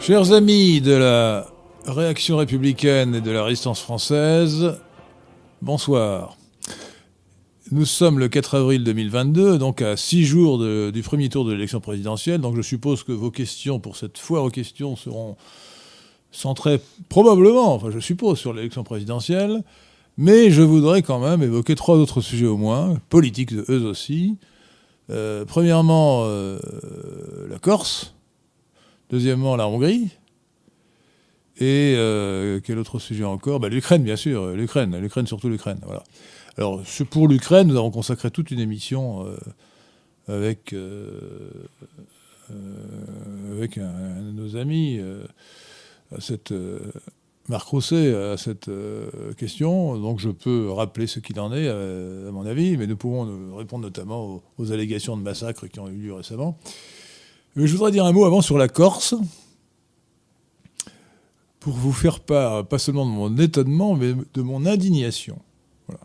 Chers amis de la réaction républicaine et de la résistance française, bonsoir. Nous sommes le 4 avril 2022, donc à 6 jours du premier tour de l'élection présidentielle. Donc je suppose que vos questions pour cette foire aux questions seront centrées probablement, enfin je suppose, sur l'élection présidentielle. Mais je voudrais quand même évoquer 3 autres sujets au moins, politiques eux aussi. Premièrement, la Corse. Deuxièmement, la Hongrie. Et quel autre sujet encore ? L'Ukraine, bien sûr. L'Ukraine, surtout l'Ukraine. Voilà. Alors, pour l'Ukraine, nous avons consacré toute une émission avec un de nos amis, Marc Rousset, à cette question. Donc, je peux rappeler ce qu'il en est, à mon avis, mais nous pouvons répondre notamment aux allégations de massacres qui ont eu lieu récemment. Mais je voudrais dire un mot avant sur la Corse, pour vous faire part, pas seulement de mon étonnement, mais de mon indignation. Voilà.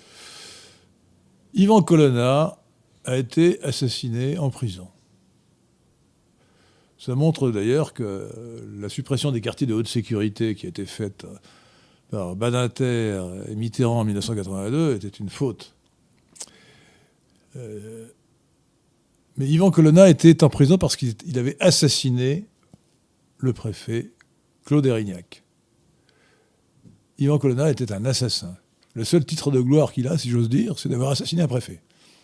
Ivan Colonna a été assassiné en prison. Ça montre d'ailleurs que la suppression des quartiers de haute sécurité qui a été faite par Badinter et Mitterrand en 1982 était une faute. Mais Ivan Colonna était en prison parce qu'il avait assassiné le préfet Claude Érignac. Ivan Colonna était un assassin. Le seul titre de gloire qu'il a, si j'ose dire, c'est d'avoir assassiné un préfet.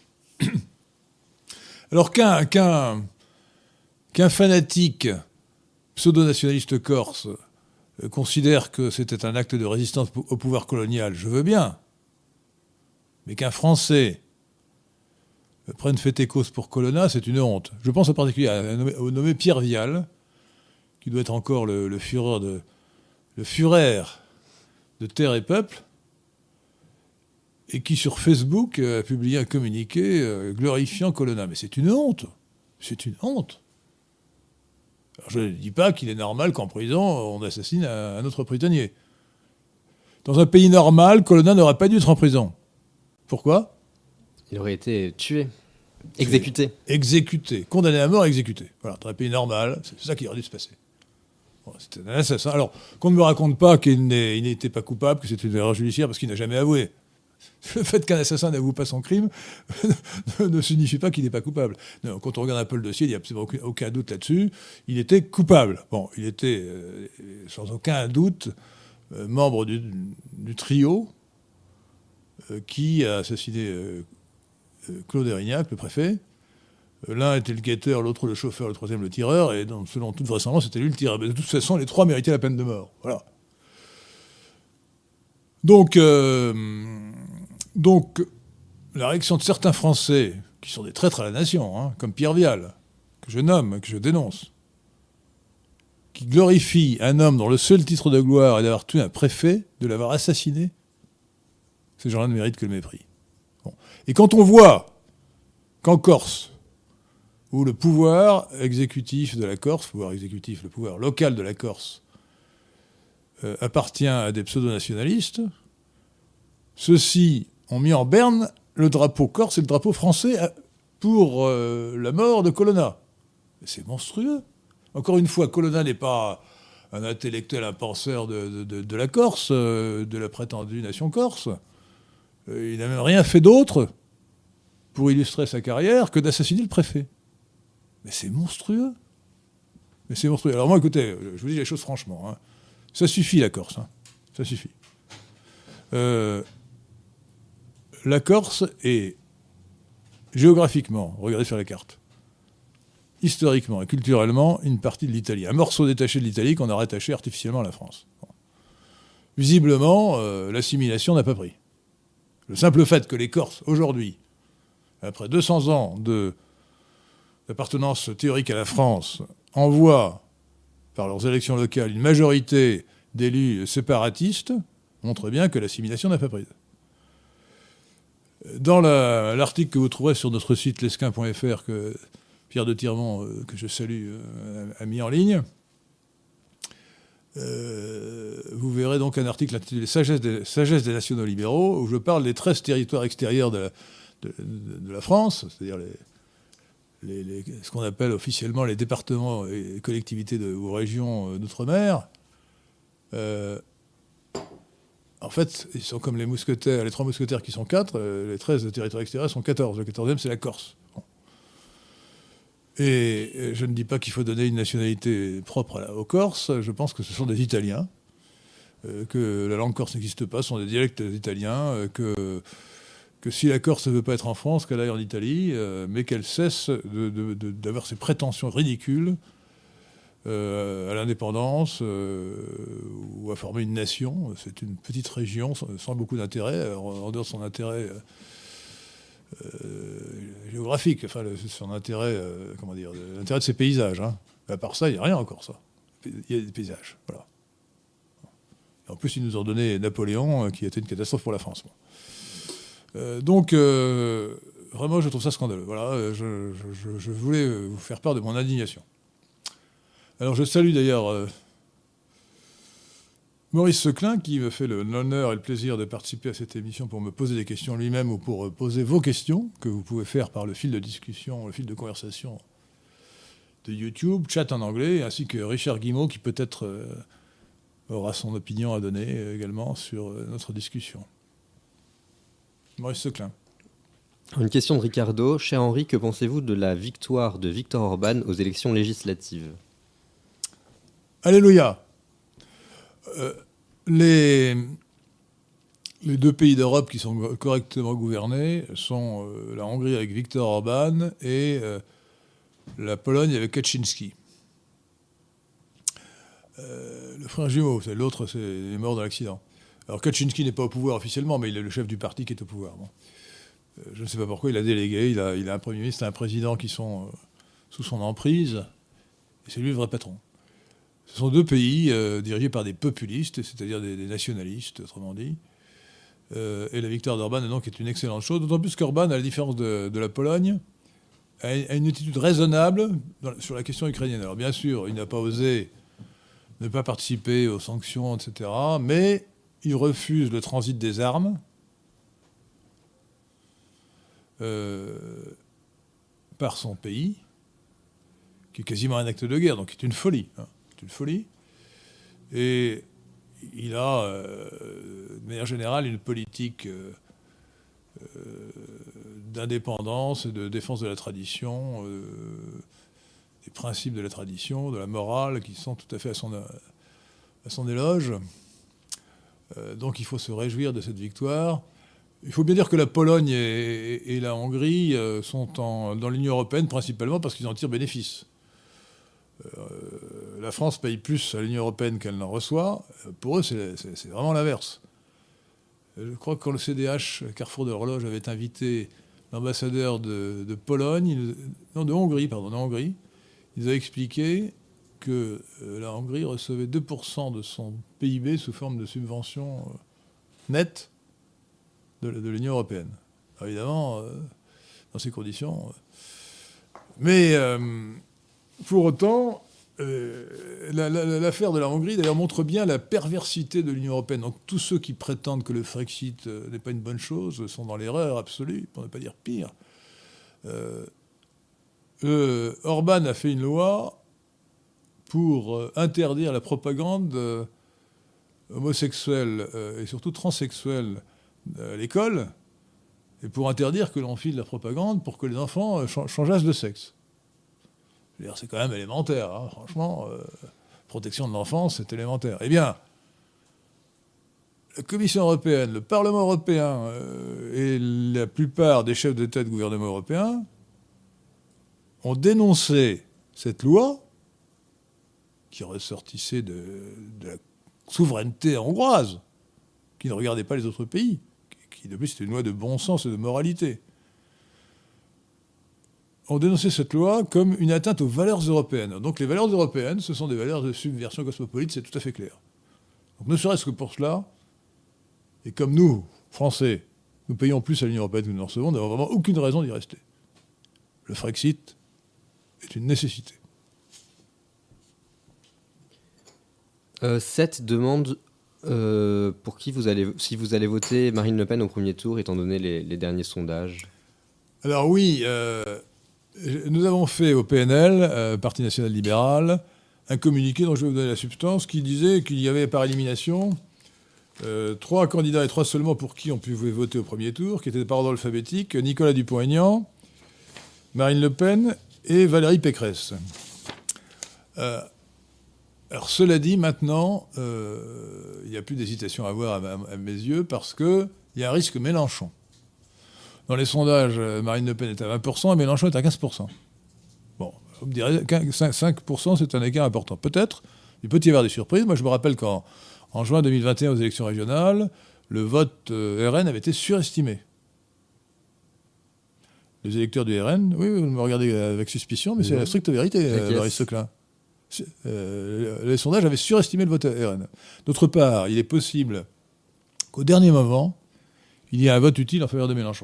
Alors qu'un fanatique pseudo-nationaliste corse considère que c'était un acte de résistance au pouvoir colonial, je veux bien. Mais qu'un Français prenne fait et cause pour Colonna, c'est une honte. Je pense en particulier au nommé Pierre Vial, qui doit être encore le Führer de Terre et Peuple, et qui sur Facebook a publié un communiqué glorifiant Colonna. Mais c'est une honte. C'est une honte. Alors je ne dis pas qu'il est normal qu'en prison, on assassine un autre prisonnier. Dans un pays normal, Colonna n'aurait pas dû être en prison. Pourquoi ? Il aurait été tué, exécuté. Exécuté, condamné à mort, exécuté. Voilà, dans un pays normal, c'est ça qui aurait dû se passer. Bon, c'était un assassin. Alors, qu'on ne me raconte pas qu'il n'était pas coupable, que c'était une erreur judiciaire parce qu'il n'a jamais avoué. Le fait qu'un assassin n'avoue pas son crime ne signifie pas qu'il n'est pas coupable. Non, quand on regarde un peu le dossier, il n'y a absolument aucun doute là-dessus. Il était coupable. Bon, il était sans aucun doute membre du trio qui a assassiné Claude Érignac, le préfet. L'un était le guetteur, l'autre le chauffeur, le troisième le tireur, et donc, selon toute vraisemblance, c'était lui le tireur. Mais de toute façon, les 3 méritaient la peine de mort. Voilà. Donc, la réaction de certains Français, qui sont des traîtres à la nation, comme Pierre Vial, que je nomme, que je dénonce, qui glorifie un homme dont le seul titre de gloire est d'avoir tué un préfet, de l'avoir assassiné, ces gens-là ne méritent que le mépris. Bon. Et quand on voit qu'en Corse, où le pouvoir exécutif de la Corse, le pouvoir local de la Corse, appartient à des pseudo-nationalistes, ceux-ci ont mis en berne le drapeau corse et le drapeau français pour la mort de Colonna. C'est monstrueux. Encore une fois, Colonna n'est pas un intellectuel, un penseur de la Corse, de la prétendue nation corse. Il n'a même rien fait d'autre pour illustrer sa carrière que d'assassiner le préfet. Mais c'est monstrueux. Alors moi, écoutez, je vous dis les choses franchement. Ça suffit, la Corse. Ça suffit. La Corse est géographiquement, regardez sur la carte, historiquement et culturellement, une partie de l'Italie. Un morceau détaché de l'Italie qu'on a rattaché artificiellement à la France. Bon. Visiblement, l'assimilation n'a pas pris. Le simple fait que les Corses, aujourd'hui, après 200 ans d'appartenance théorique à la France, envoient, par leurs élections locales, une majorité d'élus séparatistes, montre bien que l'assimilation n'a pas pris. Dans l'article que vous trouverez sur notre site lesquin.fr, que Pierre de Tirmont, que je salue, a mis en ligne, vous verrez donc un article intitulé « Sagesse des nationaux libéraux » où je parle des 13 territoires extérieurs de la France, c'est-à-dire ce qu'on appelle officiellement les départements et collectivités ou régions d'outre-mer, en fait, ils sont comme les mousquetaires, les 3 mousquetaires qui sont 4, les 13 de territoire extérieur sont 14. Le 14e, c'est la Corse. Bon. Et je ne dis pas qu'il faut donner une nationalité propre aux Corses. Je pense que ce sont des Italiens, que la langue corse n'existe pas, ce sont des dialectes italiens, que si la Corse ne veut pas être en France, qu'elle aille en Italie, mais qu'elle cesse d'avoir ces prétentions ridicules à l'indépendance ou à former une nation. C'est une petite région sans beaucoup d'intérêt, en dehors de son intérêt géographique, enfin son intérêt, l'intérêt de ses paysages. Hein. À part ça, il n'y a rien encore, ça. Il y a des paysages, voilà. Et en plus, ils nous ont donné Napoléon, qui était une catastrophe pour la France. Bon. Donc, vraiment, je trouve ça scandaleux. Voilà, je voulais vous faire part de mon indignation. Alors, je salue d'ailleurs Maurice Seclin, qui me fait l'honneur et le plaisir de participer à cette émission pour me poser des questions lui-même ou pour poser vos questions, que vous pouvez faire par le fil de discussion, le fil de conversation de YouTube, chat en anglais, ainsi que Richard Guimau, qui peut-être aura son opinion à donner également sur notre discussion. Maurice Seclin. Une question de Ricardo. Cher Henri, que pensez-vous de la victoire de Viktor Orban aux élections législatives ? Alléluia. Les 2 pays d'Europe qui sont correctement gouvernés sont la Hongrie avec Viktor Orban et la Pologne avec Kaczynski. Le frère jumeau, l'autre, il est mort dans l'accident. Alors Kaczynski n'est pas au pouvoir officiellement, mais il est le chef du parti qui est au pouvoir. Bon. Je ne sais pas pourquoi il a délégué, il a un Premier ministre et un président qui sont sous son emprise, et c'est lui le vrai patron. Ce sont 2 pays dirigés par des populistes, c'est-à-dire des nationalistes, autrement dit. Et la victoire d'Orban, donc, est une excellente chose, d'autant plus qu'Orban, à la différence de la Pologne, a une attitude raisonnable sur la question ukrainienne. Alors bien sûr, il n'a pas osé ne pas participer aux sanctions, etc., mais il refuse le transit des armes par son pays, qui est quasiment un acte de guerre, donc qui est une folie. Hein. Une folie. Et il a, de manière générale, une politique d'indépendance et de défense de la tradition, des principes de la tradition, de la morale, qui sont tout à fait à son éloge. Donc il faut se réjouir de cette victoire. Il faut bien dire que la Pologne et la Hongrie sont dans l'Union européenne principalement parce qu'ils en tirent bénéfice. La France paye plus à l'Union européenne qu'elle n'en reçoit. Pour eux, c'est vraiment l'inverse. Je crois que quand le CDH, Carrefour de l'Horloge, avait invité l'ambassadeur de Pologne, de Hongrie, il nous a expliqué que la Hongrie recevait 2% de son PIB sous forme de subventions nettes de l'Union européenne. Alors évidemment, dans ces conditions. Mais pour autant, l'affaire de la Hongrie, d'ailleurs, montre bien la perversité de l'Union européenne. Donc tous ceux qui prétendent que le Frexit n'est pas une bonne chose sont dans l'erreur absolue, pour ne pas dire pire. Orban a fait une loi pour interdire la propagande homosexuelle et surtout transsexuelle à l'école, et pour interdire que l'on file la propagande pour que les enfants changeassent de sexe. C'est quand même élémentaire, hein, franchement. Protection de l'enfance, c'est élémentaire. Eh bien, la Commission européenne, le Parlement européen et la plupart des chefs d'État et de gouvernement européens ont dénoncé cette loi qui ressortissait de la souveraineté hongroise, qui ne regardait pas les autres pays, qui de plus c'était une loi de bon sens et de moralité. Ont dénoncé cette loi comme une atteinte aux valeurs européennes. Donc les valeurs européennes, ce sont des valeurs de subversion cosmopolite, c'est tout à fait clair. Donc ne serait-ce que pour cela, et comme nous, Français, nous payons plus à l'Union européenne que nous en recevons, nous n'avons vraiment aucune raison d'y rester. Le Frexit est une nécessité. Cette demande pour qui si vous allez voter Marine Le Pen au premier tour, étant donné les derniers sondages. Alors oui, Nous avons fait au PNL, Parti national libéral, un communiqué dont je vais vous donner la substance, qui disait qu'il y avait par élimination 3 candidats et 3 seulement pour qui on pouvait voter au premier tour, qui étaient par ordre alphabétique, Nicolas Dupont-Aignan, Marine Le Pen et Valérie Pécresse. Alors cela dit, maintenant, il n'y a plus d'hésitation à avoir à mes yeux, parce qu'il y a un risque Mélenchon. Dans les sondages, Marine Le Pen est à 20% et Mélenchon est à 15%. Bon, vous me direz, 5%, c'est un écart important. Peut-être, il peut y avoir des surprises. Moi, je me rappelle qu'en juin 2021, aux élections régionales, le vote RN avait été surestimé. Les électeurs du RN, oui, vous me regardez avec suspicion, mais c'est la stricte vérité, Maurice Seclin. Les sondages avaient surestimé le vote RN. D'autre part, il est possible qu'au dernier moment, il y ait un vote utile en faveur de Mélenchon.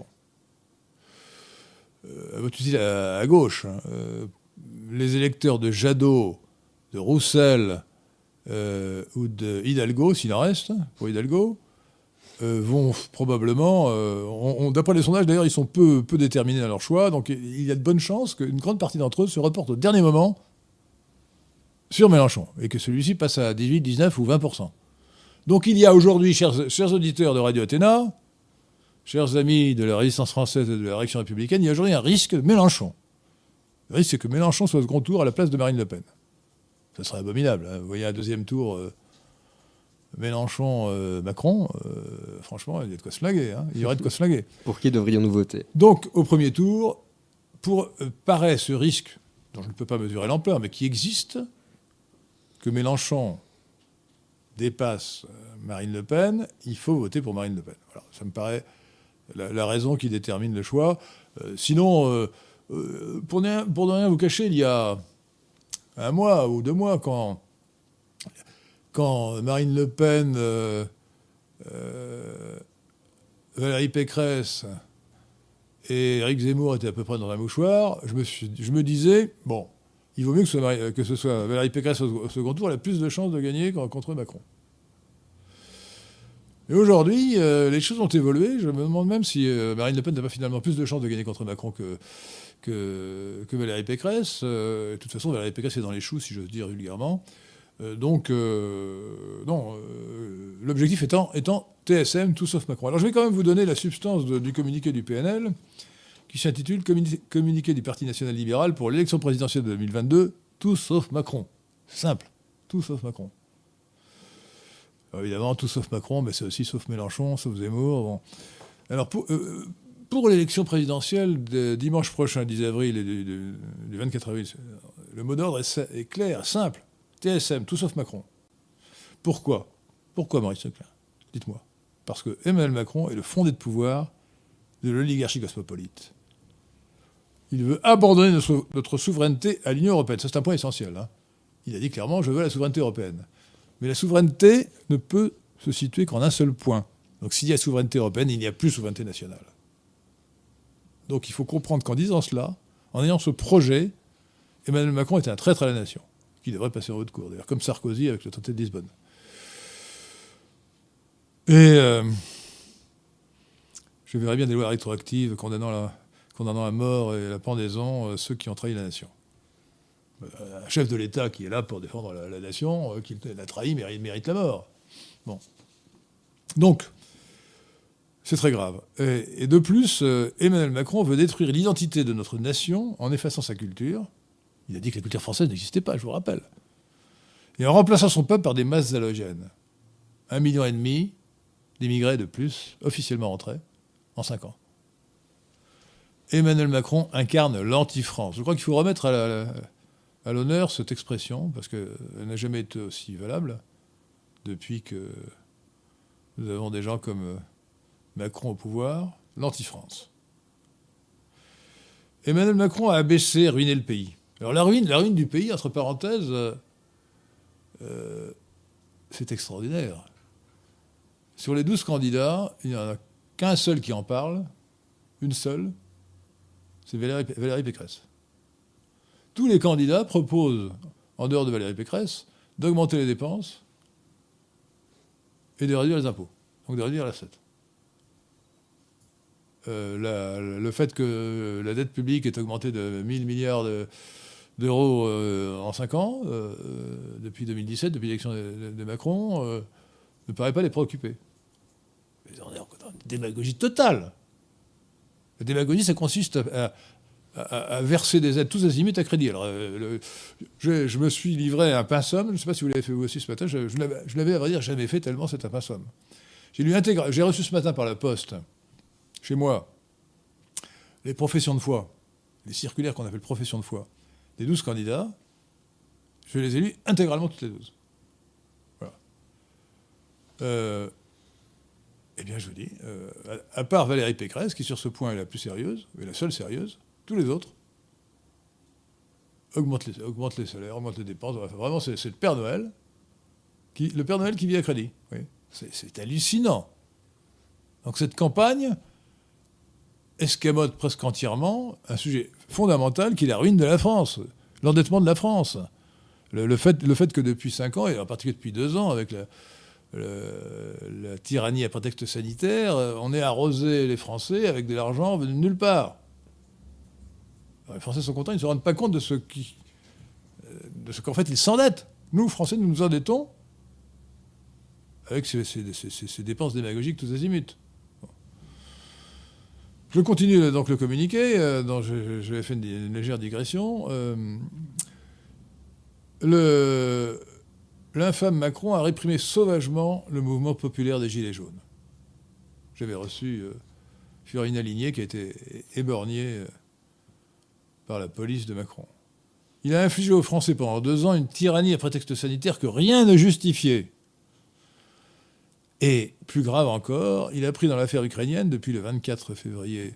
Un vote utile à gauche. Les électeurs de Jadot, de Roussel ou de Hidalgo, s'il en reste, pour Hidalgo, vont probablement... d'après les sondages, d'ailleurs, ils sont peu déterminés dans leur choix, donc il y a de bonnes chances qu'une grande partie d'entre eux se reporte au dernier moment sur Mélenchon, et que celui-ci passe à 18, 19 ou 20%. Donc il y a aujourd'hui, chers auditeurs de Radio Athéna, chers amis de la résistance française et de la réaction républicaine, il y a aujourd'hui un risque Mélenchon. Le risque, c'est que Mélenchon soit au second tour à la place de Marine Le Pen. Ça serait abominable. Hein. Vous voyez un deuxième tour Mélenchon-Macron, franchement, il y a de quoi se flinguer. Hein. Il y aurait de quoi se flinguer. Pour qui devrions-nous voter ? Donc, au premier tour, paraît ce risque, dont je ne peux pas mesurer l'ampleur, mais qui existe, que Mélenchon dépasse Marine Le Pen, il faut voter pour Marine Le Pen. Voilà, ça me paraît la raison qui détermine le choix. Sinon, pour ne rien vous cacher, il y a un mois ou 2 mois, quand Marine Le Pen, Valérie Pécresse et Éric Zemmour étaient à peu près dans un mouchoir, je me disais, bon, il vaut mieux que ce soit Valérie Pécresse au second tour, elle a plus de chances de gagner contre Macron. Et aujourd'hui, les choses ont évolué. Je me demande même si Marine Le Pen n'a pas finalement plus de chances de gagner contre Macron que Valérie Pécresse. De toute façon, Valérie Pécresse est dans les choux, si j'ose dire vulgairement. L'objectif étant TSM, tout sauf Macron. Alors je vais quand même vous donner la substance du communiqué du PNL, qui s'intitule « Communiqué du Parti national libéral pour l'élection présidentielle de 2022, tout sauf Macron ». C'est simple, tout sauf Macron. Alors évidemment, tout sauf Macron, mais c'est aussi sauf Mélenchon, sauf Zemmour. Bon. Alors pour l'élection présidentielle de dimanche prochain, 10 avril et du 24 avril, le mot d'ordre est clair, simple. TSM, tout sauf Macron. Pourquoi ? Pourquoi, Maurice Seclin ? Dites-moi. Parce que Emmanuel Macron est le fondé de pouvoir de l'oligarchie cosmopolite. Il veut abandonner notre souveraineté à l'Union européenne. Ça, c'est un point essentiel. Hein. Il a dit clairement, je veux la souveraineté européenne. Mais la souveraineté ne peut se situer qu'en un seul point. Donc s'il y a souveraineté européenne, il n'y a plus souveraineté nationale. Donc il faut comprendre qu'en disant cela, en ayant ce projet, Emmanuel Macron est un traître à la nation, qui devrait passer en haute cour, d'ailleurs, comme Sarkozy avec le traité de Lisbonne. Et je verrais bien des lois rétroactives condamnant à mort et la pendaison ceux qui ont trahi la nation. Un chef de l'État qui est là pour défendre la nation, qui l'a trahi, mérite la mort. Bon. Donc, c'est très grave. Et de plus, Emmanuel Macron veut détruire l'identité de notre nation en effaçant sa culture. Il a dit que la culture française n'existait pas, je vous rappelle. Et en remplaçant son peuple par des masses halogènes. 1,5 million d'immigrés de plus, officiellement rentrés, en 5 ans. Emmanuel Macron incarne l'anti-France. Je crois qu'il faut remettre à l'honneur cette expression, parce qu'elle n'a jamais été aussi valable depuis que nous avons des gens comme Macron au pouvoir, l'anti-France. Emmanuel Macron a abaissé, ruiné le pays. Alors la ruine du pays, entre parenthèses, c'est extraordinaire. Sur les 12 candidats, il n'y en a qu'un seul qui en parle, une seule, c'est Valérie Pécresse. Tous les candidats proposent, en dehors de Valérie Pécresse, d'augmenter les dépenses et de réduire les impôts, donc de réduire l'assiette. le fait que la dette publique est augmentée de 1 000 milliards d'euros en 5 ans, depuis 2017, depuis l'élection de Macron, ne paraît pas les préoccuper. Mais on est dans une démagogie totale. La démagogie, ça consiste à verser des aides tous azimuts à crédit. Alors, je me suis livré à un pinsomme, je ne sais pas si vous l'avez fait vous aussi ce matin, je l'avais à vrai dire jamais fait tellement c'est un pinsomme. J'ai reçu ce matin par la poste, chez moi, les professions de foi, les circulaires qu'on appelle professions de foi, des 12 candidats, je les ai lus intégralement toutes les 12. Voilà. Eh bien, je vous dis, à part Valérie Pécresse, qui sur ce point est la plus sérieuse, et la seule sérieuse, tous les autres augmentent les salaires, augmentent les dépenses. Enfin, vraiment, c'est le Père Noël qui vit à crédit. Oui. C'est hallucinant. Donc cette campagne escamote presque entièrement un sujet fondamental qui est la ruine de la France, l'endettement de la France. Le fait que depuis 5 ans, et en particulier depuis 2 ans, avec la tyrannie à prétexte sanitaire, on ait arrosé les Français avec de l'argent venu de nulle part. Alors, les Français sont contents, ils ne se rendent pas compte de ce qu'en fait ils s'endettent. Nous, Français, nous nous endettons avec ces dépenses démagogiques tous azimuts. Bon. Je continue donc le communiqué, dont je vais faire une légère digression. L'infâme Macron a réprimé sauvagement le mouvement populaire des Gilets jaunes. J'avais reçu Fiorina Ligné, qui a été éborgnée par la police de Macron. Il a infligé aux Français pendant 2 ans une tyrannie à prétexte sanitaire que rien ne justifiait. Et, plus grave encore, il a pris dans l'affaire ukrainienne, depuis le 24 février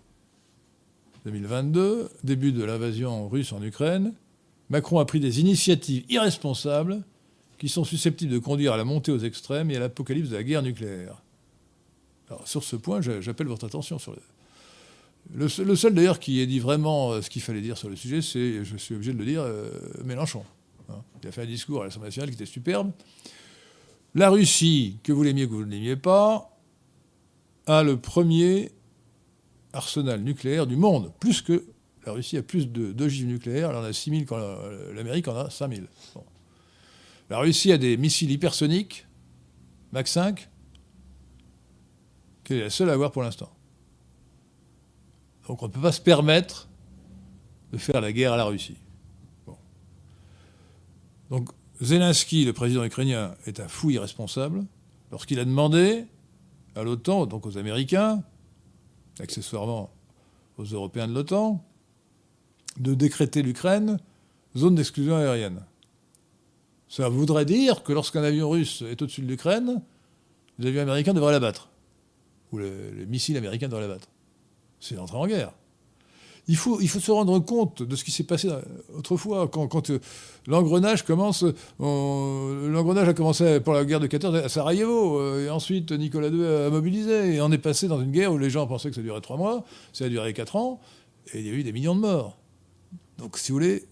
2022, début de l'invasion russe en Ukraine, Macron a pris des initiatives irresponsables qui sont susceptibles de conduire à la montée aux extrêmes et à l'apocalypse de la guerre nucléaire. Alors, sur ce point, j'appelle votre attention sur le seul d'ailleurs qui ait dit vraiment ce qu'il fallait dire sur le sujet, c'est, je suis obligé de le dire, Mélenchon. Il a fait un discours à l'Assemblée nationale qui était superbe. La Russie, que vous l'aimiez, que vous ne l'aimiez pas, a le premier arsenal nucléaire du monde. Plus que la Russie a plus d'ogives nucléaires, elle en a 6 000 quand l'Amérique en a 5 000. Bon. La Russie a des missiles hypersoniques, Mach 5, qu'elle est la seule à avoir pour l'instant. Donc on ne peut pas se permettre de faire la guerre à la Russie. Bon. Donc Zelensky, le président ukrainien, est un fou irresponsable lorsqu'il a demandé à l'OTAN, donc aux Américains, accessoirement aux Européens de l'OTAN, de décréter l'Ukraine zone d'exclusion aérienne. Ça voudrait dire que lorsqu'un avion russe est au-dessus de l'Ukraine, les avions américains devraient l'abattre. Ou les missiles américains devraient l'abattre. C'est l'entrée en guerre. Il faut se rendre compte de ce qui s'est passé autrefois, quand l'engrenage commence. L'engrenage a commencé pour la guerre de 14 à Sarajevo, et ensuite Nicolas II a mobilisé, et on est passé dans une guerre où les gens pensaient que ça durait 3 mois, ça a duré 4 ans, et il y a eu des millions de morts. Donc, si vous voulez...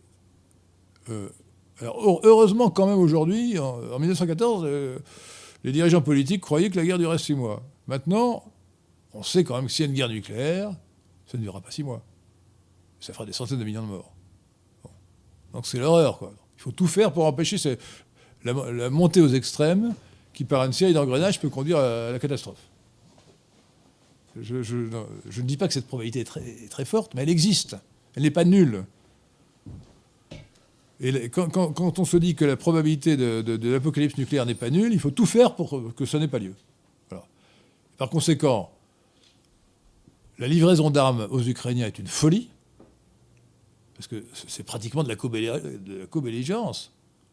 alors, heureusement, quand même, aujourd'hui, en 1914, les dirigeants politiques croyaient que la guerre durait 6 mois. Maintenant, on sait quand même que s'il y a une guerre nucléaire, ça ne durera pas 6 mois. Ça fera des centaines de millions de morts. Bon. Donc c'est l'horreur, quoi. Il faut tout faire pour empêcher la montée aux extrêmes qui, par une série d'engrenages, peut conduire à la catastrophe. Je ne dis pas que cette probabilité est très forte, mais elle existe. Elle n'est pas nulle. Et quand on se dit que la probabilité de l'apocalypse nucléaire n'est pas nulle, il faut tout faire pour que ça n'ait pas lieu. Voilà. Par conséquent, la livraison d'armes aux Ukrainiens est une folie, parce que c'est pratiquement de la cobelligérance.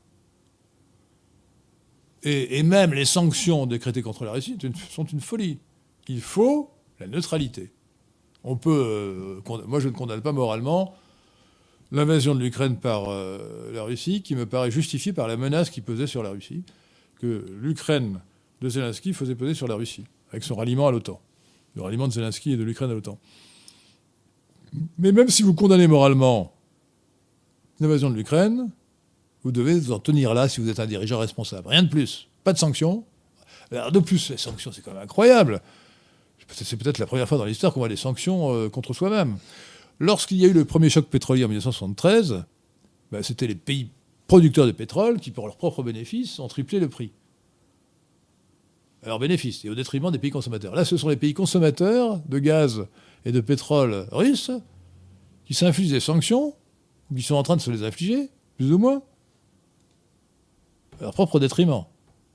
Et même les sanctions décrétées contre la Russie sont une folie. Il faut la neutralité. On peut, moi je ne condamne pas moralement l'invasion de l'Ukraine par la Russie, qui me paraît justifiée par la menace qui pesait sur la Russie, que l'Ukraine de Zelensky faisait peser sur la Russie, avec son ralliement à l'OTAN. Le ralliement de Zelensky et de l'Ukraine à l'OTAN. Mais même si vous condamnez moralement l'invasion de l'Ukraine, vous devez vous en tenir là si vous êtes un dirigeant responsable. Rien de plus. Pas de sanctions. Alors de plus, les sanctions, c'est quand même incroyable. C'est peut-être la première fois dans l'histoire qu'on voit des sanctions contre soi-même. Lorsqu'il y a eu le premier choc pétrolier en 1973, c'était les pays producteurs de pétrole qui, pour leurs propres bénéfices, ont triplé le prix. À leurs bénéfices, et au détriment des pays consommateurs. Là, ce sont les pays consommateurs de gaz et de pétrole russes qui s'infligent des sanctions, ou qui sont en train de se les infliger, plus ou moins, à leur propre détriment.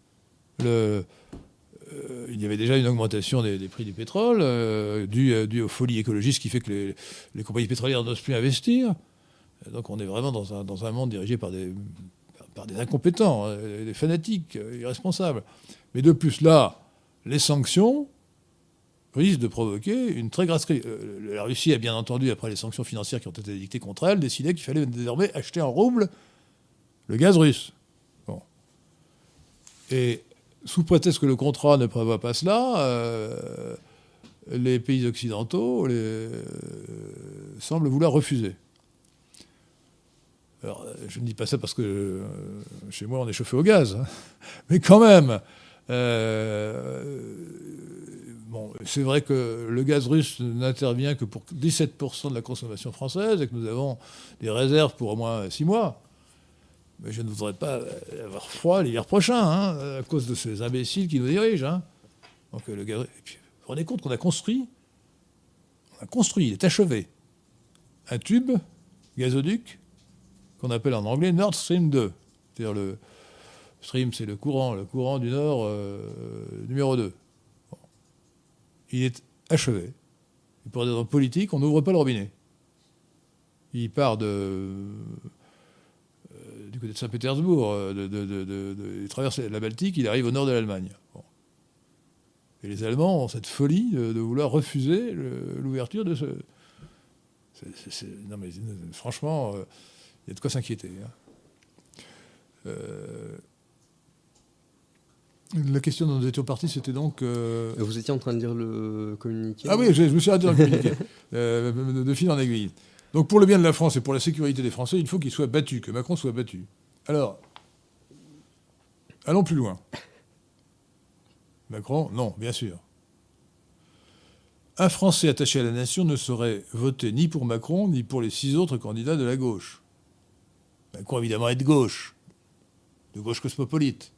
Il y avait déjà une augmentation des prix du pétrole, due aux folies écologistes, qui fait que les compagnies pétrolières n'osent plus investir. Donc on est vraiment dans un monde dirigé par des incompétents, des fanatiques, irresponsables. Mais de plus, là, les sanctions risquent de provoquer une très grasse crise. La Russie a bien entendu, après les sanctions financières qui ont été dictées contre elle, décidé qu'il fallait désormais acheter en rouble le gaz russe. Bon. Et sous prétexte que le contrat ne prévoit pas cela, les pays occidentaux semblent vouloir refuser. Alors, je ne dis pas ça parce que chez moi, on est chauffé au gaz. Hein. Mais quand même, c'est vrai que le gaz russe n'intervient que pour 17% de la consommation française et que nous avons des réserves pour au moins 6 mois. Mais je ne voudrais pas avoir froid l'hiver prochain, hein, à cause de ces imbéciles qui nous dirigent. Hein. Donc, le gaz... Et puis, vous vous rendez compte qu'on a construit, il est achevé, un tube gazoduc qu'on appelle en anglais Nord Stream 2. C'est-à-dire le stream, c'est le courant du Nord numéro 2. Bon. Il est achevé. Et pour des raisons politiques, on n'ouvre pas le robinet. Il part du côté de Saint-Pétersbourg, il traverse la Baltique, il arrive au nord de l'Allemagne. Bon. Et les Allemands ont cette folie de vouloir refuser l'ouverture de ce... Non mais franchement... il y a de quoi s'inquiéter. Hein. La question dont nous étions partis, c'était donc... Vous étiez en train de lire le communiqué? Ah oui, je me suis arrêté dans le communiqué, de fil en aiguille. Donc pour le bien de la France et pour la sécurité des Français, il faut qu'il soit battu, que Macron soit battu. Alors, allons plus loin. Macron, non, bien sûr. Un Français attaché à la nation ne saurait voter ni pour Macron, ni pour les 6 autres candidats de la gauche. Macron, évidemment, est de gauche cosmopolite.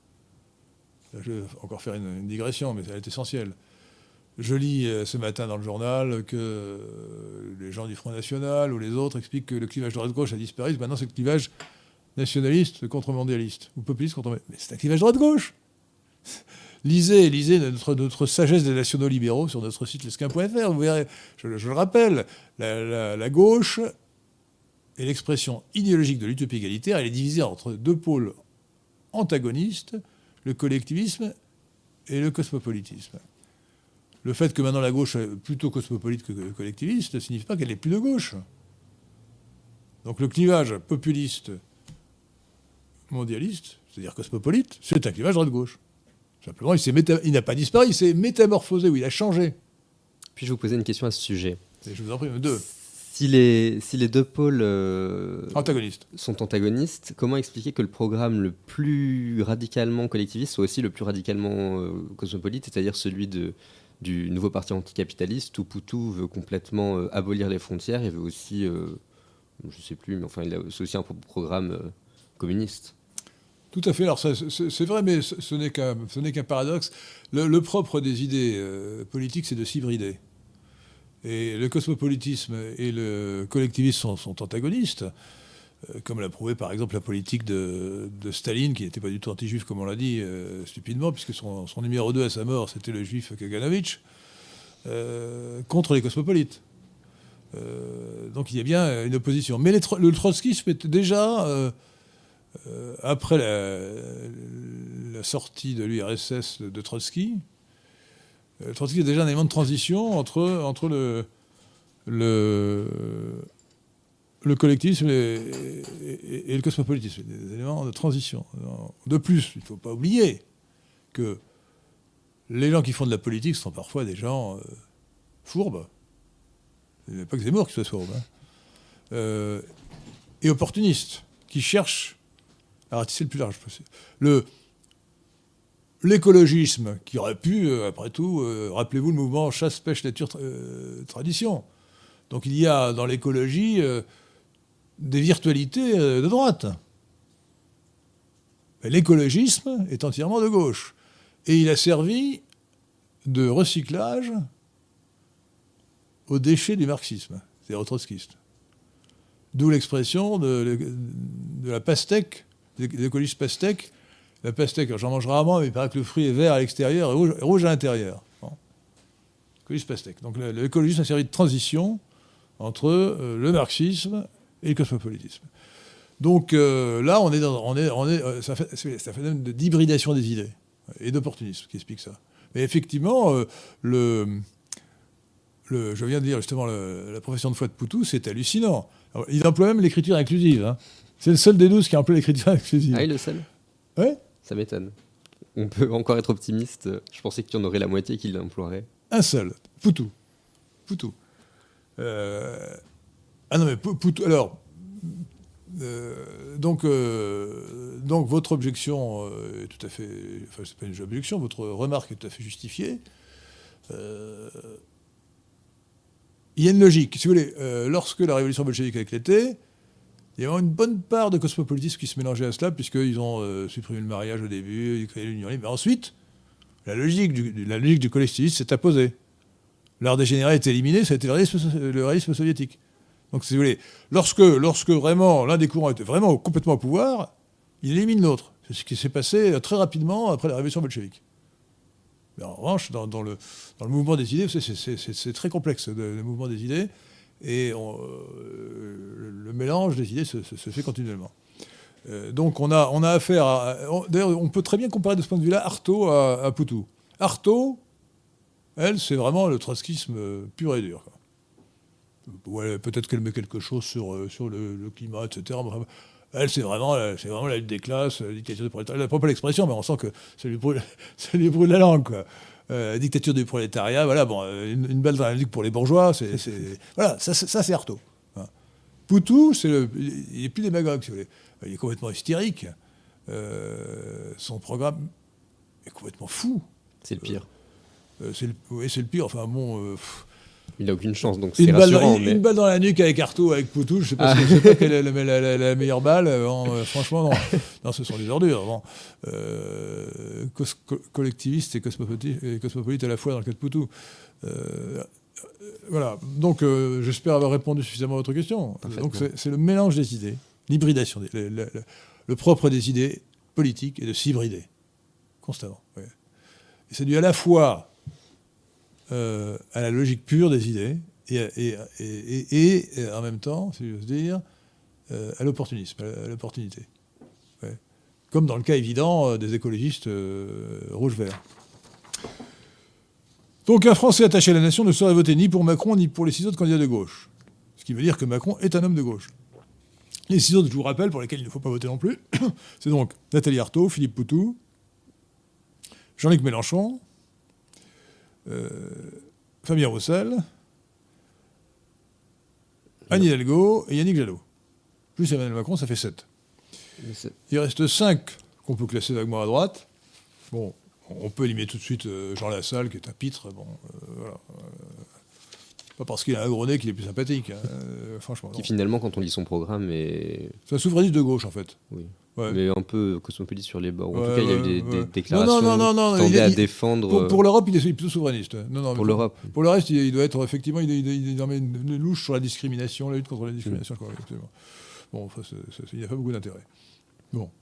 Là, je vais encore faire une digression, mais ça va être essentiel. Je lis ce matin dans le journal que les gens du Front National ou les autres expliquent que le clivage droite-gauche a disparu. Maintenant, c'est le clivage nationaliste contre mondialiste, ou populiste contre... Mais c'est un clivage droite-gauche. Lisez notre sagesse des nationaux libéraux sur notre site lesquin.fr. Vous verrez, je le rappelle, la gauche est l'expression idéologique de l'utopie égalitaire. Elle est divisée entre 2 pôles antagonistes, le collectivisme et le cosmopolitisme. Le fait que maintenant la gauche est plutôt cosmopolite que collectiviste ne signifie pas qu'elle n'est plus de gauche. Donc le clivage populiste mondialiste, c'est-à-dire cosmopolite, c'est un clivage droite-gauche. Simplement, il n'a pas disparu, il s'est métamorphosé, ou il a changé. Puis-je vous poser une question à ce sujet? Et je vous en prie, 2. Si les 2 pôles sont antagonistes, comment expliquer que le programme le plus radicalement collectiviste soit aussi le plus radicalement cosmopolite, c'est-à-dire celui du nouveau parti anticapitaliste où Poutou veut complètement abolir les frontières et veut aussi, je ne sais plus, mais enfin, c'est aussi un programme communiste. Tout à fait. Alors, c'est vrai, mais ce n'est qu'un paradoxe. Le propre des idées politiques, c'est de s'hybrider. Et le cosmopolitisme et le collectivisme sont antagonistes, comme l'a prouvé par exemple la politique de Staline, qui n'était pas du tout anti-juif, comme on l'a dit stupidement, puisque son numéro 2 à sa mort, c'était le juif Kaganovitch, contre les cosmopolites. Donc il y a bien une opposition. Mais le trotskisme était déjà, après la sortie de l'URSS de Trotsky, Trotsky est déjà un élément de transition entre le collectivisme et le cosmopolitisme. Des éléments de transition. De plus, il ne faut pas oublier que les gens qui font de la politique sont parfois des gens fourbes. Il n'y a pas que Zemmour qui soit fourbe. Hein. Et opportunistes, qui cherchent à ratisser le plus large possible. l'écologisme, qui aurait pu, après tout, rappelez-vous le mouvement chasse, pêche, nature, tradition. Donc il y a dans l'écologie des virtualités de droite. Mais l'écologisme est entièrement de gauche. Et il a servi de recyclage aux déchets du marxisme, c'est-à-dire aux trotskistes. D'où l'expression de la pastèque, des écologistes pastèques. La pastèque, j'en mange rarement, mais il paraît que le fruit est vert à l'extérieur et rouge à l'intérieur. Bon. Écologiste pastèque. Donc l'écologisme a servi de transition entre le marxisme et le cosmopolitisme. Donc là, ça fait d'hybridation des idées et d'opportunisme qui explique ça. Mais effectivement, je viens de dire justement la profession de foi de Poutou, c'est hallucinant. Alors, il emploie même l'écriture inclusive. Hein. C'est le seul des 12 qui emploie l'écriture inclusive. Ah, il le seul. Ouais. Ça m'étonne. On peut encore être optimiste. Je pensais qu'il y en aurait la moitié qui l'emploierait. Un seul. Poutou. Ah non, mais Poutou. Alors. Donc votre objection est tout à fait. Enfin, c'est pas une objection, votre remarque est tout à fait justifiée. Il y a une logique. Si vous voulez, lorsque la révolution bolchevique a éclaté, il y avait une bonne part de cosmopolitisme qui se mélangeait à cela, puisqu'ils ont supprimé le mariage au début, ils créaient l'union libre. Mais ensuite, la logique du collectivisme s'est imposée. L'art dégénéré est éliminé, ça a été le réalisme soviétique. Donc, si vous voulez, lorsque vraiment l'un des courants était vraiment complètement au pouvoir, il élimine l'autre. C'est ce qui s'est passé très rapidement après la révolution bolchevique. Mais en revanche, dans le mouvement des idées, c'est très complexe, le mouvement des idées, et le mélange des idées se fait continuellement. Donc on a affaire à... D'ailleurs, on peut très bien comparer de ce point de vue-là Artaud à Poutou. Artaud, elle, c'est vraiment le trotskisme pur et dur, quoi. Ouais, peut-être qu'elle met quelque chose sur le climat, etc. Elle, c'est vraiment la lutte des classes, la dictature du prolétariat. Elle n'a pas l'expression, mais on sent que ça lui brûle la langue, quoi. Dictature du prolétariat, voilà, bon, une balle dans la nuque pour les bourgeois, voilà, ça c'est Artaud. Hein. Poutou, il est plus démagogue, si vous voulez. Il est complètement hystérique. Son programme est complètement fou. C'est le pire. C'est le pire. Enfin bon... Il n'a aucune chance, donc c'est rassurant. Une balle dans la nuque avec Artaud, avec Poutou, je ne sais pas quelle est la meilleure balle. Franchement, non. Non, ce sont des ordures. Bon. Collectiviste et cosmopolite à la fois dans le cas de Poutou. Voilà. Donc, j'espère avoir répondu suffisamment à votre question. Donc, c'est le mélange des idées, l'hybridation, le propre des idées politiques et de s'hybrider constamment. Ouais. Et c'est dû à la fois à la logique pure des idées et en même temps, si j'ose dire, à l'opportunisme, à l'opportunité. Ouais. Comme dans le cas évident des écologistes rouge-vert. Donc un Français attaché à la nation ne saurait voter ni pour Macron ni pour les 6 autres candidats de gauche. Ce qui veut dire que Macron est un homme de gauche. Les 6 autres, je vous rappelle, pour lesquels il ne faut pas voter non plus, c'est donc Nathalie Arthaud, Philippe Poutou, Jean-Luc Mélenchon, Fabien Roussel, Anne Hidalgo et Yannick Jadot. Plus Emmanuel Macron, ça fait 7. Il reste 5 qu'on peut classer vaguement à droite. Bon, on peut éliminer tout de suite Jean Lassalle, qui est un pitre. Bon, voilà. Pas parce qu'il a un gros nez qu'il est plus sympathique. Franchement. Qui finalement, quand on lit son programme, est... C'est un souverainiste de gauche, en fait. Oui. Ouais. Mais un peu cosmopolite sur les bords. En tout cas, il y a eu des déclarations qui tendaient à défendre... Pour l'Europe, il est plutôt souverainiste. Non, pour l'Europe. Pour le reste, il doit être, effectivement, il en met une louche sur la discrimination, la lutte contre la discrimination. Bon, enfin, il n'y a pas beaucoup d'intérêt. Bon.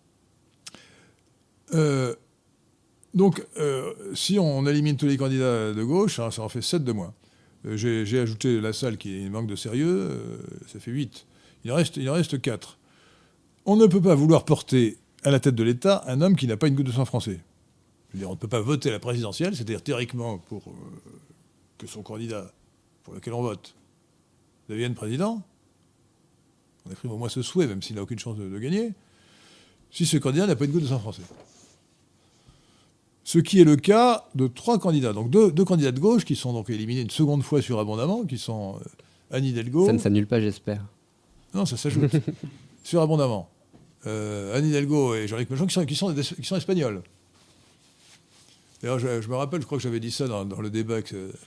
Donc, si on élimine tous les candidats de gauche, ça en fait 7 de moins. J'ai ajouté Lassalle qui manque de sérieux, ça fait 8. Il en reste 4. On ne peut pas vouloir porter à la tête de l'État un homme qui n'a pas une goutte de sang français. Je veux dire, on ne peut pas voter à la présidentielle, c'est-à-dire théoriquement pour que son candidat, pour lequel on vote, devienne président. On exprime au moins ce souhait, même s'il n'a aucune chance de gagner, si ce candidat n'a pas une goutte de sang français. Ce qui est le cas de 3 candidats. Donc deux candidats de gauche qui sont donc éliminés une seconde fois surabondamment, qui sont Anne Hidalgo... Ça ne s'annule pas, j'espère. Non, ça s'ajoute. Surabondamment. Anne Hidalgo et Jean-Luc Mélenchon qui sont espagnols. D'ailleurs, je me rappelle, je crois que j'avais dit ça dans le débat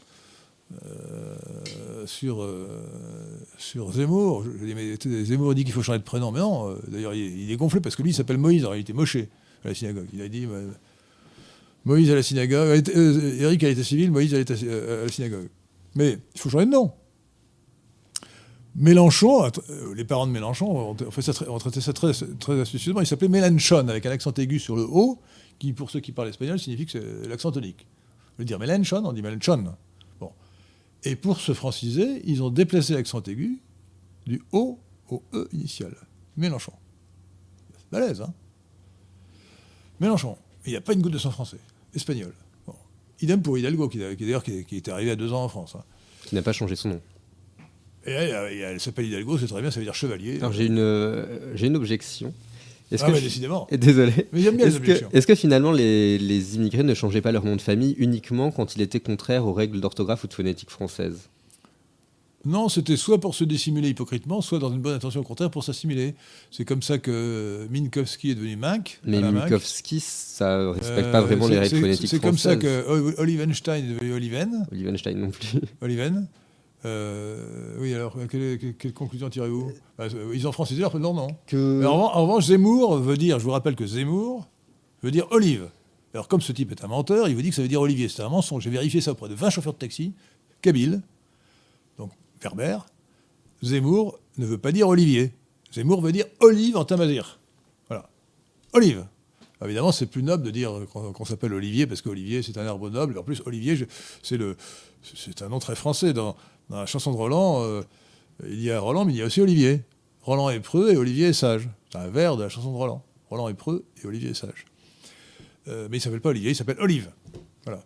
sur Zemmour. Je dis, mais Zemmour dit qu'il faut changer de prénom. Mais non, d'ailleurs, il est gonflé parce que lui, il s'appelle Moïse. En réalité, Moshe, à la synagogue. Il a dit Moïse à la synagogue. Éric à l'état civil, Moïse à la synagogue. Mais il faut changer de nom. Mélenchon, les parents de Mélenchon ont traité ça très, très astucieusement. Il s'appelait Mélenchon, avec un accent aigu sur le O, qui, pour ceux qui parlent espagnol, signifie que c'est l'accent tonique. On veut dire Mélenchon, on dit Mélenchon. Bon. Et pour se franciser, ils ont déplacé l'accent aigu du O au E initial. Mélenchon. C'est balèze, hein. Mélenchon. Il n'y a pas une goutte de sang français. Espagnol. Bon. Idem pour Hidalgo, qui est arrivé à 2 ans en France. Hein. Qui n'a pas changé son nom. Et elle s'appelle Hidalgo, c'est très bien, ça veut dire chevalier. Alors j'ai une objection. Décidément. Désolé. Mais j'aime bien les objections. Est-ce que finalement les immigrés ne changeaient pas leur nom de famille uniquement quand il était contraire aux règles d'orthographe ou de phonétique française ? Non, c'était soit pour se dissimuler hypocritement, soit dans une bonne intention au contraire pour s'assimiler. C'est comme ça que Minkowski est devenu Mink. Mais Minkowski, ça ne respecte pas vraiment les règles phonétiques françaises. C'est comme ça que Olivenstein est devenu Oliven. Olivenstein non plus. Oliven. Oui, alors, quelle conclusion tirez-vous ? Ils ont francisé leur nom, non. En revanche, Zemmour veut dire, je vous rappelle que Zemmour veut dire olive. Alors, comme ce type est un menteur, il vous dit que ça veut dire Olivier. C'est un mensonge. J'ai vérifié ça auprès de 20 chauffeurs de taxi, kabyles, donc berbères. Zemmour ne veut pas dire Olivier. Zemmour veut dire olive en tamazir. Voilà. Olive. Alors, évidemment, c'est plus noble de dire qu'on s'appelle Olivier, parce qu'Olivier, c'est un arbre noble. En plus, Olivier, c'est un nom très français. Dans la chanson de Roland, il y a Roland, mais il y a aussi Olivier. Roland est preux et Olivier est sage. C'est un vers de la chanson de Roland. Roland est preux et Olivier est sage. Mais il ne s'appelle pas Olivier, il s'appelle Olive. Voilà.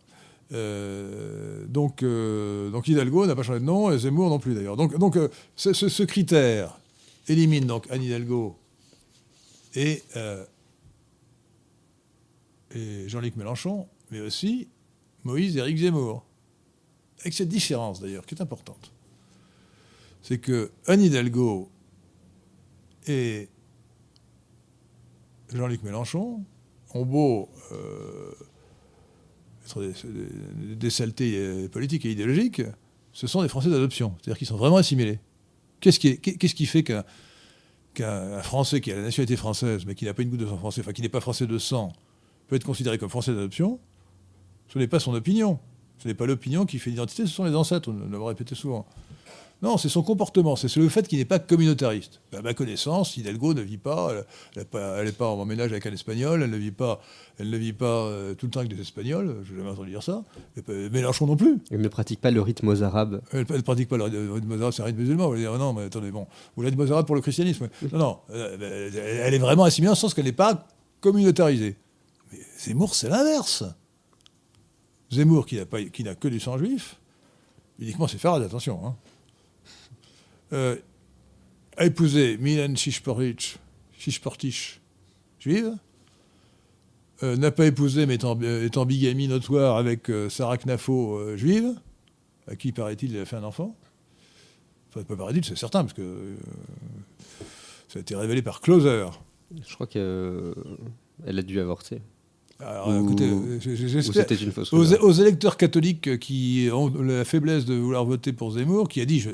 Donc Hidalgo n'a pas changé de nom, et Zemmour non plus d'ailleurs. Donc ce critère élimine donc Anne Hidalgo et Jean-Luc Mélenchon, mais aussi Moïse et Éric Zemmour. Avec cette différence d'ailleurs, qui est importante. C'est que Anne Hidalgo et Jean-Luc Mélenchon ont beau être des saletés politiques et idéologiques, ce sont des Français d'adoption. C'est-à-dire qu'ils sont vraiment assimilés. Qu'est-ce qui fait qu'un Français qui a la nationalité française, mais qui n'a pas une goutte de sang français, enfin qui n'est pas français de sang, peut être considéré comme Français d'adoption? Ce n'est pas son opinion. Ce n'est pas l'opinion qui fait l'identité, ce sont les ancêtres, on l'a répété souvent. Non, c'est son comportement, c'est le fait qu'il n'est pas communautariste. À ma connaissance, Hidalgo ne vit pas, elle n'est pas en ménage avec un Espagnol, elle ne vit pas tout le temps avec des Espagnols, je n'ai jamais entendu dire ça. Et Mélenchon non plus. Elle ne pratique pas le rythme mozarabe. Elle ne pratique pas le rythme mozarabe, c'est un rythme musulman. Vous allez dire, non, mais attendez, bon, ou le rythme mozarabe pour le christianisme. Non, elle est vraiment assimilée en ce sens qu'elle n'est pas communautarisée. Mais Zemmour, c'est l'inverse. Zemmour, qui n'a que du sang juif, uniquement c'est Farad, attention, hein. A épousé Milan Shishportich, juive, n'a pas épousé, mais étant bigamie notoire avec Sarah Knafo, juive, à qui, paraît-il, il a fait un enfant. Enfin, pas paraît-il, c'est certain, parce que ça a été révélé par Closer. Je crois qu'elle a dû avorter. Alors, écoutez, c'était une fausse aux électeurs catholiques qui ont la faiblesse de vouloir voter pour Zemmour, qui a dit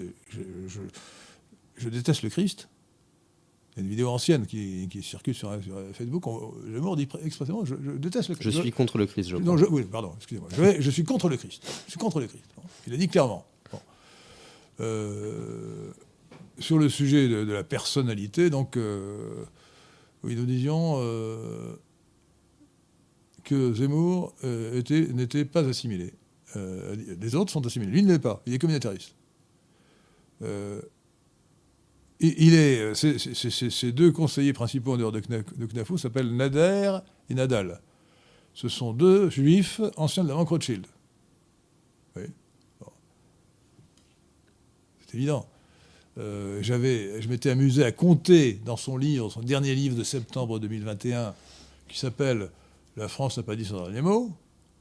je déteste le Christ. Il y a une vidéo ancienne qui circule sur Facebook. Zemmour dit expressément je déteste le Christ. Je suis contre le Christ, je crois. Non, oui, pardon, excusez-moi. Je suis contre le Christ. Je suis contre le Christ. Bon, il a dit clairement. Bon. Sur le sujet de la personnalité, donc, oui, nous disions que Zemmour n'était pas assimilé. Les autres sont assimilés. Lui ne l'est pas. Il est communautariste. Ces deux conseillers principaux en dehors de Knafo s'appellent Nader et Nadal. Ce sont deux juifs anciens de la banque Rothschild. Oui. Bon. C'est évident. Je m'étais amusé à compter dans son dernier livre de septembre 2021, qui s'appelle « La France n'a pas dit son dernier mot »,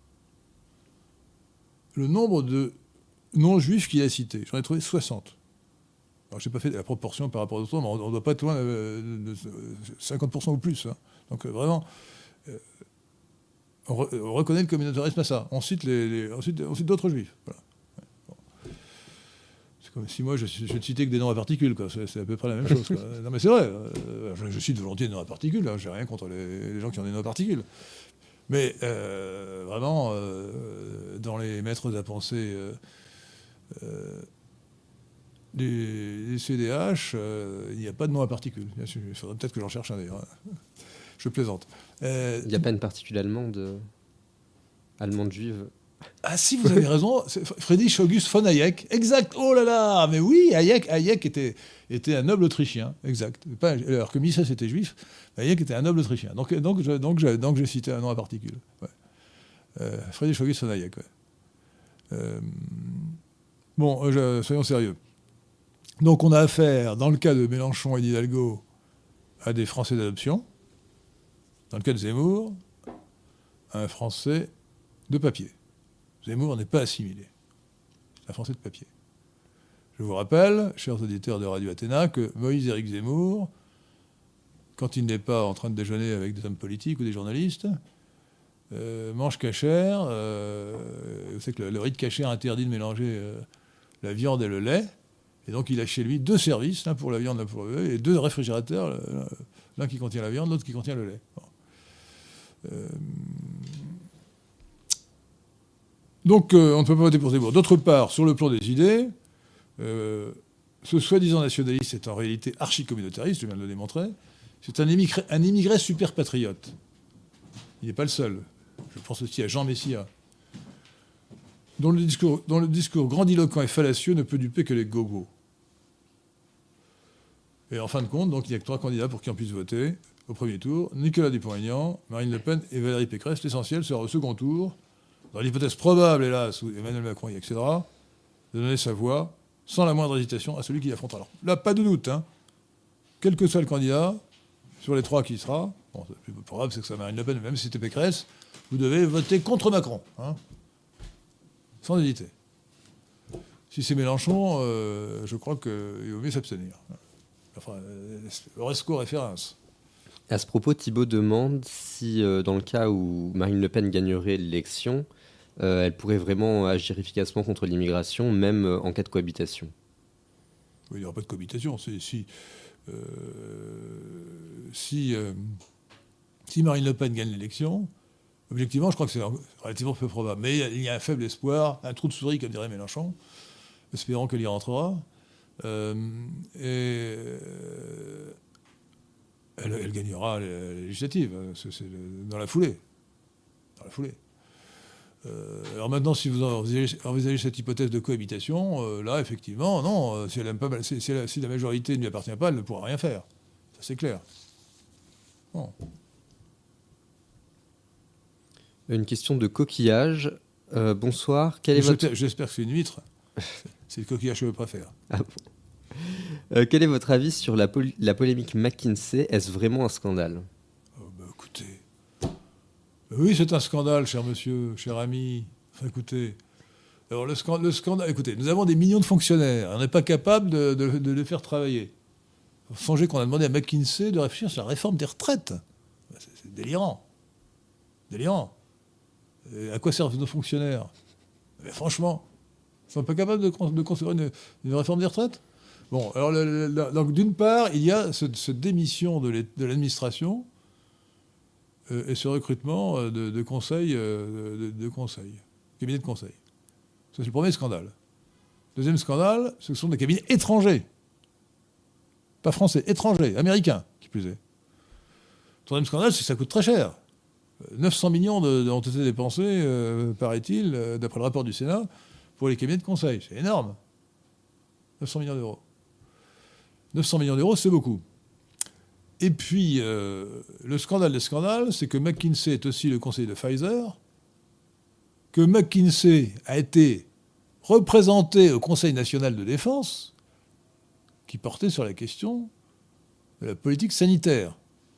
le nombre de non-juifs qu'il a cités. J'en ai trouvé 60. Alors, je n'ai pas fait la proportion par rapport aux autres, mais on ne doit pas être loin de 50% ou plus. Hein. Donc, vraiment... On reconnaît le communautarisme à ça. On cite d'autres juifs. Voilà. Bon. C'est comme si moi, je ne citais que des noms à particules. Quoi. C'est à peu près la même chose. Quoi. Non, mais c'est vrai. Je cite volontiers des noms à particules. Hein. Je n'ai rien contre les gens qui ont des noms à particules. Mais vraiment, dans les maîtres à penser des CDH, il n'y a pas de nom à particules. Bien sûr, il faudrait peut-être que j'en cherche un d'ailleurs. Je plaisante. Il n'y a pas une particule allemande juive. Ah si, vous avez raison, c'est Friedrich August von Hayek. Exact. Oh là là, mais oui, Hayek était un noble Autrichien. Exact. Alors que Mises était juif, Hayek était un noble Autrichien. Donc j'ai cité un nom à particules. Ouais. Friedrich August von Hayek. Ouais. Bon, soyons sérieux. Donc on a affaire, dans le cas de Mélenchon et d'Hidalgo, à des Français d'adoption. Dans le cas de Zemmour, à un Français de papier. Zemmour n'est pas assimilé. C'est un Français de papier. Je vous rappelle, chers auditeurs de Radio Athéna, que Moïse-Éric Zemmour, quand il n'est pas en train de déjeuner avec des hommes politiques ou des journalistes, mange cachère. Vous savez que le rite cachère interdit de mélanger la viande et le lait. Et donc il a chez lui 2 services, l'un pour la viande, l'un pour le lait, et 2 réfrigérateurs, l'un qui contient la viande, l'autre qui contient le lait. Bon. Donc on ne peut pas voter pour Zemmour. D'autre part, sur le plan des idées, ce soi-disant nationaliste est en réalité archi-communautariste, je viens de le démontrer. C'est un immigré super patriote. Il n'est pas le seul. Je pense aussi à Jean Messia, dont le discours grandiloquent et fallacieux ne peut duper que les gogos. Et en fin de compte, donc, il n'y a que 3 candidats pour qui on puisse voter au premier tour. Nicolas Dupont-Aignan, Marine Le Pen et Valérie Pécresse. L'essentiel sera au second tour, dans l'hypothèse probable, hélas, où Emmanuel Macron y accédera, de donner sa voix, sans la moindre hésitation, à celui qui l'affrontera. Alors là, pas de doute, hein. Quel que soit le candidat, sur les 3 qui y sera, bon, le plus probable, c'est que ça Marine Le Pen, même si c'était Pécresse, vous devez voter contre Macron, hein, sans hésiter. Si c'est Mélenchon, je crois qu'il vaut mieux s'abstenir. Enfin, Oresco référence. À ce propos, Thibault demande si, dans le cas où Marine Le Pen gagnerait l'élection, elle pourrait vraiment agir efficacement contre l'immigration, même en cas de cohabitation. Oui, il n'y aura pas de cohabitation. Si Marine Le Pen gagne l'élection, objectivement, je crois que c'est relativement peu probable. Mais il y a un faible espoir, un trou de souris, comme dirait Mélenchon, espérant qu'elle y rentrera. Elle gagnera la législative, c'est dans la foulée. Alors maintenant, si vous envisagez cette hypothèse de cohabitation, là, effectivement, non, si la majorité ne lui appartient pas, elle ne pourra rien faire. Ça, c'est clair. Bon. Une question de coquillage. Bonsoir. J'espère que c'est une huître. C'est le coquillage que je préfère. Ah bon. Quel est votre avis sur la polémique McKinsey ? Est-ce vraiment un scandale ? Écoutez, oui, c'est un scandale, cher monsieur, cher ami. Enfin, écoutez, alors le scandale. Écoutez, nous avons des millions de fonctionnaires. On n'est pas capable de les faire travailler. Songez qu'on a demandé à McKinsey de réfléchir sur la réforme des retraites. C'est délirant. Et à quoi servent nos fonctionnaires ? Mais franchement, ils ne sont pas capables de construire une réforme des retraites ? Bon, alors donc d'une part, il y a cette démission de l'administration et ce recrutement de conseils, cabinets de conseil. Ça, c'est le premier scandale. Deuxième scandale, ce sont des cabinets étrangers. Pas français, étrangers, américains, qui plus est. Troisième scandale, c'est que ça coûte très cher. 900 millions ont été dépensés, paraît-il, d'après le rapport du Sénat, pour les cabinets de conseil. C'est énorme. 900 millions d'euros. 900 millions d'euros, c'est beaucoup. Et puis, le scandale des scandales, c'est que McKinsey est aussi le conseiller de Pfizer, que McKinsey a été représenté au Conseil national de défense, qui portait sur la question de la politique sanitaire.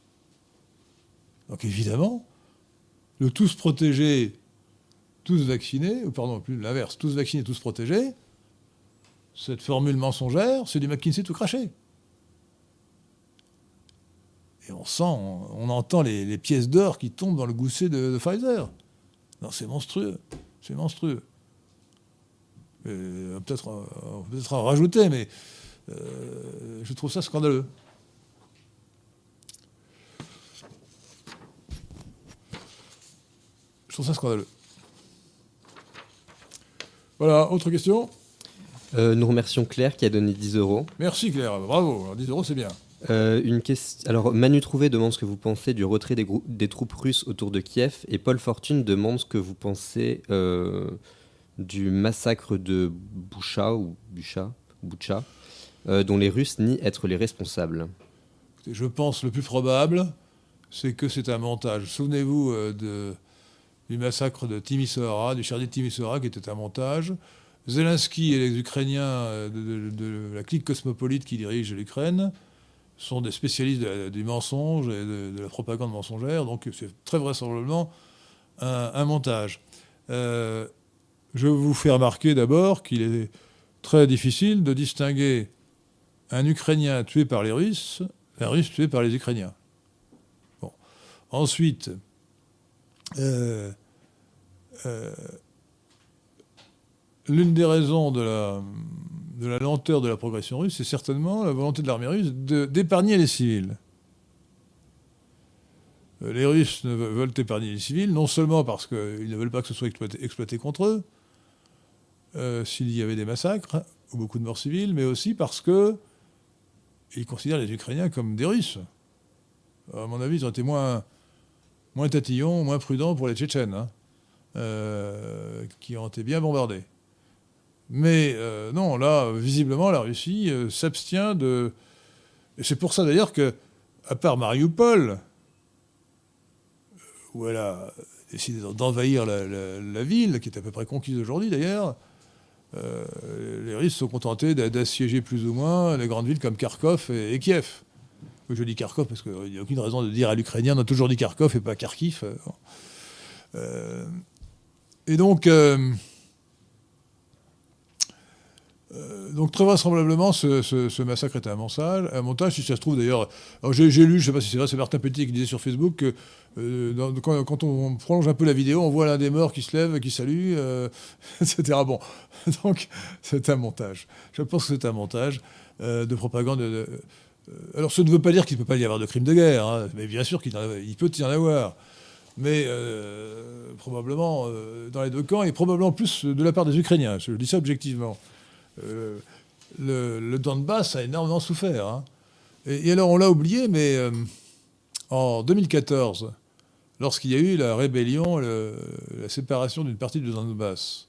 Donc évidemment, le tous protégés, tous vaccinés, ou pardon, plus l'inverse, tous vaccinés, tous protégés, cette formule mensongère, c'est du McKinsey tout craché. Et on on entend les pièces d'or qui tombent dans le gousset de Pfizer. Non, c'est monstrueux. C'est monstrueux. Peut-être en rajouter, mais je trouve ça scandaleux. Je trouve ça scandaleux. Voilà, autre question ? Nous remercions Claire qui a donné 10 €. Merci Claire, bravo. Alors, 10 €, c'est bien. Une question. Alors, Manu Trouvé demande ce que vous pensez du retrait des troupes russes autour de Kiev, et Paul Fortune demande ce que vous pensez du massacre de Boucha, dont les Russes nient être les responsables. Je pense le plus probable, c'est que c'est un montage. Souvenez-vous du massacre de Timisoara, du charnier de Timisoara, qui était un montage. Zelensky et les Ukrainiens de la clique cosmopolite qui dirige l'Ukraine sont des spécialistes du mensonge et de la propagande mensongère, donc c'est très vraisemblablement un montage. Je vous fais remarquer d'abord qu'il est très difficile de distinguer un Ukrainien tué par les Russes et un Russe tué par les Ukrainiens. Bon. Ensuite, l'une des raisons de la lenteur de la progression russe, c'est certainement la volonté de l'armée russe d'épargner les civils. Les Russes veulent épargner les civils, non seulement parce qu'ils ne veulent pas que ce soit exploité contre eux, s'il y avait des massacres ou beaucoup de morts civiles, mais aussi parce qu'ils considèrent les Ukrainiens comme des Russes. À mon avis, ils ont été moins tatillons, moins prudents pour les Tchétchènes, qui ont été bien bombardés. Mais non, là, visiblement, la Russie s'abstient de... Et c'est pour ça, d'ailleurs, qu'à part Mariupol, où elle a décidé d'envahir la ville, qui est à peu près conquise aujourd'hui, d'ailleurs, les Russes sont contentés d'assiéger plus ou moins les grandes villes comme Kharkov et Kiev. Je dis Kharkov parce qu'il n'y a aucune raison de dire à l'Ukrainien, on a toujours dit Kharkov et pas Kharkiv. Et donc très vraisemblablement, ce massacre était un montage. Si ça se trouve d'ailleurs, j'ai lu, je ne sais pas si c'est vrai, c'est Martin Petit qui disait sur Facebook que quand on prolonge un peu la vidéo, on voit l'un des morts qui se lève, qui salue, etc. Bon, donc c'est un montage. Je pense que c'est un montage de propagande. Alors, ça ne veut pas dire qu'il ne peut pas y avoir de crimes de guerre, hein, mais bien sûr qu'il peut y en avoir. Mais probablement, dans les deux camps, et probablement plus de la part des Ukrainiens. Je dis ça objectivement. Le Donbass a énormément souffert. Hein. Et alors, on l'a oublié, mais en 2014, lorsqu'il y a eu la rébellion, la séparation d'une partie du Donbass,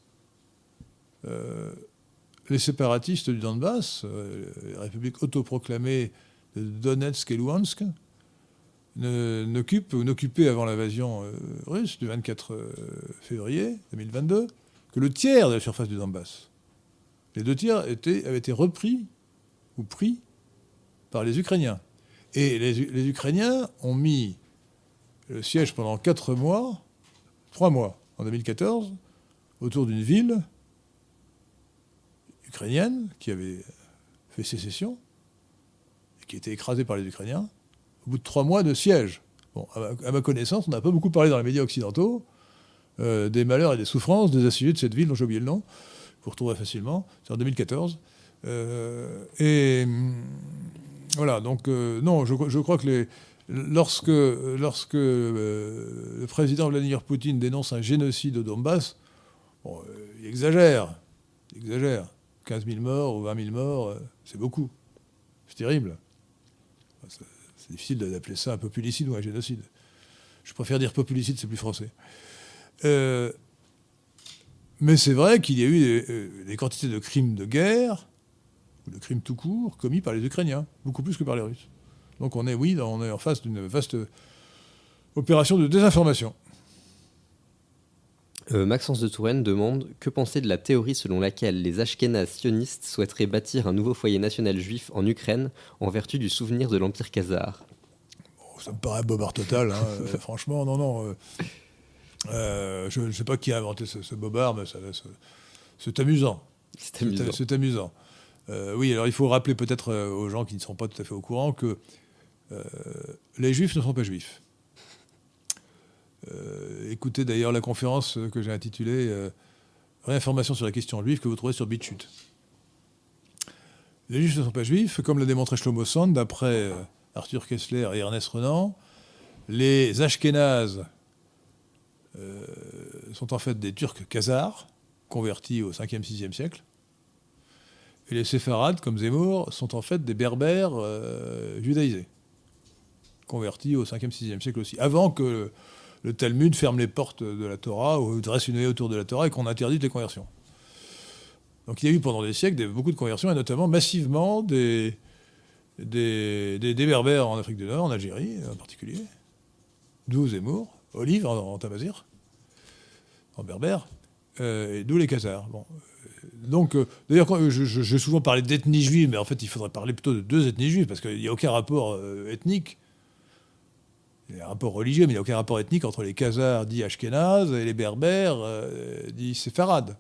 les séparatistes du Donbass, les républiques autoproclamées de Donetsk et Luhansk, n'occupaient avant l'invasion russe du 24 février 2022 que le tiers de la surface du Donbass. Les 2 tiers avaient été repris ou pris par les Ukrainiens. Et les Ukrainiens ont mis le siège pendant 3 mois, en 2014, autour d'une ville ukrainienne qui avait fait sécession et qui était écrasée par les Ukrainiens au bout de 3 mois de siège. Bon, à ma connaissance, on n'a pas beaucoup parlé dans les médias occidentaux des malheurs et des souffrances des assiégés de cette ville dont j'ai oublié le nom, vous retrouverez facilement, c'est en 2014. Et voilà, donc non, je crois que lorsque le président Vladimir Poutine dénonce un génocide au Donbass, bon, il exagère. 15 000 morts ou 20 000 morts, c'est beaucoup. C'est terrible. C'est difficile d'appeler ça un populicide ou un génocide. Je préfère dire populicide, c'est plus français. Mais c'est vrai qu'il y a eu des quantités de crimes de guerre, ou de crimes tout court, commis par les Ukrainiens, beaucoup plus que par les Russes. Donc on est en face d'une vaste opération de désinformation. Maxence de Touraine demande « Que penser de la théorie selon laquelle les Ashkénazes sionistes souhaiteraient bâtir un nouveau foyer national juif en Ukraine en vertu du souvenir de l'Empire khazar ?» Ça me paraît bobard total, hein. Franchement, non. Je ne sais pas qui a inventé ce bobard, mais c'est amusant. C'est amusant. Oui, alors il faut rappeler peut-être aux gens qui ne sont pas tout à fait au courant que les juifs ne sont pas juifs. Écoutez d'ailleurs la conférence que j'ai intitulée Réinformation sur la question juive que vous trouvez sur BitChute. Les juifs ne sont pas juifs, comme l'a démontré Shlomo Sand, d'après Arthur Kessler et Ernest Renan. Les Ashkénazes sont en fait des Turcs khazars, convertis au 5e, 6e siècle. Et les Séfarades, comme Zemmour, sont en fait des Berbères judaïsés, convertis au 5e, 6e siècle aussi, avant que le Talmud ferme les portes de la Torah, ou dresse une haie autour de la Torah, et qu'on interdise les conversions. Donc il y a eu pendant des siècles beaucoup de conversions, et notamment massivement des Berbères en Afrique du Nord, en Algérie en particulier, d'où Zemmour, Olive en Tamazir, en berbère, et d'où les Khazars. Bon. Donc, d'ailleurs, j'ai souvent parlé d'ethnie juive, mais en fait, il faudrait parler plutôt de deux ethnies juives, parce qu'il n'y a aucun rapport ethnique. Il y a un rapport religieux, mais il n'y a aucun rapport ethnique entre les Khazars dits Ashkénazes et les Berbères dits Séfarades.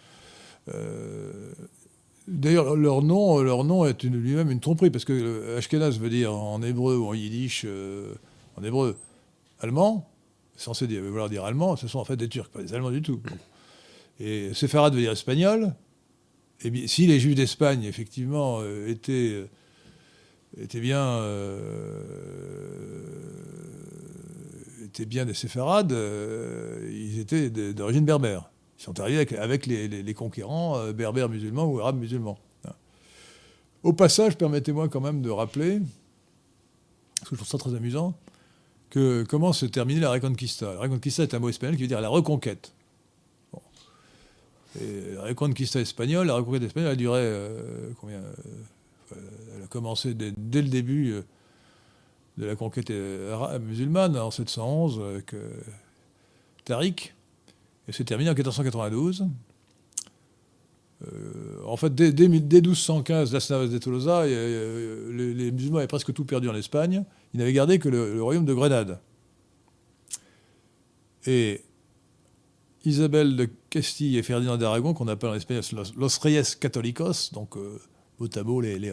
D'ailleurs, leur nom est lui-même une tromperie, parce que Ashkénaz veut dire en hébreu ou en yiddish, en hébreu, allemand, c'est censé vouloir dire allemand, ce sont en fait des Turcs, pas des Allemands du tout. Et Séfarade veut dire espagnol. Et bien, si les Juifs d'Espagne, effectivement, étaient bien des Séfarades, ils étaient d'origine berbère. Ils sont arrivés avec les conquérants berbères musulmans ou arabes musulmans. Au passage, permettez-moi quand même de rappeler, parce que je trouve ça très amusant, comment se terminait la Reconquista. La Reconquista est un mot espagnol qui veut dire la reconquête. Bon. Et la Reconquista espagnole, a duré combien elle a commencé dès le début de la conquête musulmane, en 711, avec Tariq, et s'est terminée en 1492. En fait, dès 1215, Las Navas de Tolosa, les musulmans avaient presque tout perdu en Espagne. Ils n'avaient gardé que le royaume de Grenade. Et Isabelle de Castille et Ferdinand d'Aragon, qu'on appelle en espagnol Los Reyes Católicos, donc mot à mot les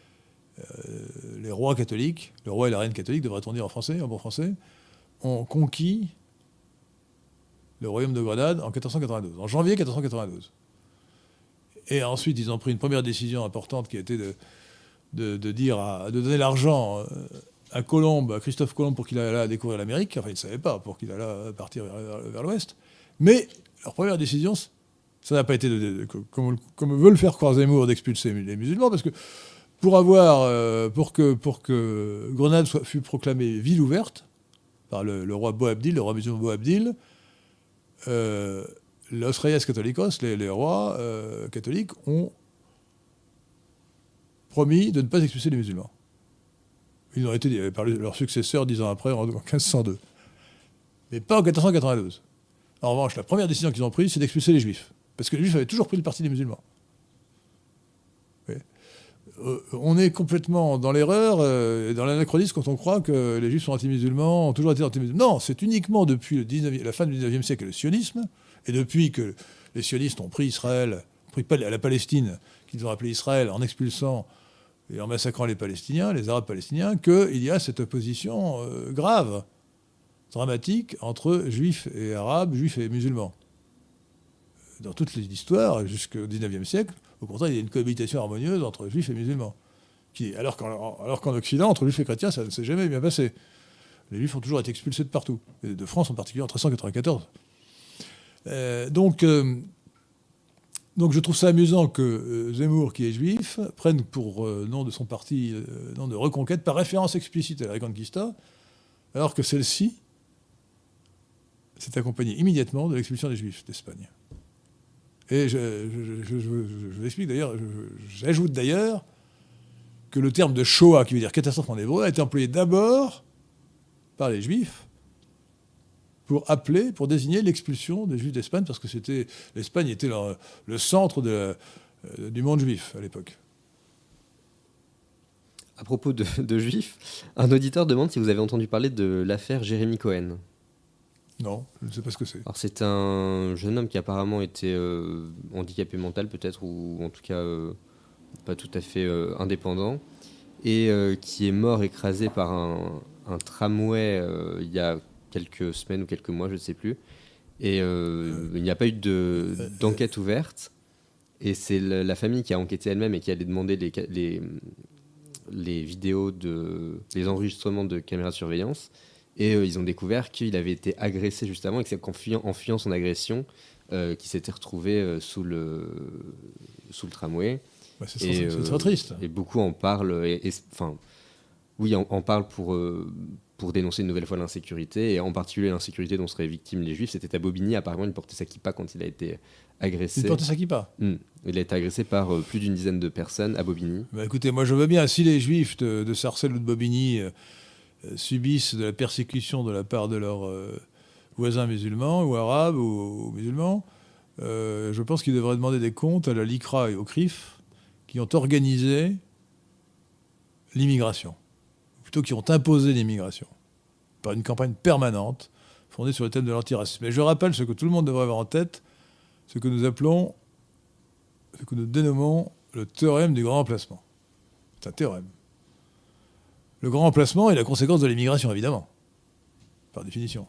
rois catholiques, le roi et la reine catholique, devrait-on dire en français, en bon français, ont conquis le royaume de Grenade en 1492, en janvier 1492. Et ensuite, ils ont pris une première décision importante qui a été de donner l'argent à Christophe Colomb, pour qu'il allât découvrir l'Amérique. Enfin, il ne savait pas, pour qu'il allât partir vers l'ouest. Mais leur première décision, ça n'a pas été, comme veut le faire croire Zemmour, d'expulser les musulmans, parce que pour que Grenade fût proclamée ville ouverte par le roi Boabdil, le roi musulman Boabdil, Los Reyes Católicos, les rois catholiques, ont promis de ne pas expulser les musulmans. Ils ont été par leurs successeurs 10 ans après, en 1502. Mais pas en 1492. En revanche, la première décision qu'ils ont prise, c'est d'expulser les juifs. Parce que les juifs avaient toujours pris le parti des musulmans. Oui. On est complètement dans l'erreur et dans l'anachronisme quand on croit que les juifs sont anti-musulmans, ont toujours été anti-musulmans. Non, c'est uniquement depuis la fin du 19e siècle le sionisme, et depuis que les sionistes ont pris Israël, pris la Palestine, qu'ils ont appelé Israël, en expulsant et en massacrant les Palestiniens, les Arabes palestiniens, qu'il y a cette opposition grave, dramatique, entre juifs et arabes, juifs et musulmans. Dans toutes les histoires, jusqu'au XIXe siècle, au contraire, il y a une cohabitation harmonieuse entre juifs et musulmans. Alors qu'en Occident, entre juifs et chrétiens, ça ne s'est jamais bien passé. Les juifs ont toujours été expulsés de partout, et de France en particulier en 1394. Donc je trouve ça amusant que Zemmour, qui est juif, prenne pour nom de son parti, nom de Reconquête, par référence explicite à la Reconquista, alors que celle-ci s'est accompagnée immédiatement de l'expulsion des Juifs d'Espagne. Et je l'explique d'ailleurs, j'ajoute d'ailleurs que le terme de Shoah, qui veut dire catastrophe en hébreu, a été employé d'abord par les Juifs pour désigner l'expulsion des Juifs d'Espagne, parce que l'Espagne était le centre du monde juif à l'époque. À propos de Juifs, un auditeur demande si vous avez entendu parler de l'affaire Jérémy Cohen. Non, je ne sais pas ce que c'est. Alors c'est un jeune homme qui apparemment était handicapé mental peut-être, ou en tout cas pas tout à fait indépendant, et qui est mort écrasé par un tramway il y a quelques semaines ou quelques mois, je ne sais plus. Et il n'y a pas eu d'enquête ouverte. Et c'est la famille qui a enquêté elle-même et qui allait demander les vidéos, les enregistrements de caméras de surveillance. Et ils ont découvert qu'il avait été agressé juste avant et que c'est en fuyant son agression qu'il s'était retrouvé sous le tramway. Bah, c'est très triste. Et beaucoup en parlent. En parlent pour dénoncer une nouvelle fois l'insécurité, et en particulier l'insécurité dont seraient victimes les Juifs. C'était à Bobigny, apparemment, il portait sa kippa quand il a été agressé. Il portait sa kippa Il a été agressé par plus d'une dizaine de personnes à Bobigny. Bah, écoutez, moi je veux bien, si les Juifs de Sarcelles ou de Bobigny subissent de la persécution de la part de leurs voisins musulmans ou arabes ou musulmans, je pense qu'ils devraient demander des comptes à la LICRA et au CRIF qui ont organisé l'immigration, plutôt qui ont imposé l'immigration par une campagne permanente fondée sur le thème de l'antiracisme. Et je rappelle ce que tout le monde devrait avoir en tête, ce que nous appelons, ce que nous dénommons le théorème du grand remplacement. C'est un théorème. Le grand remplacement est la conséquence de l'immigration, évidemment, par définition.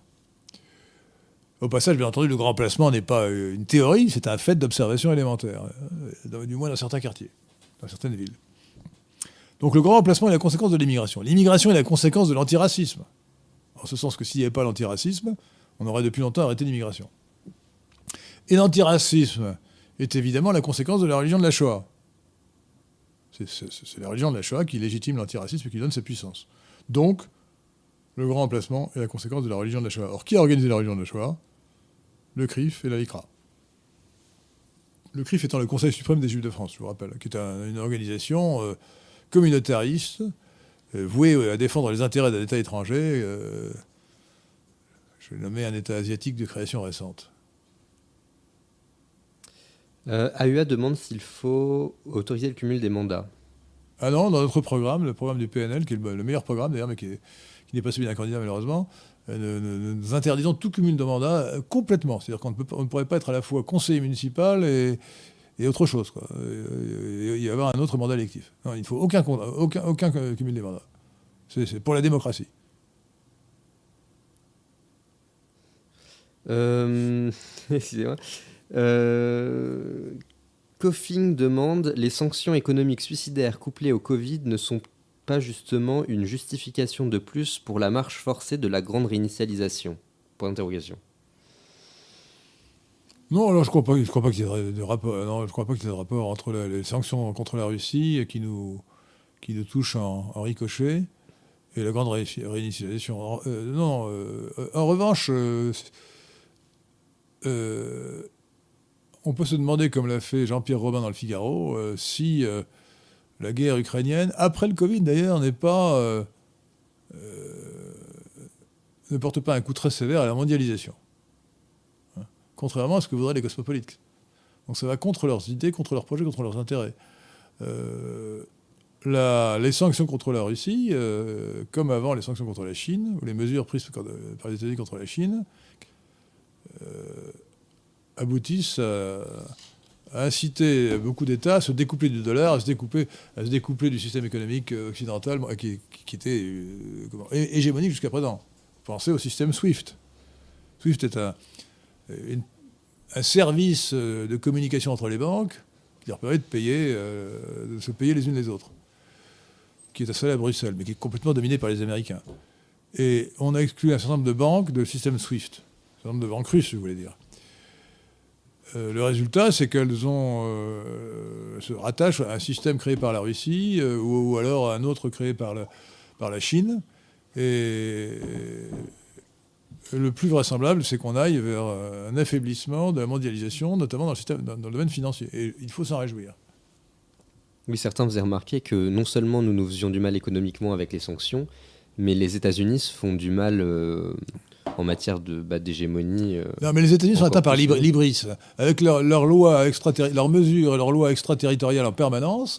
Au passage, bien entendu, le grand remplacement n'est pas une théorie, c'est un fait d'observation élémentaire, du moins dans certains quartiers, dans certaines villes. Donc le grand remplacement est la conséquence de l'immigration. L'immigration est la conséquence de l'antiracisme. En ce sens que s'il n'y avait pas l'antiracisme, on aurait depuis longtemps arrêté l'immigration. Et l'antiracisme est évidemment la conséquence de la religion de la Shoah. C'est la religion de la Shoah qui légitime l'antiracisme et qui donne sa puissance. Donc, le grand remplacement est la conséquence de la religion de la Shoah. Or, qui a organisé la religion de la Shoah ? Le CRIF et la LICRA. Le CRIF étant le Conseil suprême des Juifs de France, je vous rappelle, qui est une organisation communautariste, vouée à défendre les intérêts d'un État étranger. Je vais nommer un État asiatique de création récente. AUA demande s'il faut autoriser le cumul des mandats. Ah non, dans notre programme, le programme du PNL, qui est le meilleur programme d'ailleurs, mais qui n'est pas celui d'un candidat malheureusement, nous interdisons tout cumul de mandats complètement. C'est-à-dire qu'on ne pourrait pas être à la fois conseiller municipal et autre chose, quoi. Et y avoir un autre mandat électif. Non, il ne faut aucun cumul des mandats. C'est pour la démocratie. Excusez-moi. Coffing demande « Les sanctions économiques suicidaires couplées au Covid ne sont pas justement une justification de plus pour la marche forcée de la grande réinitialisation ?» Point d'interrogation. Non, alors je crois pas qu'il y ait de rapport. Non, je crois pas qu'il y ait de rapport entre les sanctions contre la Russie qui nous touchent en ricochet et la grande réinitialisation. En revanche, on peut se demander, comme l'a fait Jean-Pierre Robin dans le Figaro, si la guerre ukrainienne, après le Covid d'ailleurs, ne porte pas un coup très sévère à la mondialisation. Contrairement à ce que voudraient les cosmopolites. Donc ça va contre leurs idées, contre leurs projets, contre leurs intérêts. Les sanctions contre la Russie, comme avant les sanctions contre la Chine, ou les mesures prises par les États-Unis contre la Chine, aboutissent à inciter beaucoup d'États à se découpler du dollar, à se découpler du système économique occidental qui était hégémonique jusqu'à présent. Pensez au système SWIFT. SWIFT est un service de communication entre les banques qui leur permet de se payer les unes les autres, qui est installé à Bruxelles, mais qui est complètement dominé par les Américains. Et on a exclu un certain nombre de banques de système SWIFT, un certain nombre de banques russes, je voulais dire. Le résultat, c'est qu'elles se rattachent à un système créé par la Russie ou alors à un autre créé par la Chine. Et le plus vraisemblable, c'est qu'on aille vers un affaiblissement de la mondialisation, notamment dans le domaine financier. Et il faut s'en réjouir. Oui, certains faisaient remarquer que non seulement nous faisions du mal économiquement avec les sanctions, mais les États-Unis se font du mal en matière d'hégémonie. Non, mais les États-Unis sont atteints par l'hybris. Avec leurs lois leurs mesures et leurs lois extraterritoriales en permanence,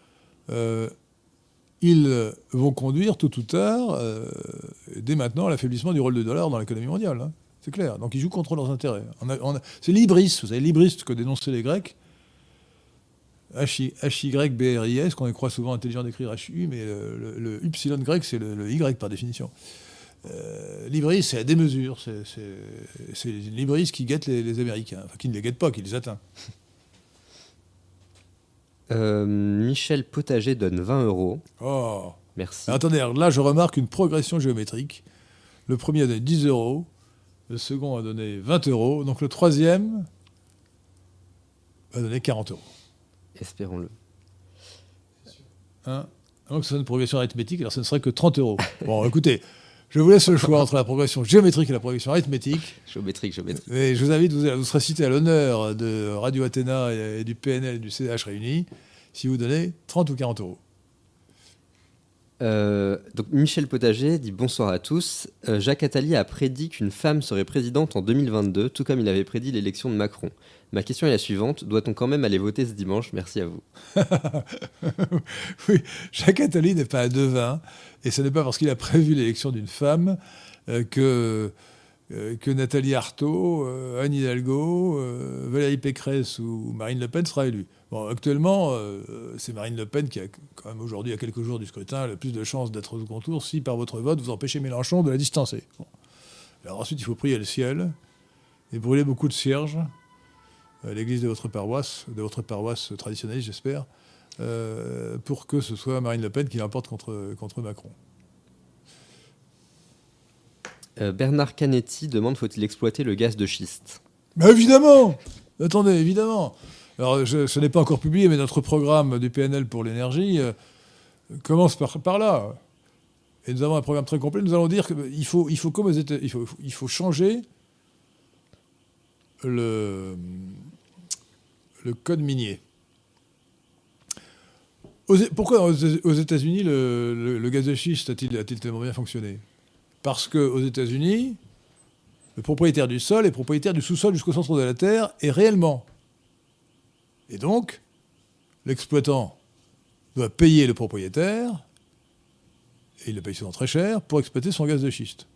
ils vont conduire tôt ou tard, dès maintenant, à l'affaiblissement du rôle du dollar dans l'économie mondiale. Hein. C'est clair. Donc ils jouent contre leurs intérêts. C'est l'hybris, vous savez, l'hybris que dénonçaient les Grecs, HYBRIS, qu'on croit souvent intelligent d'écrire HU, mais le Y grec, c'est le Y par définition. L'hybris, c'est la démesure. C'est l'hybris qui guette les Américains. Enfin, qui ne les guette pas, qui les atteint. Michel Potager donne 20 €. Oh. Merci. Attendez, là, je remarque une progression géométrique. Le premier a donné 10 €. Le second a donné 20 €. Donc le troisième va donner 40 €. Espérons-le. Hein, donc c'est une progression arithmétique, alors ce ne serait que 30 €. Bon, écoutez, je vous laisse le choix entre la progression géométrique et la progression arithmétique. Géométrique. Et je vous invite, vous serez cité à l'honneur de Radio Athéna et du PNL et du CDH réunis si vous donnez 30 ou 40 €. Donc Michel Potager dit bonsoir à tous. Jacques Attali a prédit qu'une femme serait présidente en 2022, tout comme il avait prédit l'élection de Macron. Ma question est la suivante, doit-on quand même aller voter ce dimanche? Merci à vous. Oui, Jacques Attali n'est pas un devin, et ce n'est pas parce qu'il a prévu l'élection d'une femme que Nathalie Arthaud, Anne Hidalgo, Valérie Pécresse ou Marine Le Pen sera élue. Bon, actuellement, c'est Marine Le Pen qui a quand même aujourd'hui, à quelques jours du scrutin, le plus de chances d'être au second tour si par votre vote vous empêchez Mélenchon de la distancer. Bon. Alors ensuite, il faut prier le ciel et brûler beaucoup de cierges à l'église de votre paroisse traditionnelle, j'espère, pour que ce soit Marine Le Pen qui l'emporte contre Macron. Bernard Canetti demande, faut-il exploiter le gaz de schiste? Ben évidemment. Attendez, évidemment. Alors, ce n'est pas encore publié, mais notre programme du PNL pour l'énergie commence par là. Et nous avons un programme très complet. Nous allons dire qu'il faut comme aux États, il faut changer le code minier. Pourquoi aux États-Unis le gaz de schiste a-t-il tellement bien fonctionné? Parce qu'aux États-Unis, le propriétaire du sol est propriétaire du sous-sol jusqu'au centre de la Terre, et réellement. Et donc, l'exploitant doit payer le propriétaire, et il le paye souvent très cher, pour exploiter son gaz de schiste.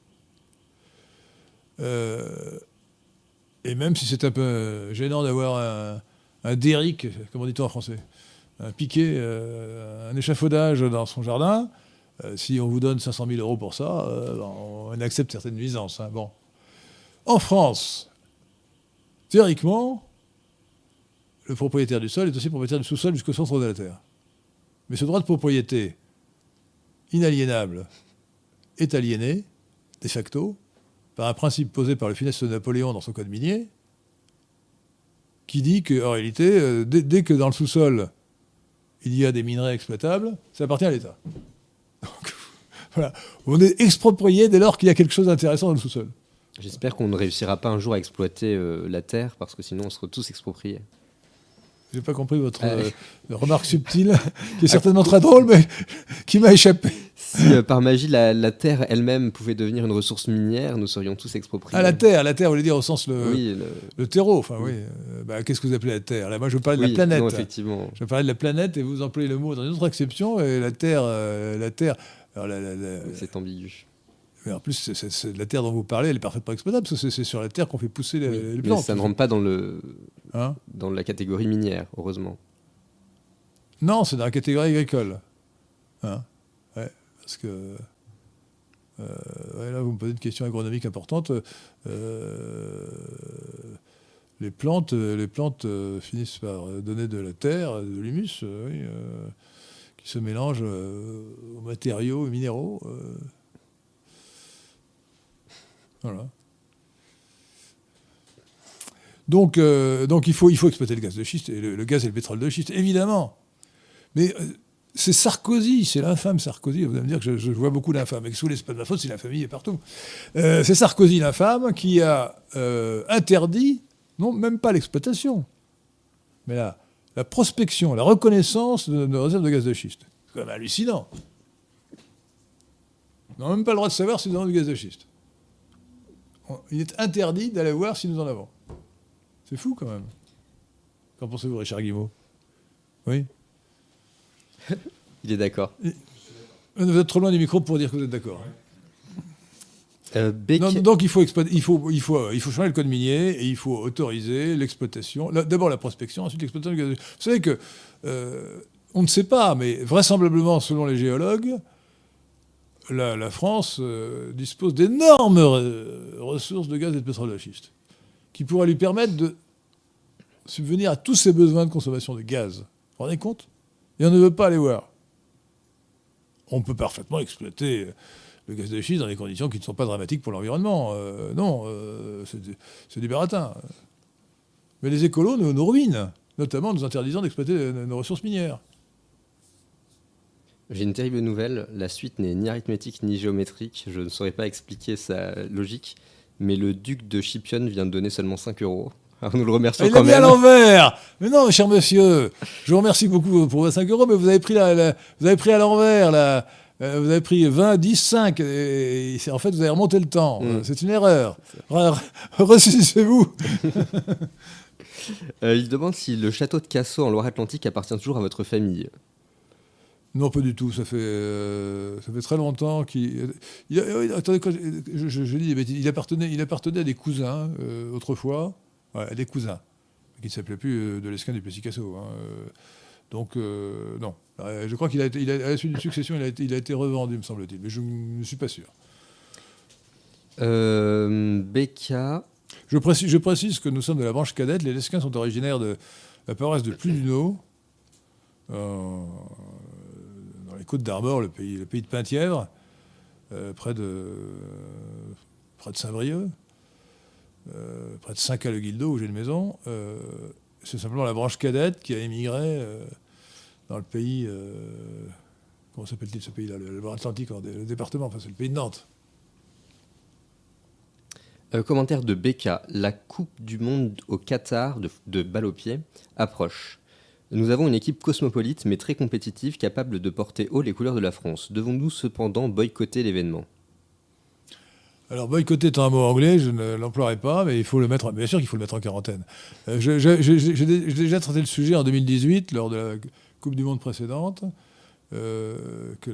Et même si c'est un peu gênant d'avoir un derrick, comment dit-on en français, un piquet, un échafaudage dans son jardin, si on vous donne 500 000 € pour ça, on accepte certaines nuisances. Hein. Bon. En France, théoriquement, le propriétaire du sol est aussi propriétaire du sous-sol jusqu'au centre de la Terre. Mais ce droit de propriété inaliénable est aliéné, de facto, par un principe posé par le funeste Napoléon dans son code minier, qui dit qu'en réalité, dès que dans le sous-sol, il y a des minerais exploitables, ça appartient à l'État. Donc, voilà. On est exproprié dès lors qu'il y a quelque chose d'intéressant dans le sous-sol. J'espère qu'on ne réussira pas un jour à exploiter la terre, parce que sinon on sera tous expropriés. J'ai pas compris votre remarque subtile, qui est certainement très drôle, mais qui m'a échappé. Si par magie la terre elle-même pouvait devenir une ressource minière, nous serions tous expropriés. Ah, la terre, vous voulez dire au sens le terreau. Enfin, oui. Qu'est-ce que vous appelez la terre? Là, moi, je parlais de la planète. Non, effectivement. Je parlais de la planète et vous employez le mot dans une autre acception. Et la terre. Alors, c'est ambigu. Mais en plus, la terre dont vous parlez, elle est parfaitement exploitable, parce que c'est sur la terre qu'on fait pousser les plantes. Mais ça ne rentre pas dans la catégorie minière, heureusement. Non, c'est dans la catégorie agricole. Hein, ouais, parce que... là, vous me posez une question agronomique importante. Les plantes finissent par donner de la terre, de l'humus, qui se mélangent aux matériaux, aux minéraux. Voilà. Donc il faut exploiter le gaz de schiste, et le gaz et le pétrole de schiste, évidemment. Mais c'est Sarkozy, c'est l'infâme Sarkozy. Vous allez me dire que je vois beaucoup d'infâmes, et que sous c'est pas de ma faute si l'infamie est partout. C'est Sarkozy, l'infâme, qui a interdit, non, même pas l'exploitation, mais la prospection, la reconnaissance de réserves de gaz de schiste. C'est quand même hallucinant. On n'a même pas le droit de savoir si nous avons du gaz de schiste. Il est interdit d'aller voir si nous en avons. C'est fou, quand même. Qu'en pensez-vous, Richard Guimau? Oui. Il est d'accord. Vous êtes trop loin du micro pour dire que vous êtes d'accord. Donc il faut changer le code minier et il faut autoriser l'exploitation. D'abord la prospection, ensuite l'exploitation du gaz de schiste. Vous savez que on ne sait pas, mais vraisemblablement selon les géologues, la France dispose d'énormes ressources de gaz et de pétrole de schiste qui pourraient lui permettre de subvenir à tous ses besoins de consommation de gaz. Vous vous rendez compte ? Et on ne veut pas aller voir. On peut parfaitement exploiter le gaz de schiste dans des conditions qui ne sont pas dramatiques pour l'environnement. C'est du baratin. Mais les écolos nous ruinent, notamment en nous interdisant d'exploiter nos ressources minières. J'ai une terrible nouvelle. La suite n'est ni arithmétique ni géométrique. Je ne saurais pas expliquer sa logique. Mais le duc de Scipione vient de donner seulement 5 €. Alors nous le remercions quand même. Il l'a mis à l'envers. Mais non, cher monsieur, je vous remercie beaucoup pour vos 5 €, mais vous avez pris à l'envers. Vous avez pris 20, 10, 5. Et en fait, vous avez remonté le temps. C'est une erreur. Ressaisissez-vous. Il demande si le château de Cassaux en Loire-Atlantique appartient toujours à votre famille. Non, pas du tout. Ça fait très longtemps qu'il... Attendez, je dis des bêtises. Il appartenait à des cousins, autrefois. Ouais, à des cousins. Qui ne s'appelaient plus de Lesquin du Plessis-Cassaux. Donc, non. Je crois qu'à la suite d'une succession, il a été revendu, me semble-t-il. Mais je ne suis pas sûr. Becca... Je précise que nous sommes de la branche cadette. Les Lesquins sont originaires de la paroisse de Pludunot, dans les Côtes d'Armor, le pays de Penthièvre, près de Saint-Brieuc, près de Saint-Caloguildo, où j'ai une maison. C'est simplement la branche cadette qui a émigré dans le pays... comment s'appelle-t-il ce pays-là ? Le Loire-Atlantique, le département, enfin c'est le pays de Nantes. Commentaire de Becca. La Coupe du Monde au Qatar de balle au pied approche. Nous avons une équipe cosmopolite mais très compétitive, capable de porter haut les couleurs de la France. Devons-nous cependant boycotter l'événement ? Alors, boycotter est un mot anglais, je ne l'emploierai pas, mais il faut le mettre, bien sûr qu'il faut le mettre en quarantaine. J'ai déjà traité le sujet en 2018, lors de la Coupe du Monde précédente, que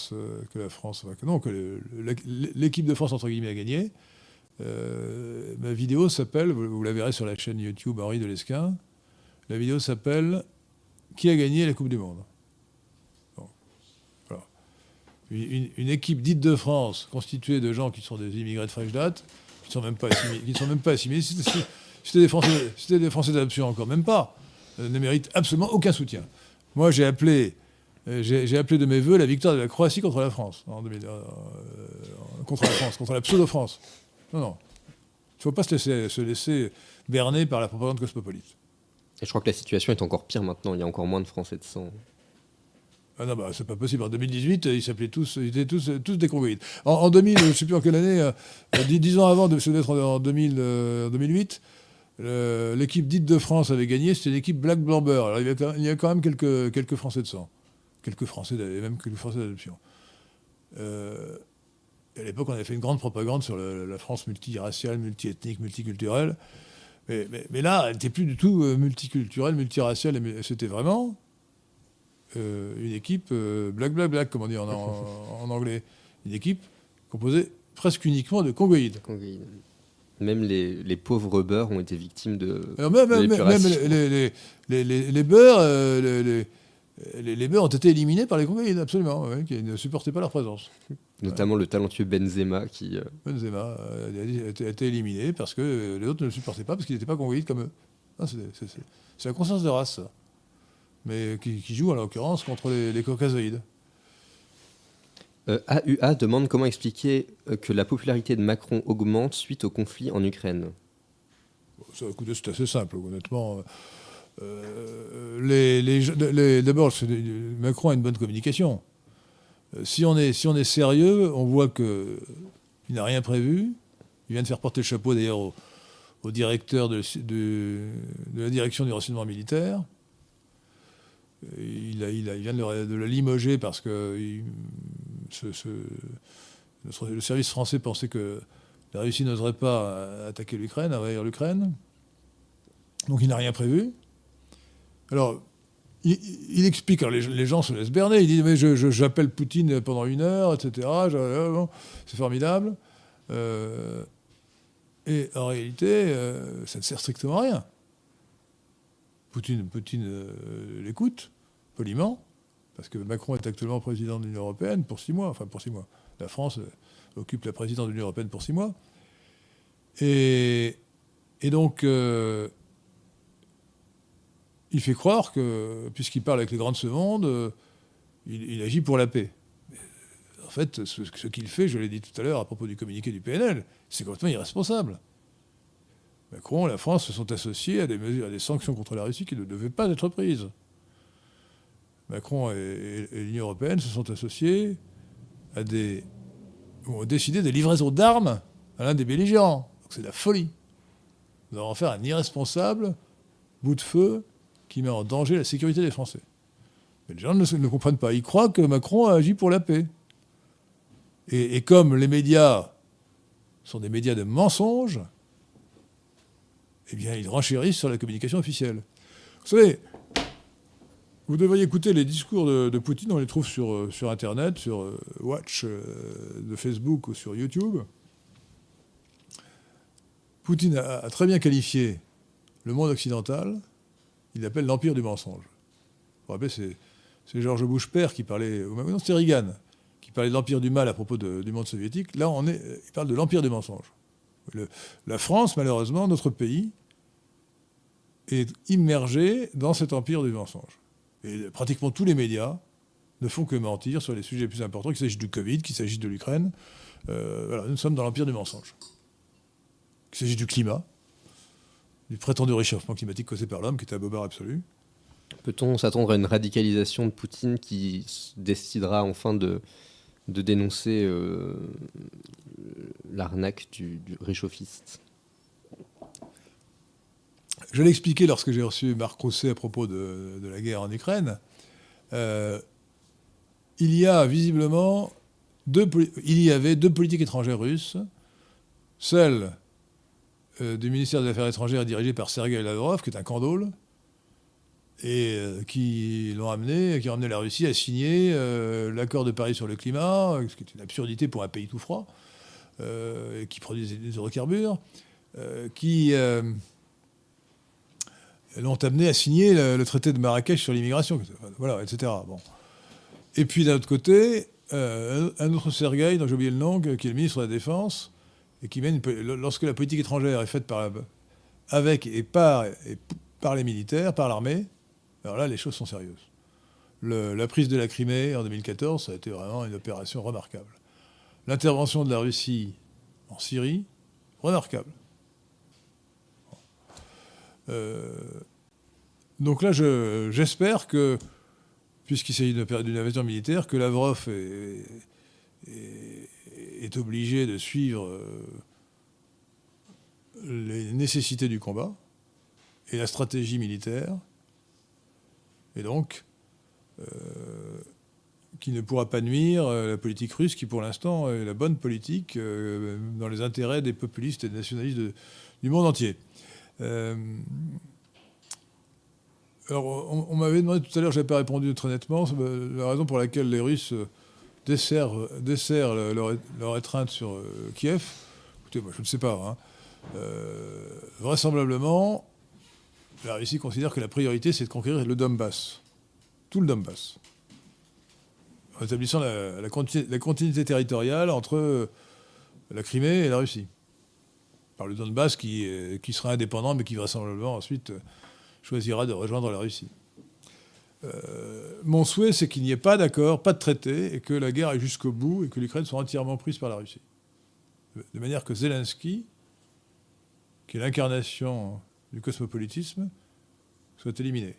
l'équipe de France, entre guillemets, a gagné. Ma vidéo s'appelle, vous la verrez sur la chaîne YouTube Henri de Lesquin, la vidéo s'appelle « Qui a gagné la Coupe du Monde ?» Bon, voilà. Une équipe dite de France, constituée de gens qui sont des immigrés de fraîche date, qui ne sont même pas assimilés, c'était des Français d'adoption encore, même pas, ne méritent absolument aucun soutien. Moi, j'ai appelé de mes voeux la victoire de la Croatie contre la France, contre la pseudo-France. Non. Il ne faut pas se laisser berner par la propagande cosmopolite. Et je crois que la situation est encore pire maintenant. Il y a encore moins de Français de sang. Ah non, c'est pas possible. En 2018, ils étaient tous des congoïdes. En 2000, je ne sais plus en quelle année, 10 ans avant de se mettre en 2008, l'équipe dite de France avait gagné. C'était l'équipe Black Blamber. Alors il y a quand même quelques Français de sang. Quelques Français, et même quelques Français d'adoption. À l'époque, on avait fait une grande propagande sur la France multiraciale, multiethnique, multiculturelle. Mais là, elle n'était plus du tout multiculturelle, multiraciale. C'était vraiment une équipe black, comme on dit en anglais. Une équipe composée presque uniquement de congoïdes. Même les pauvres beurs ont été victimes de même les beurs... Les beurs ont été éliminés par les congoïdes, absolument, qui ne supportaient pas leur présence. Notamment le talentueux Benzema qui... Benzema a été éliminé parce que les autres ne le supportaient pas, parce qu'il n'était pas congoïde comme eux. C'est la conscience de race, ça. Mais qui joue, en l'occurrence, contre les caucasoïdes. AUA demande comment expliquer que la popularité de Macron augmente suite au conflit en Ukraine. C'est assez simple, honnêtement. D'abord, Macron a une bonne communication. Si on est sérieux, on voit qu'il n'a rien prévu. Il vient de faire porter le chapeau d'ailleurs au directeur de la direction du renseignement militaire. Il vient de le limoger parce que le service français pensait que la Russie n'oserait pas attaquer l'Ukraine, envahir l'Ukraine. Donc il n'a rien prévu. Alors, il explique, alors les gens se laissent berner, il dit mais j'appelle Poutine pendant 1 heure, etc. C'est formidable. Et en réalité, ça ne sert strictement à rien. Poutine l'écoute, poliment, parce que Macron est actuellement président de l'Union européenne pour 6 mois. Enfin, pour 6 mois. La France occupe la présidence de l'Union européenne pour 6 mois. Et donc, il fait croire que, puisqu'il parle avec les grands de ce monde, il agit pour la paix. En fait, ce qu'il fait, je l'ai dit tout à l'heure à propos du communiqué du PNL, c'est complètement irresponsable. Macron et la France se sont associés à des sanctions contre la Russie qui ne devaient pas être prises. Macron et l'Union européenne se sont associés ont décidé des livraisons d'armes à l'un des belligérants. Donc c'est de la folie. Nous allons en faire un irresponsable bout de feu qui met en danger la sécurité des Français. Mais les gens ne comprennent pas. Ils croient que Macron a agi pour la paix. Et comme les médias sont des médias de mensonges, eh bien, ils renchérissent sur la communication officielle. Vous savez, vous devriez écouter les discours de Poutine, on les trouve sur Internet, sur Watch de Facebook ou sur YouTube. Poutine a très bien qualifié le monde occidental, il l'appelle l'empire du mensonge. Vous vous rappelez, c'est George Bush père qui parlait, non, c'était Reagan, qui parlait de l'empire du mal à propos du monde soviétique. Là, il parle de l'empire du mensonge. La France, malheureusement, notre pays, est immergé dans cet empire du mensonge. Et pratiquement tous les médias ne font que mentir sur les sujets les plus importants, qu'il s'agisse du Covid, qu'il s'agisse de l'Ukraine. Voilà, nous sommes dans l'empire du mensonge. Qu'il s'agisse du climat, du prétendu réchauffement climatique causé par l'homme, qui est un bobard absolu. Peut-on s'attendre à une radicalisation de Poutine qui décidera enfin de dénoncer l'arnaque du réchauffiste ? Je l'ai expliqué lorsque j'ai reçu Marc Rousset à propos de la guerre en Ukraine. Il y a visiblement il y avait deux politiques étrangères russes. Celle du ministère des Affaires étrangères dirigée par Sergueï Lavrov, qui est un candole, et qui ont amené la Russie à signer l'accord de Paris sur le climat, ce qui est une absurdité pour un pays tout froid, qui produit des hydrocarbures, qui l'ont amené à signer le traité de Marrakech sur l'immigration, voilà, etc. Bon. Et puis d'un autre côté, un autre Sergueï, dont j'ai oublié le nom, qui est le ministre de la Défense, et qui mène, lorsque la politique étrangère est faite avec et par les militaires, par l'armée, alors là, les choses sont sérieuses. La prise de la Crimée en 2014, ça a été vraiment une opération remarquable. L'intervention de la Russie en Syrie, remarquable. Donc là, j'espère que, puisqu'il s'agit d'une invasion militaire, que Lavrov est obligé de suivre les nécessités du combat et la stratégie militaire, et donc qui ne pourra pas nuire la politique russe, qui pour l'instant est la bonne politique dans les intérêts des populistes et des nationalistes du monde entier. Alors, on m'avait demandé tout à l'heure, je n'avais pas répondu très nettement, la raison pour laquelle les Russes desserrent leur étreinte sur Kiev. Écoutez, moi je ne sais pas. Vraisemblablement, la Russie considère que la priorité, c'est de conquérir le Donbass. Tout le Donbass. En établissant la continuité territoriale entre la Crimée et la Russie. Par le Donbass qui sera indépendant, mais qui vraisemblablement ensuite choisira de rejoindre la Russie. Mon souhait, c'est qu'il n'y ait pas d'accord, pas de traité, et que la guerre aille jusqu'au bout, et que l'Ukraine soit entièrement prise par la Russie. De manière que Zelensky, qui est l'incarnation du cosmopolitisme, soit éliminé.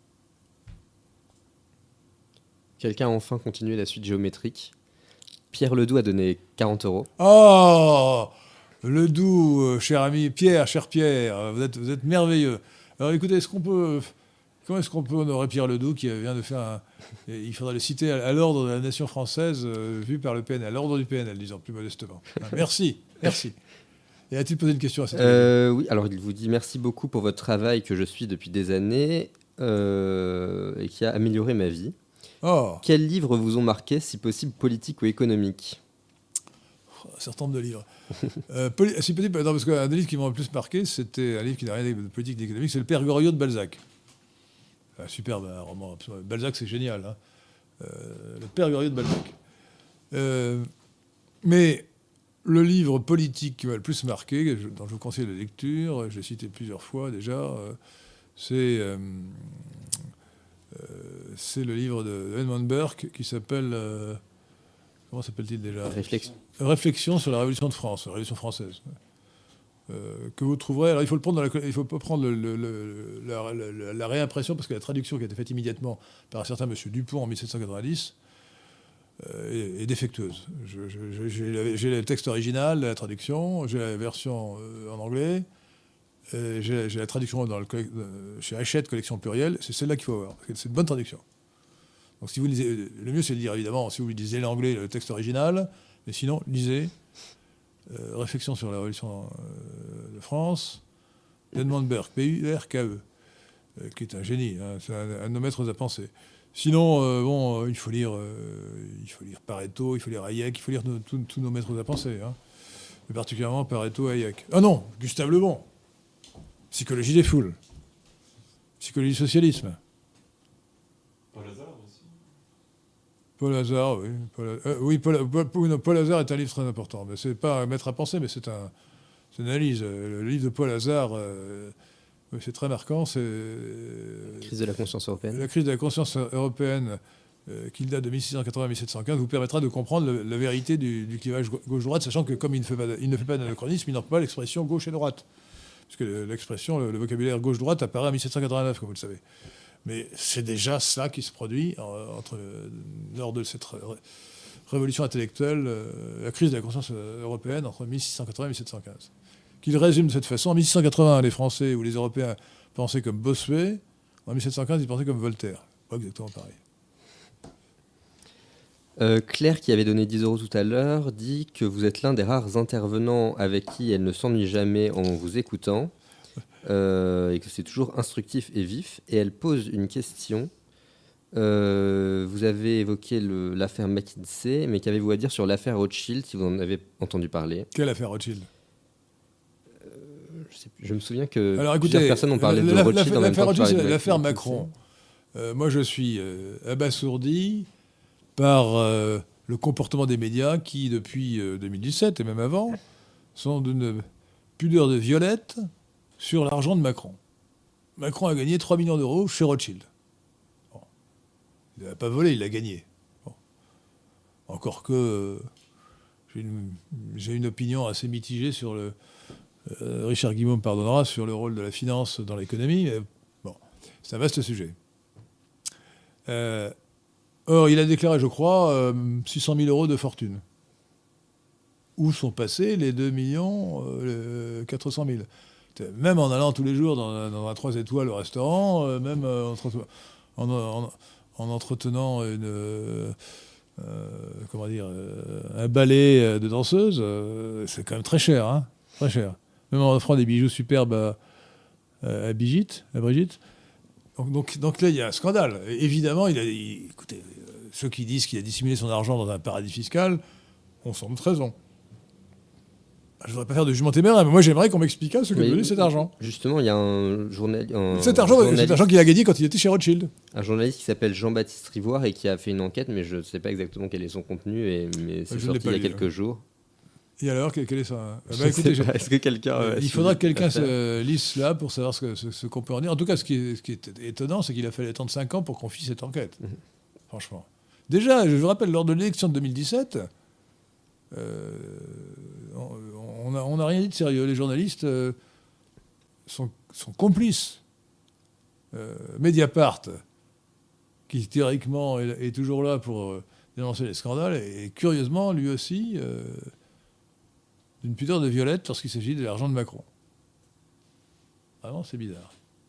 Quelqu'un a enfin continué la suite géométrique. Pierre Ledoux a donné 40 €. Oh, Ledoux, cher ami, cher Pierre, vous êtes merveilleux. Alors écoutez, comment est-ce qu'on peut honorer Pierre Ledoux qui vient de faire il faudrait le citer à l'ordre de la nation française vu par le PNL, à l'ordre du PNL, disons plus modestement. Merci. Et a-t-il posé une question à cette Oui, alors il vous dit merci beaucoup pour votre travail que je suis depuis des années et qui a amélioré ma vie. Oh. Quels livres vous ont marqué, si possible politique ou économique ? un certain nombre de livres. Non, parce qu'un des livres qui m'a le plus marqué, c'était un livre qui n'a rien de politique ni économique, c'est Le Père Goriot de Balzac. Un superbe roman. Balzac, c'est génial. Hein. Le Père Goriot de Balzac. Mais le livre politique qui m'a le plus marqué, dont je vous conseille la lecture, je l'ai cité plusieurs fois déjà, c'est le livre de Edmund Burke qui s'appelle... comment s'appelle-t-il déjà ? Réflexion sur la Révolution de France, la Révolution française. Que vous trouverez... Alors, il faut pas prendre la réimpression, parce que la traduction qui a été faite immédiatement par un certain monsieur Dupont en 1790 est défectueuse. J'ai le texte original, la traduction, j'ai la version en anglais, j'ai la traduction chez Hachette, collection plurielle, c'est celle-là qu'il faut avoir, parce que c'est une bonne traduction. Donc si vous lisez, le mieux c'est de lire évidemment, si vous lisez l'anglais, le texte original, mais sinon, lisez Réflexion sur la Révolution de France, d'Edmund Burke, Burke, qui est un génie, hein, c'est un de nos maîtres à penser. Sinon, il faut lire Pareto, il faut lire Hayek, il faut lire tous nos maîtres à penser, hein, mais particulièrement Pareto et Hayek. Ah non, Gustave Le Bon, Psychologie des foules, Psychologie du socialisme. Paul Hazard, oui. Paul Hazard est un livre très important. Mais c'est pas un maître à penser, mais c'est une analyse. Le livre de Paul Hazard, c'est très marquant. C'est la crise de la conscience européenne. La crise de la conscience européenne, qui date de 1680 à 1715, vous permettra de comprendre la vérité du clivage gauche-droite, sachant que comme il ne fait pas d'anachronisme, il n'emploie pas l'expression gauche et droite. Parce que l'expression, le vocabulaire gauche-droite apparaît en 1789, comme vous le savez. Mais c'est déjà ça qui se produit lors de cette révolution intellectuelle, la crise de la conscience européenne entre 1680 et 1715. Qu'il résume de cette façon. En 1680, les Français ou les Européens pensaient comme Bossuet. En 1715, ils pensaient comme Voltaire. Pas exactement pareil. Claire, qui avait donné 10 € tout à l'heure, dit que vous êtes l'un des rares intervenants avec qui elle ne s'ennuie jamais en vous écoutant. Et que c'est toujours instructif et vif. Et elle pose une question. Vous avez évoqué l'affaire McKinsey, mais qu'avez-vous à dire sur l'affaire Rothschild, si vous en avez entendu parler ? Quelle affaire Rothschild ? Je me souviens que plusieurs personnes ont parlé de Rothschild en même temps que l'affaire Macron. Moi, je suis abasourdi par le comportement des médias qui, depuis 2017 et même avant, sont d'une pudeur de violette sur l'argent de Macron. Macron a gagné 3 millions d'euros chez Rothschild. Bon. Il n'a pas volé, il l'a gagné. Bon. Encore que j'ai une opinion assez mitigée sur le... Richard Guimau me pardonnera, sur le rôle de la finance dans l'économie. Bon, c'est un vaste sujet. Or, il a déclaré, je crois, 600 000 euros de fortune. Où sont passés les 2 400 000 ? Même en allant tous les jours dans un 3 étoiles au restaurant, même en entretenant un ballet de danseuse, c'est quand même très cher, hein, très cher. Même en offrant des bijoux superbes à Brigitte. Donc là, il y a un scandale. Évidemment, écoutez, ceux qui disent qu'il a dissimulé son argent dans un paradis fiscal ont sans doute raison. Je ne voudrais pas faire de jugement téméraire, mais moi j'aimerais qu'on m'explique ce que donnait cet argent. Justement, il y a un journaliste... Cet argent qu'il a gagné quand il était chez Rothschild. Un journaliste qui s'appelle Jean-Baptiste Rivoire et qui a fait une enquête, mais je ne sais pas exactement quel est son contenu, mais c'est sorti il y a quelques jours. Et alors, quel est ça ? Écoutez, est-ce que quelqu'un... il faudra que quelqu'un lise cela pour savoir ce qu'on peut en dire. En tout cas, ce qui est étonnant, c'est qu'il a fallu attendre 5 ans pour qu'on fisse cette enquête. Franchement. Déjà, je vous rappelle, lors de l'élection de 2017... on n'a rien dit de sérieux. Les journalistes sont complices. Mediapart, qui théoriquement est toujours là pour dénoncer les scandales, et curieusement, lui aussi, d'une pudeur de violette lorsqu'il s'agit de l'argent de Macron. Vraiment, c'est bizarre.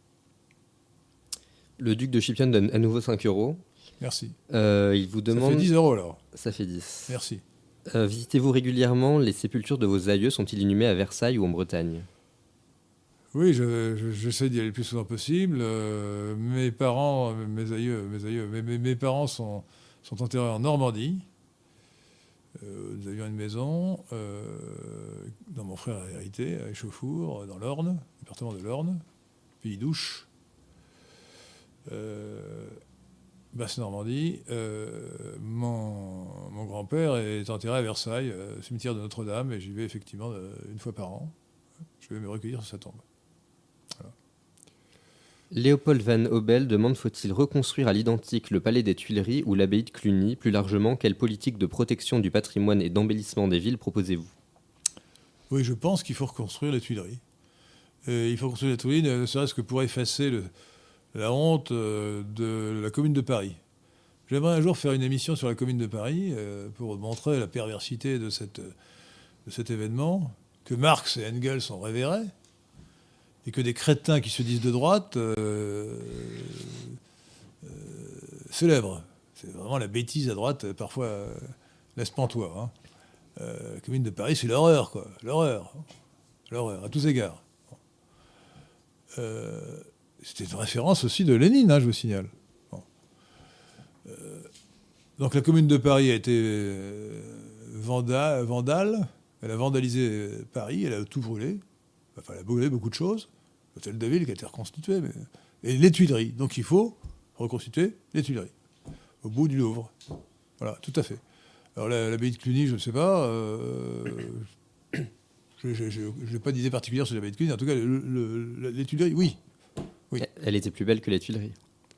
Le duc de Chipion donne à nouveau 5 €. Merci. Il vous demande... Ça fait 10 € alors. Ça fait 10. Merci. Visitez-vous régulièrement les sépultures de vos aïeux ? Sont-ils inhumés à Versailles ou en Bretagne ? Oui, j'essaie d'y aller le plus souvent possible. Mes parents, mes parents sont enterrés en Normandie. Nous avions une maison dont mon frère a hérité, à Échauffour, dans l'Orne, département de l'Orne, pays d'Ouche, Basse-Normandie. Mon grand-père est enterré à Versailles, cimetière de Notre-Dame, et j'y vais effectivement une fois par an. Je vais me recueillir sur sa tombe. Voilà. Léopold Van Hobel demande: faut-il reconstruire à l'identique le palais des Tuileries ou l'abbaye de Cluny? Plus largement, quelle politique de protection du patrimoine et d'embellissement des villes proposez-vous? Oui, je pense qu'il faut reconstruire les Tuileries. Il faut reconstruire les Tuileries, ne serait-ce que pour effacer la honte de la Commune de Paris. J'aimerais un jour faire une émission sur la Commune de Paris pour montrer la perversité de cet événement que Marx et Engels ont révéré, et que des crétins qui se disent de droite célèbrent. C'est vraiment la bêtise à droite, parfois laisse pantois. La Commune de Paris, c'est l'horreur, quoi. L'horreur, à tous égards. C'était une référence aussi de Lénine, je vous signale. Bon. Donc la Commune de Paris a été vandale. Elle a vandalisé Paris, elle a tout brûlé. Enfin, elle a brûlé beaucoup de choses. L'hôtel de ville qui a été reconstitué. Et les Tuileries. Donc il faut reconstituer les Tuileries. Au bout du Louvre. Voilà, tout à fait. Alors l'abbaye de Cluny, je ne sais pas. Je n'ai pas d'idée particulière sur l'abbaye de Cluny. En tout cas, les Tuileries, oui. Elle était plus belle que les Tuileries.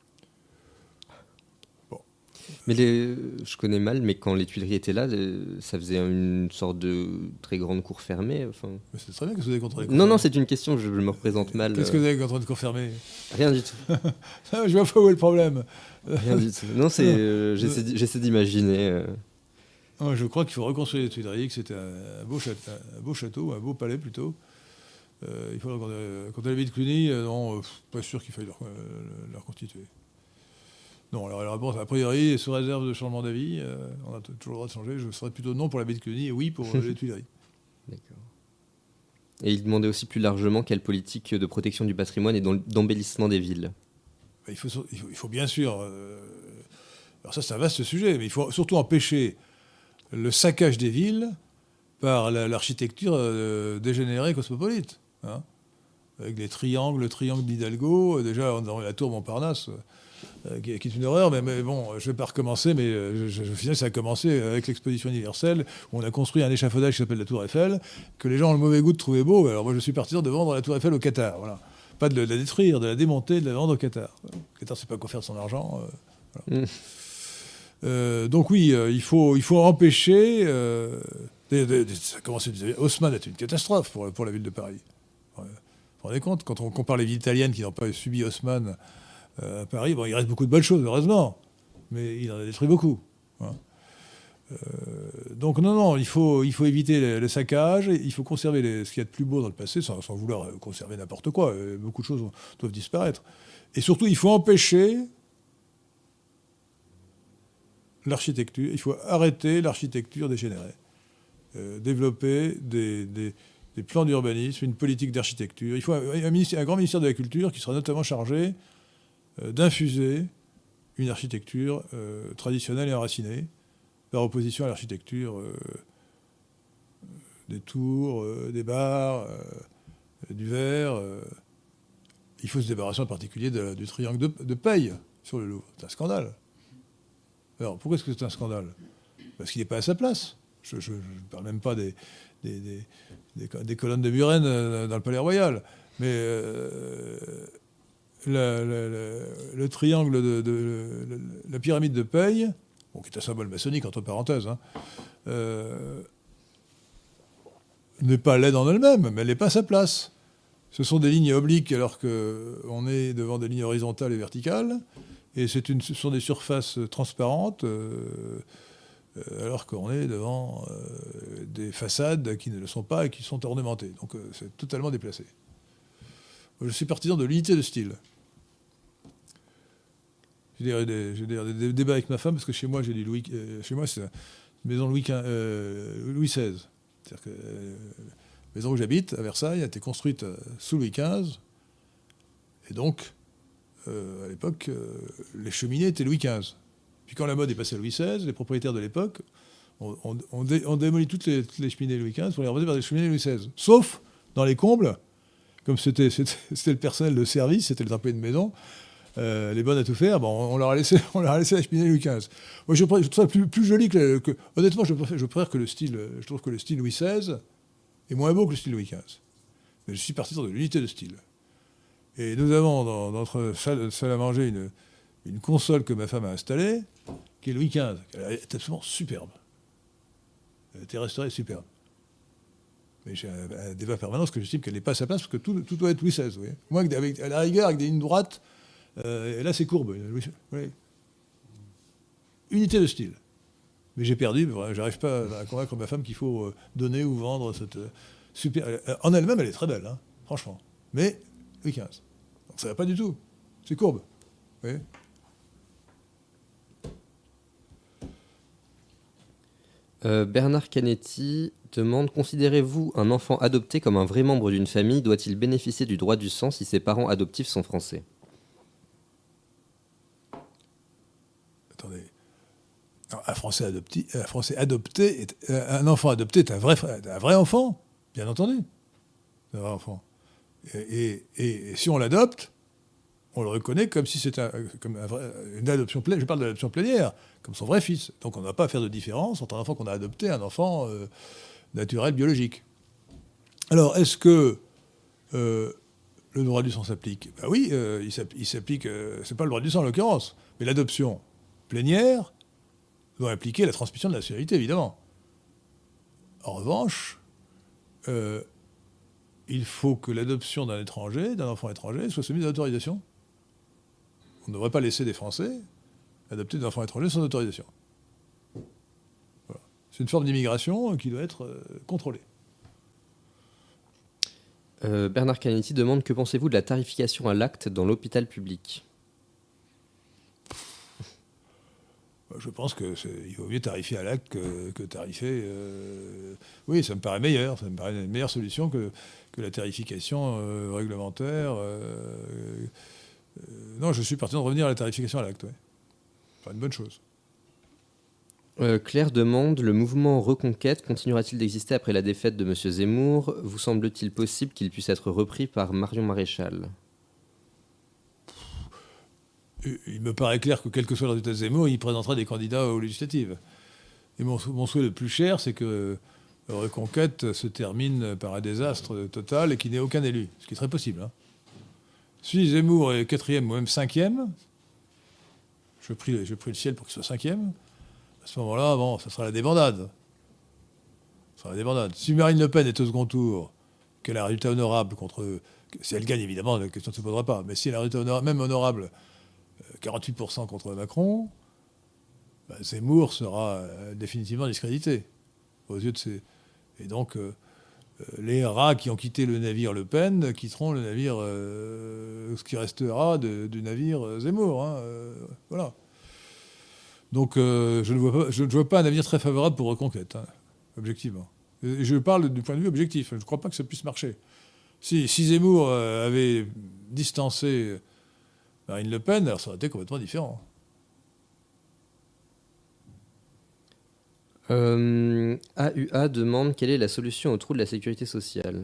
Bon. Mais je connais mal, mais quand les Tuileries étaient là, ça faisait une sorte de très grande cour fermée. Enfin... Mais c'est très bien que vous avez contre les cours Non, fermées. c'est une question, je me représente mal. Qu'est-ce que vous avez contre une cour fermée? Rien du tout. Je vois pas où est le problème. Rien du tout. Non, j'essaie d'imaginer. Je crois qu'il faut reconstruire les Tuileries, que c'était un beau château, un beau palais plutôt. Il faut quand elle habite Cluny, non, pas sûr qu'il faille la reconstituer. Non, alors la réponse, a priori, sous réserve de changement d'avis, on a toujours le droit de changer. Je serais plutôt non pour l'abbaye de Cluny et oui pour les Tuileries. D'accord. Et il demandait aussi plus largement quelle politique de protection du patrimoine et d'embellissement des villes. Il faut bien sûr. Alors ça, c'est un vaste sujet, mais il faut surtout empêcher le saccage des villes par l'architecture dégénérée cosmopolite. Avec le triangle d'Hidalgo, déjà dans la tour Montparnasse, qui est une horreur, mais bon, je ne vais pas recommencer, mais finalement, ça a commencé avec l'exposition universelle, où on a construit un échafaudage qui s'appelle la Tour Eiffel, que les gens ont le mauvais goût de trouver beau. Alors moi, je suis partisan de vendre la Tour Eiffel au Qatar. Voilà. Pas de la détruire, de la démonter, de la vendre au Qatar. Le Qatar ne sait pas quoi faire de son argent. Voilà. Donc oui, il faut empêcher... ça a commencé, Haussmann est une catastrophe pour la ville de Paris. Vous vous rendez compte, quand on compare les villes italiennes qui n'ont pas subi Haussmann à Paris, il reste beaucoup de bonnes choses, heureusement, mais il en a détruit beaucoup. Donc non, il faut éviter le saccage, il faut conserver ce qu'il y a de plus beau dans le passé, sans vouloir conserver n'importe quoi. Beaucoup de choses doivent disparaître. Et surtout, il faut empêcher l'architecture, il faut arrêter l'architecture dégénérée. Développer des plans d'urbanisme, une politique d'architecture. Il faut un grand ministère de la Culture qui sera notamment chargé d'infuser une architecture traditionnelle et enracinée, par opposition à l'architecture des tours, des bars, du verre. Il faut se débarrasser en particulier du triangle de paille sur le Louvre. C'est un scandale. Alors, pourquoi est-ce que c'est un scandale? Parce qu'il n'est pas à sa place. Je ne parle même pas des colonnes de Buren dans le Palais Royal. Mais le triangle la pyramide de paille, qui est un symbole maçonnique, entre parenthèses, n'est pas laide en elle-même, mais elle n'est pas à sa place. Ce sont des lignes obliques alors qu'on est devant des lignes horizontales et verticales. Et ce sont des surfaces transparentes, alors qu'on est devant des façades qui ne le sont pas et qui sont ornementées. Donc c'est totalement déplacé. Je suis partisan de l'unité de style. J'ai des débats avec ma femme, parce que chez moi, chez moi, c'est une maison Louis XVI. C'est-à-dire que la maison où j'habite, à Versailles, a été construite sous Louis XV. Et donc, à l'époque, les cheminées étaient Louis XV. Puis quand la mode est passée à Louis XVI, les propriétaires de l'époque On démolit toutes les cheminées Louis XV pour les remplacer par des cheminées Louis XVI. Sauf dans les combles, comme c'était le personnel de service, c'était les employés de maison, les bonnes à tout faire, on leur a laissé la cheminée Louis XV. Moi, je trouve ça plus joli que honnêtement, je préfère que le style. Je trouve que le style Louis XVI est moins beau que le style Louis XV. Mais je suis partisan de l'unité de style. Et nous avons dans notre salle à manger une console que ma femme a installée, qui est Louis XV. Elle est absolument superbe. Elle a été restaurée superbe. Mais j'ai un débat permanent parce que j'estime qu'elle n'est pas à sa place, parce que tout doit être Louis XVI. Vous voyez. Moi, à la rigueur, avec des lignes droites, et là c'est courbe. Oui. Unité de style. Mais j'ai perdu, j'arrive pas à convaincre ma femme qu'il faut donner ou vendre cette super... En elle-même, elle est très belle, hein, franchement. Mais Louis XV. Donc, ça va pas du tout. C'est courbe. Oui. Bernard Canetti demande: considérez-vous un enfant adopté comme un vrai membre d'une famille? Doit-il bénéficier du droit du sang si ses parents adoptifs sont français? Attendez. Un enfant adopté est un vrai enfant, bien entendu. Un vrai enfant. Et si on l'adopte, on le reconnaît comme si c'était une adoption pleine. Je parle de l'adoption plénière, comme son vrai fils. Donc on n'a pas à faire de différence entre un enfant qu'on a adopté et un enfant naturel, biologique. Alors, est-ce que le droit du sang s'applique? Ben oui, il s'applique. C'est pas le droit du sang en l'occurrence, mais l'adoption plénière doit impliquer la transmission de la nationalité, évidemment. En revanche, il faut que l'adoption d'un enfant étranger, soit soumise à autorisation. On ne devrait pas laisser des Français adopter des enfants étrangers sans autorisation. Voilà. C'est une forme d'immigration qui doit être contrôlée. Bernard Canetti demande: que pensez-vous de la tarification à l'acte dans l'hôpital public? Je pense qu'il vaut mieux tarifier à l'acte que tarifer... Oui, ça me paraît meilleur. Ça me paraît une meilleure solution que la tarification réglementaire. Non, je suis partisan de revenir à la tarification à l'acte. Ouais. Enfin, une bonne chose. Claire demande: le mouvement Reconquête continuera-t-il d'exister après la défaite de M. Zemmour? Vous semble-t-il possible qu'il puisse être repris par Marion Maréchal? Il me paraît clair que quel que soit le résultat de Zemmour, il présentera des candidats aux législatives. Et mon souhait le plus cher, c'est que Reconquête se termine par un désastre total et qu'il n'ait aucun élu, ce qui est très possible. Hein. Si Zemmour est 4e ou même 5e, je prie le ciel pour qu'il soit 5e, à ce moment-là, ça sera la débandade. Si Marine Le Pen est au second tour, qu'elle a un résultat honorable si elle gagne, évidemment, la question ne se posera pas, mais si elle a un résultat même honorable, 48% contre Macron, Zemmour sera définitivement discrédité aux yeux de ses... Et donc, les rats qui ont quitté le navire Le Pen quitteront le navire, ce qui restera du navire Zemmour. Hein, voilà. Donc, je ne vois pas un avenir très favorable pour Reconquête, hein, objectivement. Et je parle du point de vue objectif. Je ne crois pas que ça puisse marcher. Si Zemmour avait distancé Marine Le Pen, alors ça aurait été complètement différent. AUA demande: quelle est la solution au trou de la sécurité sociale?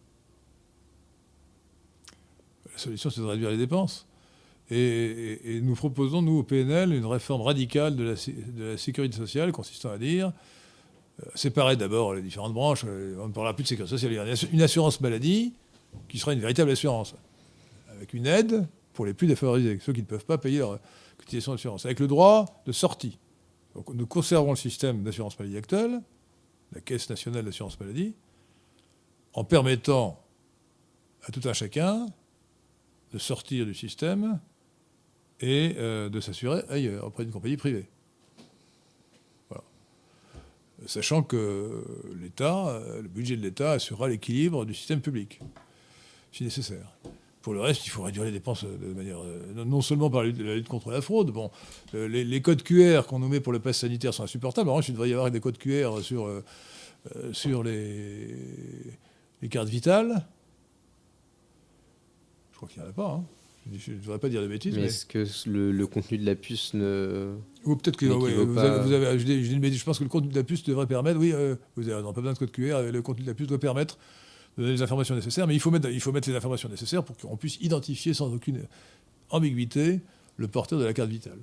La solution, c'est de réduire les dépenses. Et nous proposons, nous, au PNL, une réforme radicale de la sécurité sociale, consistant à dire, séparer d'abord les différentes branches, on ne parlera plus de sécurité sociale, il y a une assurance maladie qui sera une véritable assurance, avec une aide pour les plus défavorisés, ceux qui ne peuvent pas payer leur cotisation d'assurance, avec le droit de sortie. Donc nous conservons le système d'assurance maladie actuel, la Caisse nationale d'assurance maladie, en permettant à tout un chacun de sortir du système et de s'assurer ailleurs, auprès d'une compagnie privée. Voilà. Sachant que l'État, le budget de l'État assurera l'équilibre du système public, si nécessaire. Pour le reste, il faut réduire les dépenses de manière... non seulement par la lutte contre la fraude. Bon, les codes QR qu'on nous met pour le pass sanitaire sont insupportables. En revanche, il devrait y avoir des codes QR sur les cartes vitales. Je crois qu'il n'y en a pas. Hein. Je ne devrais pas dire de bêtises. Mais est-ce que le contenu de la puce ne... Ou peut-être que je pense que le contenu de la puce devrait permettre... Oui, vous n'avez pas besoin de code QR. Le contenu de la puce doit permettre de donner les informations nécessaires. Mais il faut mettre les informations nécessaires pour qu'on puisse identifier sans aucune ambiguïté le porteur de la carte vitale.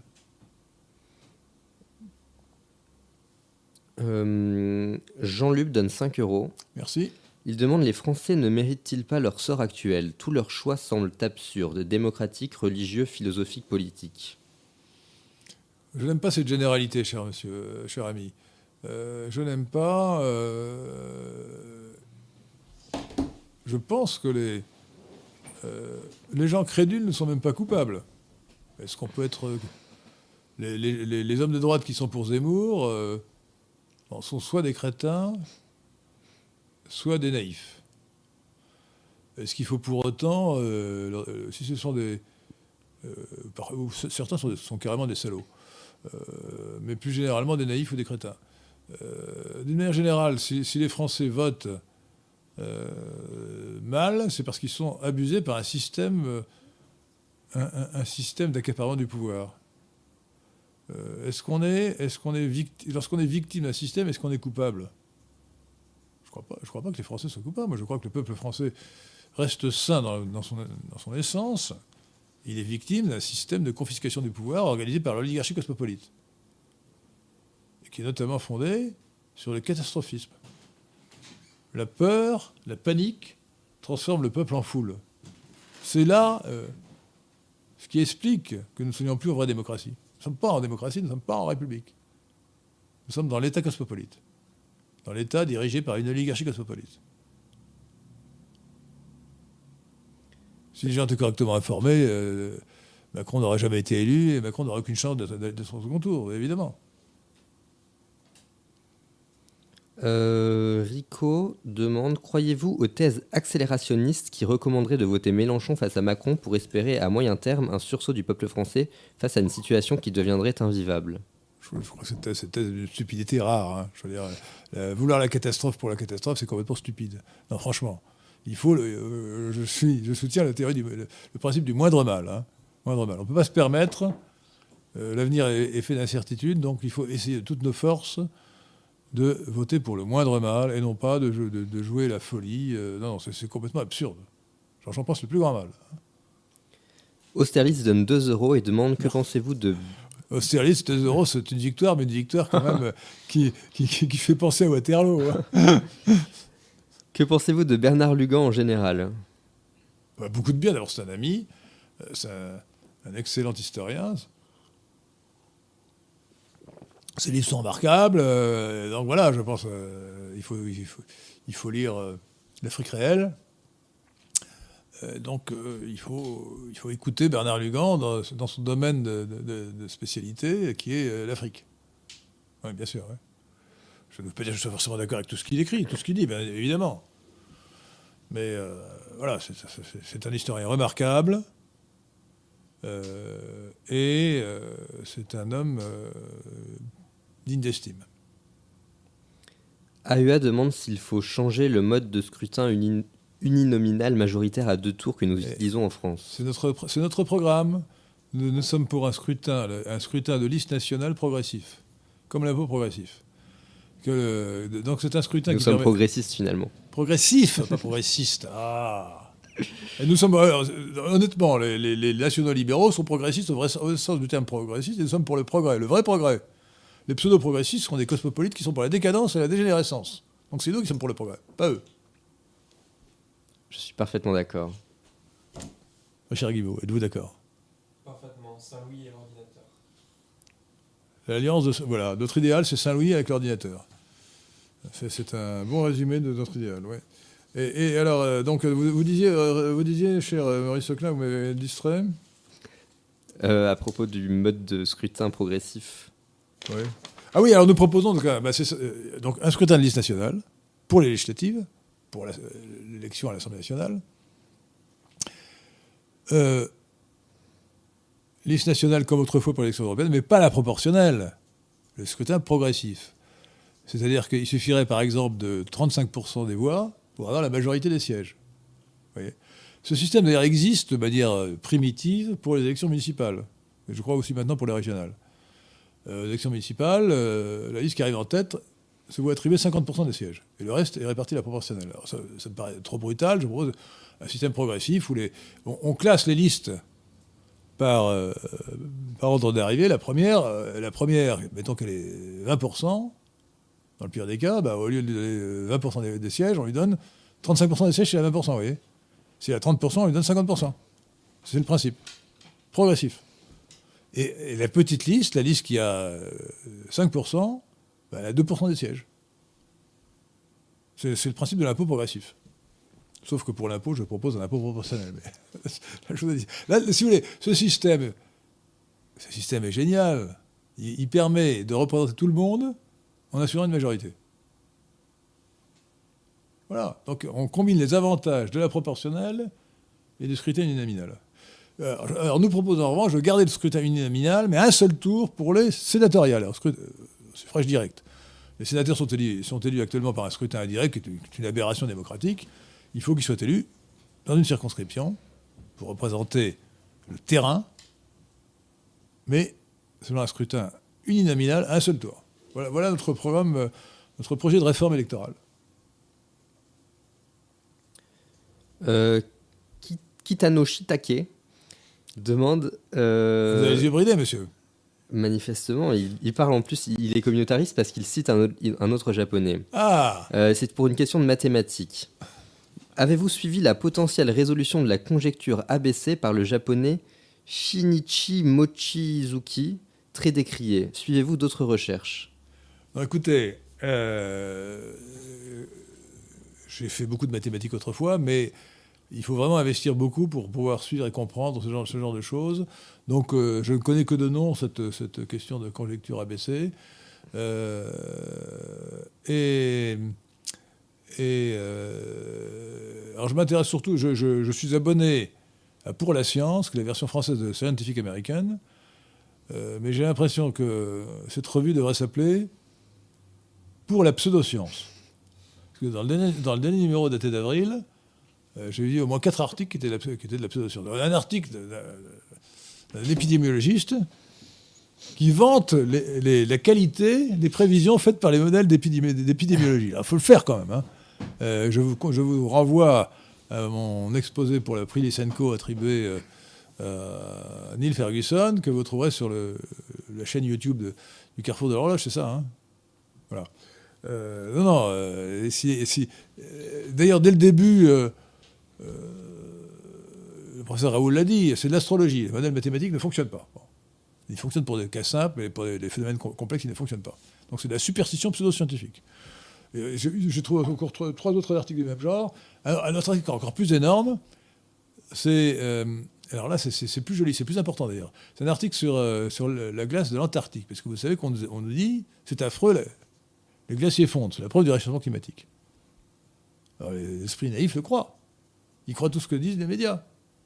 Jean-Luc donne 5 €. Merci. Il demande: les Français ne méritent-ils pas leur sort actuel? Tous leurs choix semblent absurdes, démocratiques, religieux, philosophiques, politiques. Je n'aime pas cette généralité, cher ami. Je n'aime pas... Je pense que les gens crédules ne sont même pas coupables. Est-ce qu'on peut être... Les hommes de droite qui sont pour Zemmour sont soit des crétins, soit des naïfs. Est-ce qu'il faut pour autant... si ce sont des... certains sont carrément des salauds. Mais plus généralement des naïfs ou des crétins. D'une manière générale, si les Français votent mal, c'est parce qu'ils sont abusés par un système d'accaparement du pouvoir.Lorsqu'on est victime d'un système, est-ce qu'on est coupable ? Je crois pas que les Français soient coupables. Moi, je crois que le peuple français reste sain dans son essence. Il est victime d'un système de confiscation du pouvoir organisé par l'oligarchie cosmopolite, et qui est notamment fondé sur le catastrophisme. La peur, la panique transforme le peuple en foule. C'est là ce qui explique que nous ne soyons plus en vraie démocratie. Nous ne sommes pas en démocratie, nous ne sommes pas en république. Nous sommes dans l'État cosmopolite, dans l'État dirigé par une oligarchie cosmopolite. Si les gens étaient correctement informés, Macron n'aurait jamais été élu et Macron n'aurait aucune chance de son second tour, évidemment. Rico demande: croyez-vous aux thèses accélérationnistes qui recommanderaient de voter Mélenchon face à Macron pour espérer à moyen terme un sursaut du peuple français face à une situation qui deviendrait invivable? Je crois que cette thèse est d'une stupidité rare. Hein. Je veux dire, vouloir la catastrophe pour la catastrophe, c'est complètement stupide. Non, franchement. Il faut. Je soutiens la théorie le principe du moindre mal. Hein. Moindre mal. On ne peut pas se permettre. L'avenir est fait d'incertitudes, donc il faut essayer de toutes nos forces de voter pour le moindre mal et non pas de jouer la folie. Non, c'est complètement absurde. J'en pense le plus grand mal. Austerlitz donne 2 € et demande: que pensez-vous de... Austerlitz, 2 €, c'est une victoire, mais une victoire quand même qui fait penser à Waterloo. Hein. Que pensez-vous de Bernard Lugan en général? Beaucoup de bien. D'abord, c'est un ami, c'est un excellent historien. Ses livres sont remarquables. Donc voilà, je pense il faut lire l'Afrique réelle. Donc il faut écouter Bernard Lugan dans son domaine de spécialité, qui est l'Afrique. Oui, bien sûr. Ouais. Je ne veux pas dire que je suis forcément d'accord avec tout ce qu'il écrit, tout ce qu'il dit, bien évidemment. Mais voilà, c'est un historien remarquable. Et c'est un homme digne d'estime. AEA demande s'il faut changer le mode de scrutin uninominal majoritaire à 2 tours que nous utilisons en France. C'est notre programme. Nous sommes pour un scrutin de liste nationale progressif, comme l'impôt progressif. Donc c'est un scrutin nous sommes progressistes finalement. Progressif, pas progressiste. Ah. Et nous sommes honnêtement, les nationaux libéraux sont progressistes au sens du terme progressiste, et nous sommes pour le progrès, le vrai progrès. Les pseudo-progressistes sont des cosmopolites qui sont pour la décadence et la dégénérescence. Donc c'est nous qui sommes pour le progrès, pas eux. Je suis parfaitement d'accord. Mon cher Guibaud, êtes-vous d'accord? Parfaitement. Saint-Louis et l'ordinateur. L'alliance voilà, notre idéal, c'est Saint-Louis avec l'ordinateur. C'est un bon résumé de notre idéal, ouais. Et alors, donc, vous disiez, cher Maurice Seclin, vous m'avez distrait à propos du mode de scrutin progressif. Oui. Ah oui, alors nous proposons donc un scrutin de liste nationale pour les législatives, pour l'élection à l'Assemblée nationale. Liste nationale comme autrefois pour l'élection européenne, mais pas la proportionnelle, le scrutin progressif. C'est-à-dire qu'il suffirait par exemple de 35% des voix pour avoir la majorité des sièges. Vous voyez ? Ce système, d'ailleurs, existe de manière primitive pour les élections municipales. Et je crois aussi maintenant pour les régionales. Les élections municipales, la liste qui arrive en tête se voit attribuer 50% des sièges. Et le reste est réparti à la proportionnelle. Alors ça me paraît trop brutal. Je propose un système progressif où on classe les listes par ordre d'arrivée. La première, mettons qu'elle est 20%, dans le pire des cas, au lieu de donner 20% des sièges, on lui donne 35% des sièges, c'est la 20%, vous voyez. Si elle a 30%, on lui donne 50%. C'est le principe. Progressif. Et la petite liste, la liste qui a 5%, elle a 2% des sièges. C'est le principe de l'impôt progressif. Sauf que pour l'impôt, je propose un impôt proportionnel. Mais la chose à dire. Là, si vous voulez, ce système est génial. Il permet de représenter tout le monde en assurant une majorité. Voilà. Donc on combine les avantages de la proportionnelle et du scrutin uninominal. Alors nous proposons en revanche de garder le scrutin uninominal, mais un seul tour pour les sénatoriales, suffrage direct. Les sénateurs sont élus actuellement par un scrutin indirect, qui est une aberration démocratique. Il faut qu'ils soient élus dans une circonscription pour représenter le terrain, mais selon un scrutin uninominal, un seul tour. Voilà notre programme, notre projet de réforme électorale. Kitano Shitake demande... Vous avez les yeux bridés, monsieur. Manifestement, il parle en plus, il est communautariste parce qu'il cite un autre japonais. Ah c'est pour une question de mathématiques. Avez-vous suivi la potentielle résolution de la conjecture ABC par le japonais Shinichi Mochizuki, très décrié? Suivez-vous d'autres recherches? Non, écoutez, j'ai fait beaucoup de mathématiques autrefois, mais il faut vraiment investir beaucoup pour pouvoir suivre et comprendre ce genre de choses. Donc je ne connais que de nom cette question de conjecture ABC. Alors je m'intéresse surtout, je suis abonné à Pour la Science, qui est la version française de Scientific American, mais j'ai l'impression que cette revue devrait s'appeler Pour la pseudoscience. Parce que dans le dernier numéro daté d'avril, j'ai vu au moins 4 articles qui étaient de la pseudoscience. Un article d'un épidémiologiste qui vante la qualité des prévisions faites par les modèles d'épidémiologie. Il faut le faire quand même. Hein. Je vous renvoie à mon exposé pour le prix Lysenko attribué à Neil Ferguson, que vous trouverez sur la chaîne YouTube du Carrefour de l'Horloge, c'est ça. Hein, voilà. D'ailleurs, dès le début, le professeur Raoul l'a dit, c'est de l'astrologie. Les modèles mathématiques ne fonctionnent pas. Bon. Ils fonctionnent pour des cas simples, mais pour des phénomènes complexes, ils ne fonctionnent pas. Donc c'est de la superstition pseudo-scientifique. J'ai trouvé encore 3 autres articles du même genre. Un autre article encore plus énorme, c'est... alors là, c'est plus joli, c'est plus important d'ailleurs. C'est un article sur la glace de l'Antarctique. Parce que vous savez qu'on nous dit, c'est affreux, les glaciers fondent, c'est la preuve du réchauffement climatique. Alors les esprits naïfs le croient. Ils croient tout ce que disent les médias.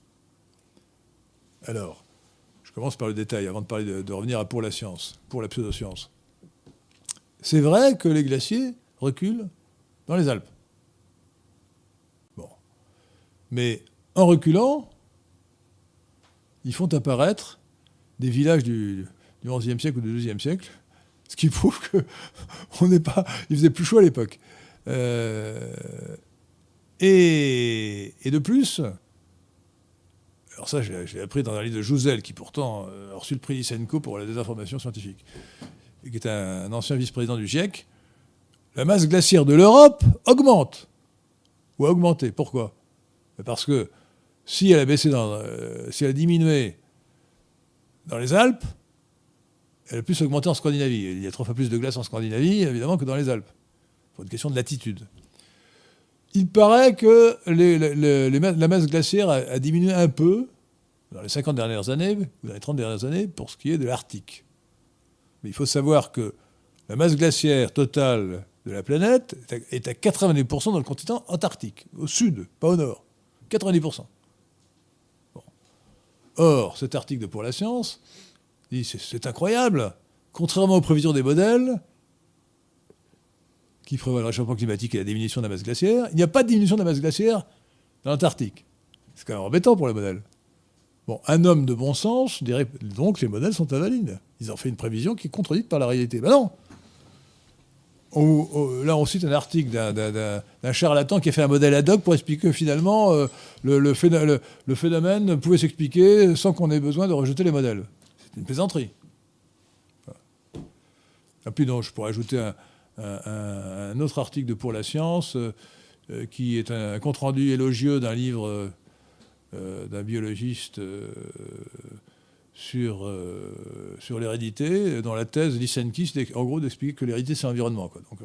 Alors, je commence par le détail, avant de parler de revenir à Pour la Science, pour la pseudoscience. C'est vrai que les glaciers reculent dans les Alpes. Bon. Mais en reculant, ils font apparaître des villages du XIe siècle ou du XIIe siècle, ce qui prouve qu'on n'est pas... Il faisait plus chaud à l'époque. Et de plus, alors ça, j'ai appris dans un livre de Jouzel, qui pourtant a reçu le prix Lysenko pour la désinformation scientifique, et qui est un ancien vice-président du GIEC, la masse glaciaire de l'Europe augmente, ou a augmenté. Pourquoi? Parce que si elle a baissé si elle a diminué dans les Alpes, elle a plus augmenté en Scandinavie. Il y a 3 fois plus de glace en Scandinavie, évidemment, que dans les Alpes. Pour une question de latitude. Il paraît que la masse glaciaire a diminué un peu dans les 50 dernières années, ou dans les 30 dernières années, pour ce qui est de l'Arctique. Mais il faut savoir que la masse glaciaire totale de la planète est à 90% dans le continent antarctique, au sud, pas au nord. 90%. Bon. Or, cet article de Pour la Science dit c'est incroyable. Contrairement aux prévisions des modèles qui prévoient le réchauffement climatique et la diminution de la masse glaciaire, il n'y a pas de diminution de la masse glaciaire dans l'Antarctique. C'est quand même embêtant pour les modèles. Bon, un homme de bon sens dirait donc que les modèles sont invalides. Ils ont fait une prévision qui est contredite par la réalité. Ben non. Là, on cite un article d'un charlatan qui a fait un modèle ad hoc pour expliquer que finalement, le phénomène pouvait s'expliquer sans qu'on ait besoin de rejeter les modèles. C'est une plaisanterie. Et puis, non, je pourrais ajouter un autre article de Pour la Science, qui est un compte-rendu élogieux d'un livre d'un biologiste sur l'hérédité, dans la thèse Lysenki, c'est en gros d'expliquer que l'hérédité, c'est l'environnement. Donc,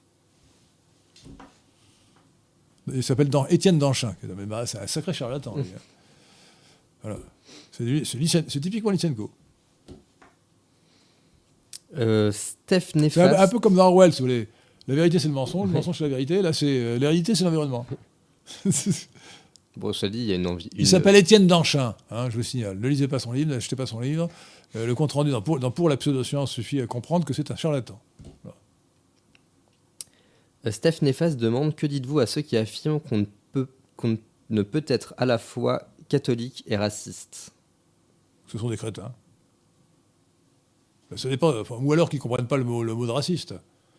il s'appelle Étienne Danchin. C'est un sacré charlatan. Voilà. C'est typiquement Lysenko. Steph Nefas. C'est un peu comme dans Orwell, si vous voulez. La vérité, c'est le mensonge c'est la vérité. Là, c'est l'hérédité, c'est l'environnement. Bon, ça dit, il y a une envie. Il s'appelle Étienne Danchin, je vous signale. Ne lisez pas son livre, n'achetez pas son livre. Le compte-rendu pour la pseudo-science suffit à comprendre que c'est un charlatan. Voilà. Steph Nefas demande: que dites-vous à ceux qui affirment qu'on ne peut être à la fois catholique et raciste? Ce sont des crétins. Ça dépend, ou alors qu'ils ne comprennent pas le mot de raciste.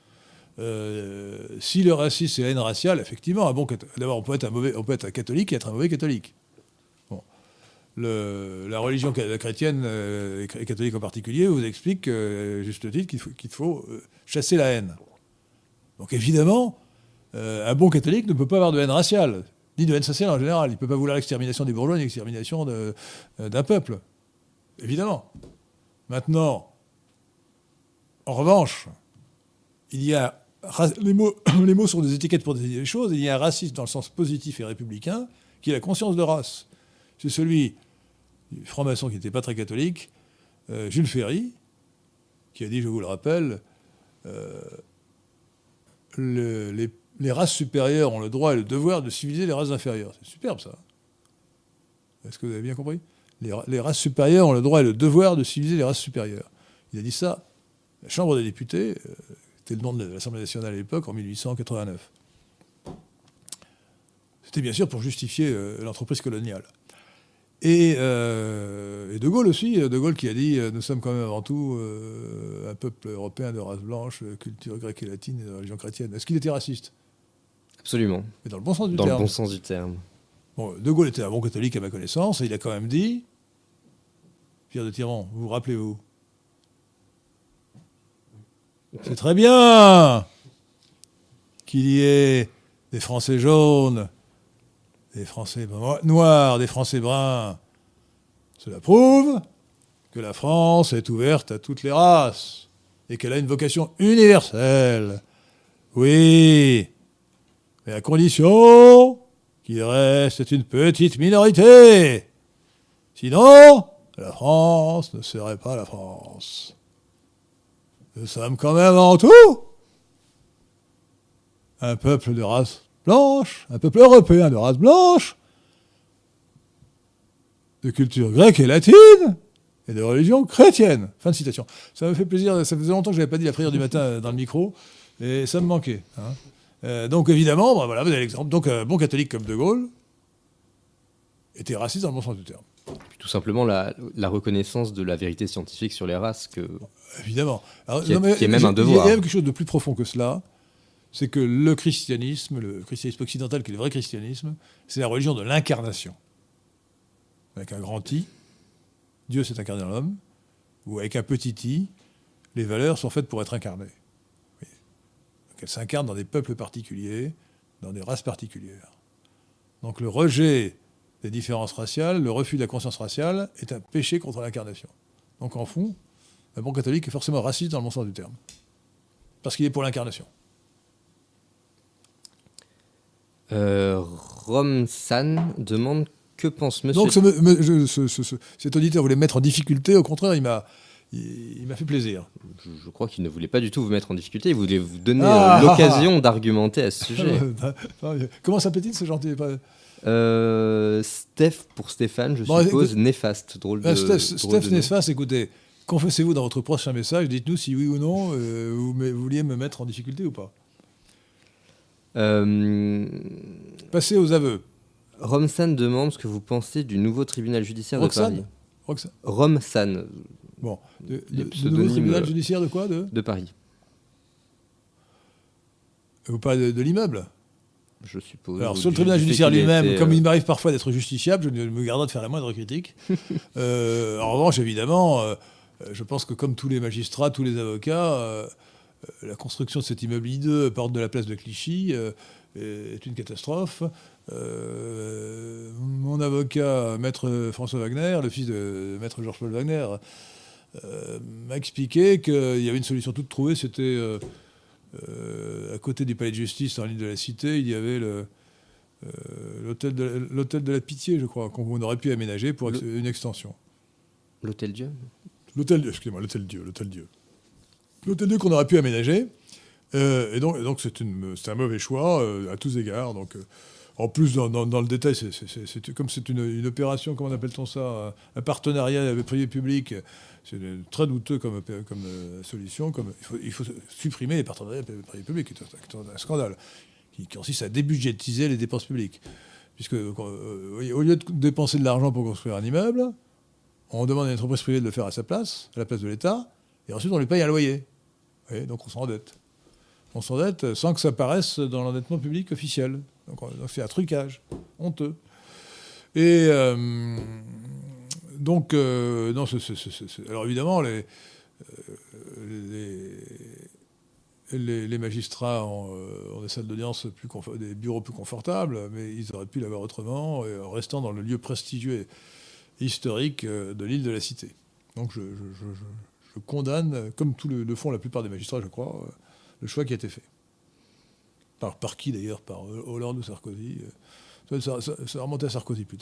Si le racisme c'est la haine raciale, effectivement, d'abord on peut être un catholique et être un mauvais catholique. Bon. La religion chrétienne, et catholique en particulier, vous explique, juste titre, qu'il faut chasser la haine. Donc évidemment, un bon catholique ne peut pas avoir de haine raciale, ni de haine sociale en général. Il ne peut pas vouloir l'extermination des bourgeois, ni l'extermination d'un peuple. Évidemment. Maintenant, en revanche, il y a les mots sont des étiquettes pour désigner les choses. Il y a un racisme dans le sens positif et républicain, qui est la conscience de race. C'est celui du franc-maçon qui n'était pas très catholique, Jules Ferry, qui a dit, je vous le rappelle, les races supérieures ont le droit et le devoir de civiliser les races inférieures. C'est superbe, ça. Est-ce que vous avez bien compris ? Les races supérieures ont le droit et le devoir de civiliser les races supérieures. Il a dit ça, la Chambre des députés... C'était le nom de l'Assemblée nationale à l'époque, en 1889. C'était bien sûr pour justifier l'entreprise coloniale. Et De Gaulle aussi, De Gaulle qui a dit nous sommes quand même avant tout un peuple européen de race blanche, culture grecque et latine et de religion chrétienne. Est-ce qu'il était raciste ? Absolument. Mais dans le bon sens du terme. Dans le bon sens du terme. Bon, De Gaulle était un bon catholique à ma connaissance, et il a quand même dit, Pierre de Tiran, vous rappelez-vous ? C'est très bien qu'il y ait des Français jaunes, des Français noirs, des Français bruns. Cela prouve que la France est ouverte à toutes les races et qu'elle a une vocation universelle. Oui, mais à condition qu'il reste une petite minorité. Sinon, la France ne serait pas la France. Nous sommes quand même avant tout un peuple de race blanche, un peuple européen de race blanche, de culture grecque et latine, et de religion chrétienne. Fin de citation. Ça me fait plaisir, ça faisait longtemps que je n'avais pas dit la prière du matin dans le micro, et ça me manquait. Donc évidemment, voilà, vous avez l'exemple. Donc un bon catholique comme De Gaulle était raciste dans le bon sens du terme. Puis tout simplement la reconnaissance de la vérité scientifique sur les races évidemment. Alors, qui est même un devoir. Il y a quelque chose de plus profond que cela, c'est que le christianisme occidental, qui est le vrai christianisme, c'est la religion de l'incarnation. Avec un grand I, Dieu s'est incarné dans l'homme, ou avec un petit i, les valeurs sont faites pour être incarnées. Oui. Donc elles s'incarnent dans des peuples particuliers, dans des races particulières. Donc le rejet des différences raciales, le refus de la conscience raciale est un péché contre l'incarnation. Donc en fond, un bon catholique est forcément raciste dans le bon sens du terme. Parce qu'il est pour l'incarnation. Romsan demande que pense monsieur... Donc cet auditeur voulait me mettre en difficulté, au contraire, il m'a fait plaisir. Je crois qu'il ne voulait pas du tout vous mettre en difficulté, il voulait vous donner l'occasion d'argumenter à ce sujet. Comment s'appelle-t-il ce gentil Steph pour Stéphane, je suppose, néfaste. Drôle de Steph néfaste, écoutez, confessez-vous dans votre prochain message, dites-nous si oui ou non vous vouliez me mettre en difficulté ou pas. Passez aux aveux. Romsan demande ce que vous pensez du nouveau tribunal judiciaire de Paris. Romsan. Bon, le nouveau tribunal judiciaire de quoi de Paris. Vous parlez de l'immeuble ? Je suppose. Alors, sur le tribunal judiciaire lui-même, comme il m'arrive parfois d'être justiciable, je me garderai de faire la moindre critique. En revanche, évidemment, je pense que comme tous les magistrats, tous les avocats, la construction de cet immeuble hideux, porte de la place de Clichy, est une catastrophe. Mon avocat, maître François Wagner, le fils de maître Georges-Paul Wagner, m'a expliqué qu'il y avait une solution toute trouvée, c'était à côté du palais de justice, dans l'île de la Cité, il y avait l'hôtel de la Pitié, je crois, qu'on aurait pu aménager pour une extension. L'hôtel Dieu ? Excusez-moi, l'hôtel Dieu. L'hôtel Dieu qu'on aurait pu aménager. Et donc c'est un mauvais choix à tous égards. Donc, en plus, dans le détail, comme c'est une opération, comment appelle-t-on ça, un partenariat avec privé-public, c'est très douteux comme solution. Il faut supprimer les partenariats privé-public, qui est un scandale, qui consiste à débudgétiser les dépenses publiques. Puisque au lieu de dépenser de l'argent pour construire un immeuble, on demande à une entreprise privée de le faire à sa place, à la place de l'État, et ensuite on lui paye un loyer. Et donc on s'endette. On s'endette sans que ça paraisse dans l'endettement public officiel. Donc c'est un trucage honteux. Et donc, non, alors évidemment, les magistrats ont des salles d'audience des bureaux plus confortables, mais ils auraient pu l'avoir autrement, en restant dans le lieu prestigieux et historique de l'île de la Cité. Donc je condamne, comme le font la plupart des magistrats, je crois, le choix qui a été fait. Par qui d'ailleurs ? Par Hollande ou Sarkozy ? Ça remonte à Sarkozy plutôt.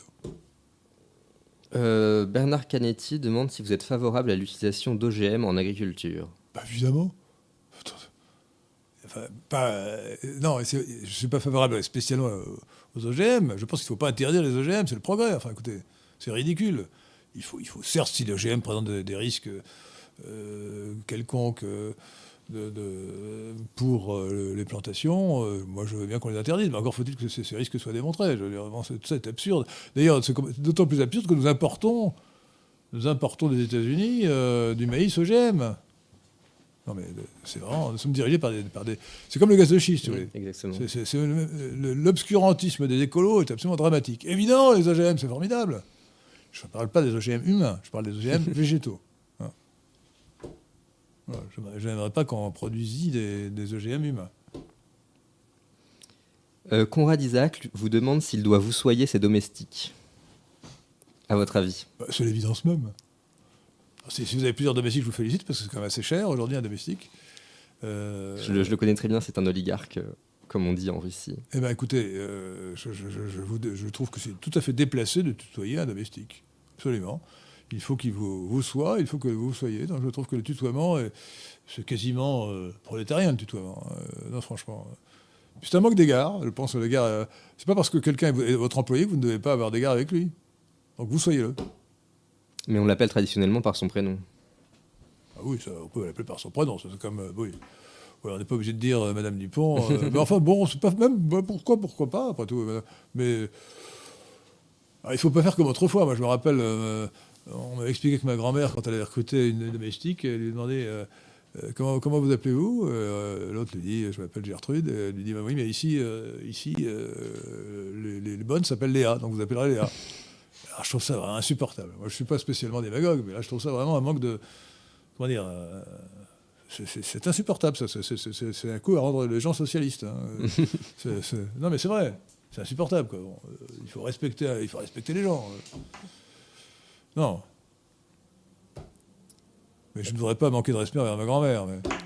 Bernard Canetti demande si vous êtes favorable à l'utilisation d'OGM en agriculture. Bah, évidemment. Non, je ne suis pas favorable spécialement aux OGM. Je pense qu'il ne faut pas interdire les OGM, c'est le progrès. Enfin, écoutez, c'est ridicule. Il faut certes, si l'OGM présente des risques quelconques pour les plantations, moi je veux bien qu'on les interdise, mais encore faut-il que ces risques soient démontrés. Je veux dire, tout ça est absurde. D'ailleurs, c'est d'autant plus absurde que nous importons des États-Unis du maïs OGM. Non mais c'est vraiment, nous sommes dirigés par des... C'est comme le gaz de schiste, si vous voulez. Exactement. L'obscurantisme des écolos est absolument dramatique. Évidemment, les OGM, c'est formidable. Je ne parle pas des OGM humains, je parle des OGM végétaux. Je n'aimerais pas qu'on produisit des OGM humains. Conrad Isaac vous demande s'il doit vousoyer ses domestiques. À votre avis ? C'est l'évidence même. Alors, si vous avez plusieurs domestiques, je vous félicite, parce que c'est quand même assez cher aujourd'hui un domestique. Je le connais très bien, c'est un oligarque, comme on dit en Russie. Eh bien écoutez, je trouve que c'est tout à fait déplacé de tutoyer un domestique. Absolument. Il faut qu'il vous soit, il faut que vous soyez. Donc je trouve que le tutoiement, c'est quasiment prolétarien, le tutoiement. Non, franchement. C'est un manque d'égard. Je pense que l'égard, c'est pas parce que quelqu'un est votre employé que vous ne devez pas avoir d'égard avec lui. Donc vous soyez-le. Mais on l'appelle traditionnellement par son prénom. Ah oui, ça, on peut l'appeler par son prénom. C'est comme, oui. Ouais, on n'est pas obligé de dire Madame Dupont. Mais enfin, bon, c'est pas même. Pourquoi pas, après tout. Mais il ne faut pas faire comme autrefois. Moi, je me rappelle. On m'avait expliqué que ma grand-mère, quand elle avait recruté une domestique, elle lui demandait comment vous appelez-vous ? L'autre lui dit je m'appelle Gertrude. Elle lui dit bah oui, mais ici les bonnes s'appellent Léa, donc vous appellerez Léa. Alors je trouve ça vraiment insupportable. Moi je ne suis pas spécialement démagogue, mais là je trouve ça vraiment un manque de. Comment dire c'est insupportable, ça. C'est un coup à rendre les gens socialistes. Hein. Non mais c'est vrai, c'est insupportable, quoi. Bon, il faut respecter les gens. Non. Mais je ne voudrais pas manquer de respect envers ma grand-mère.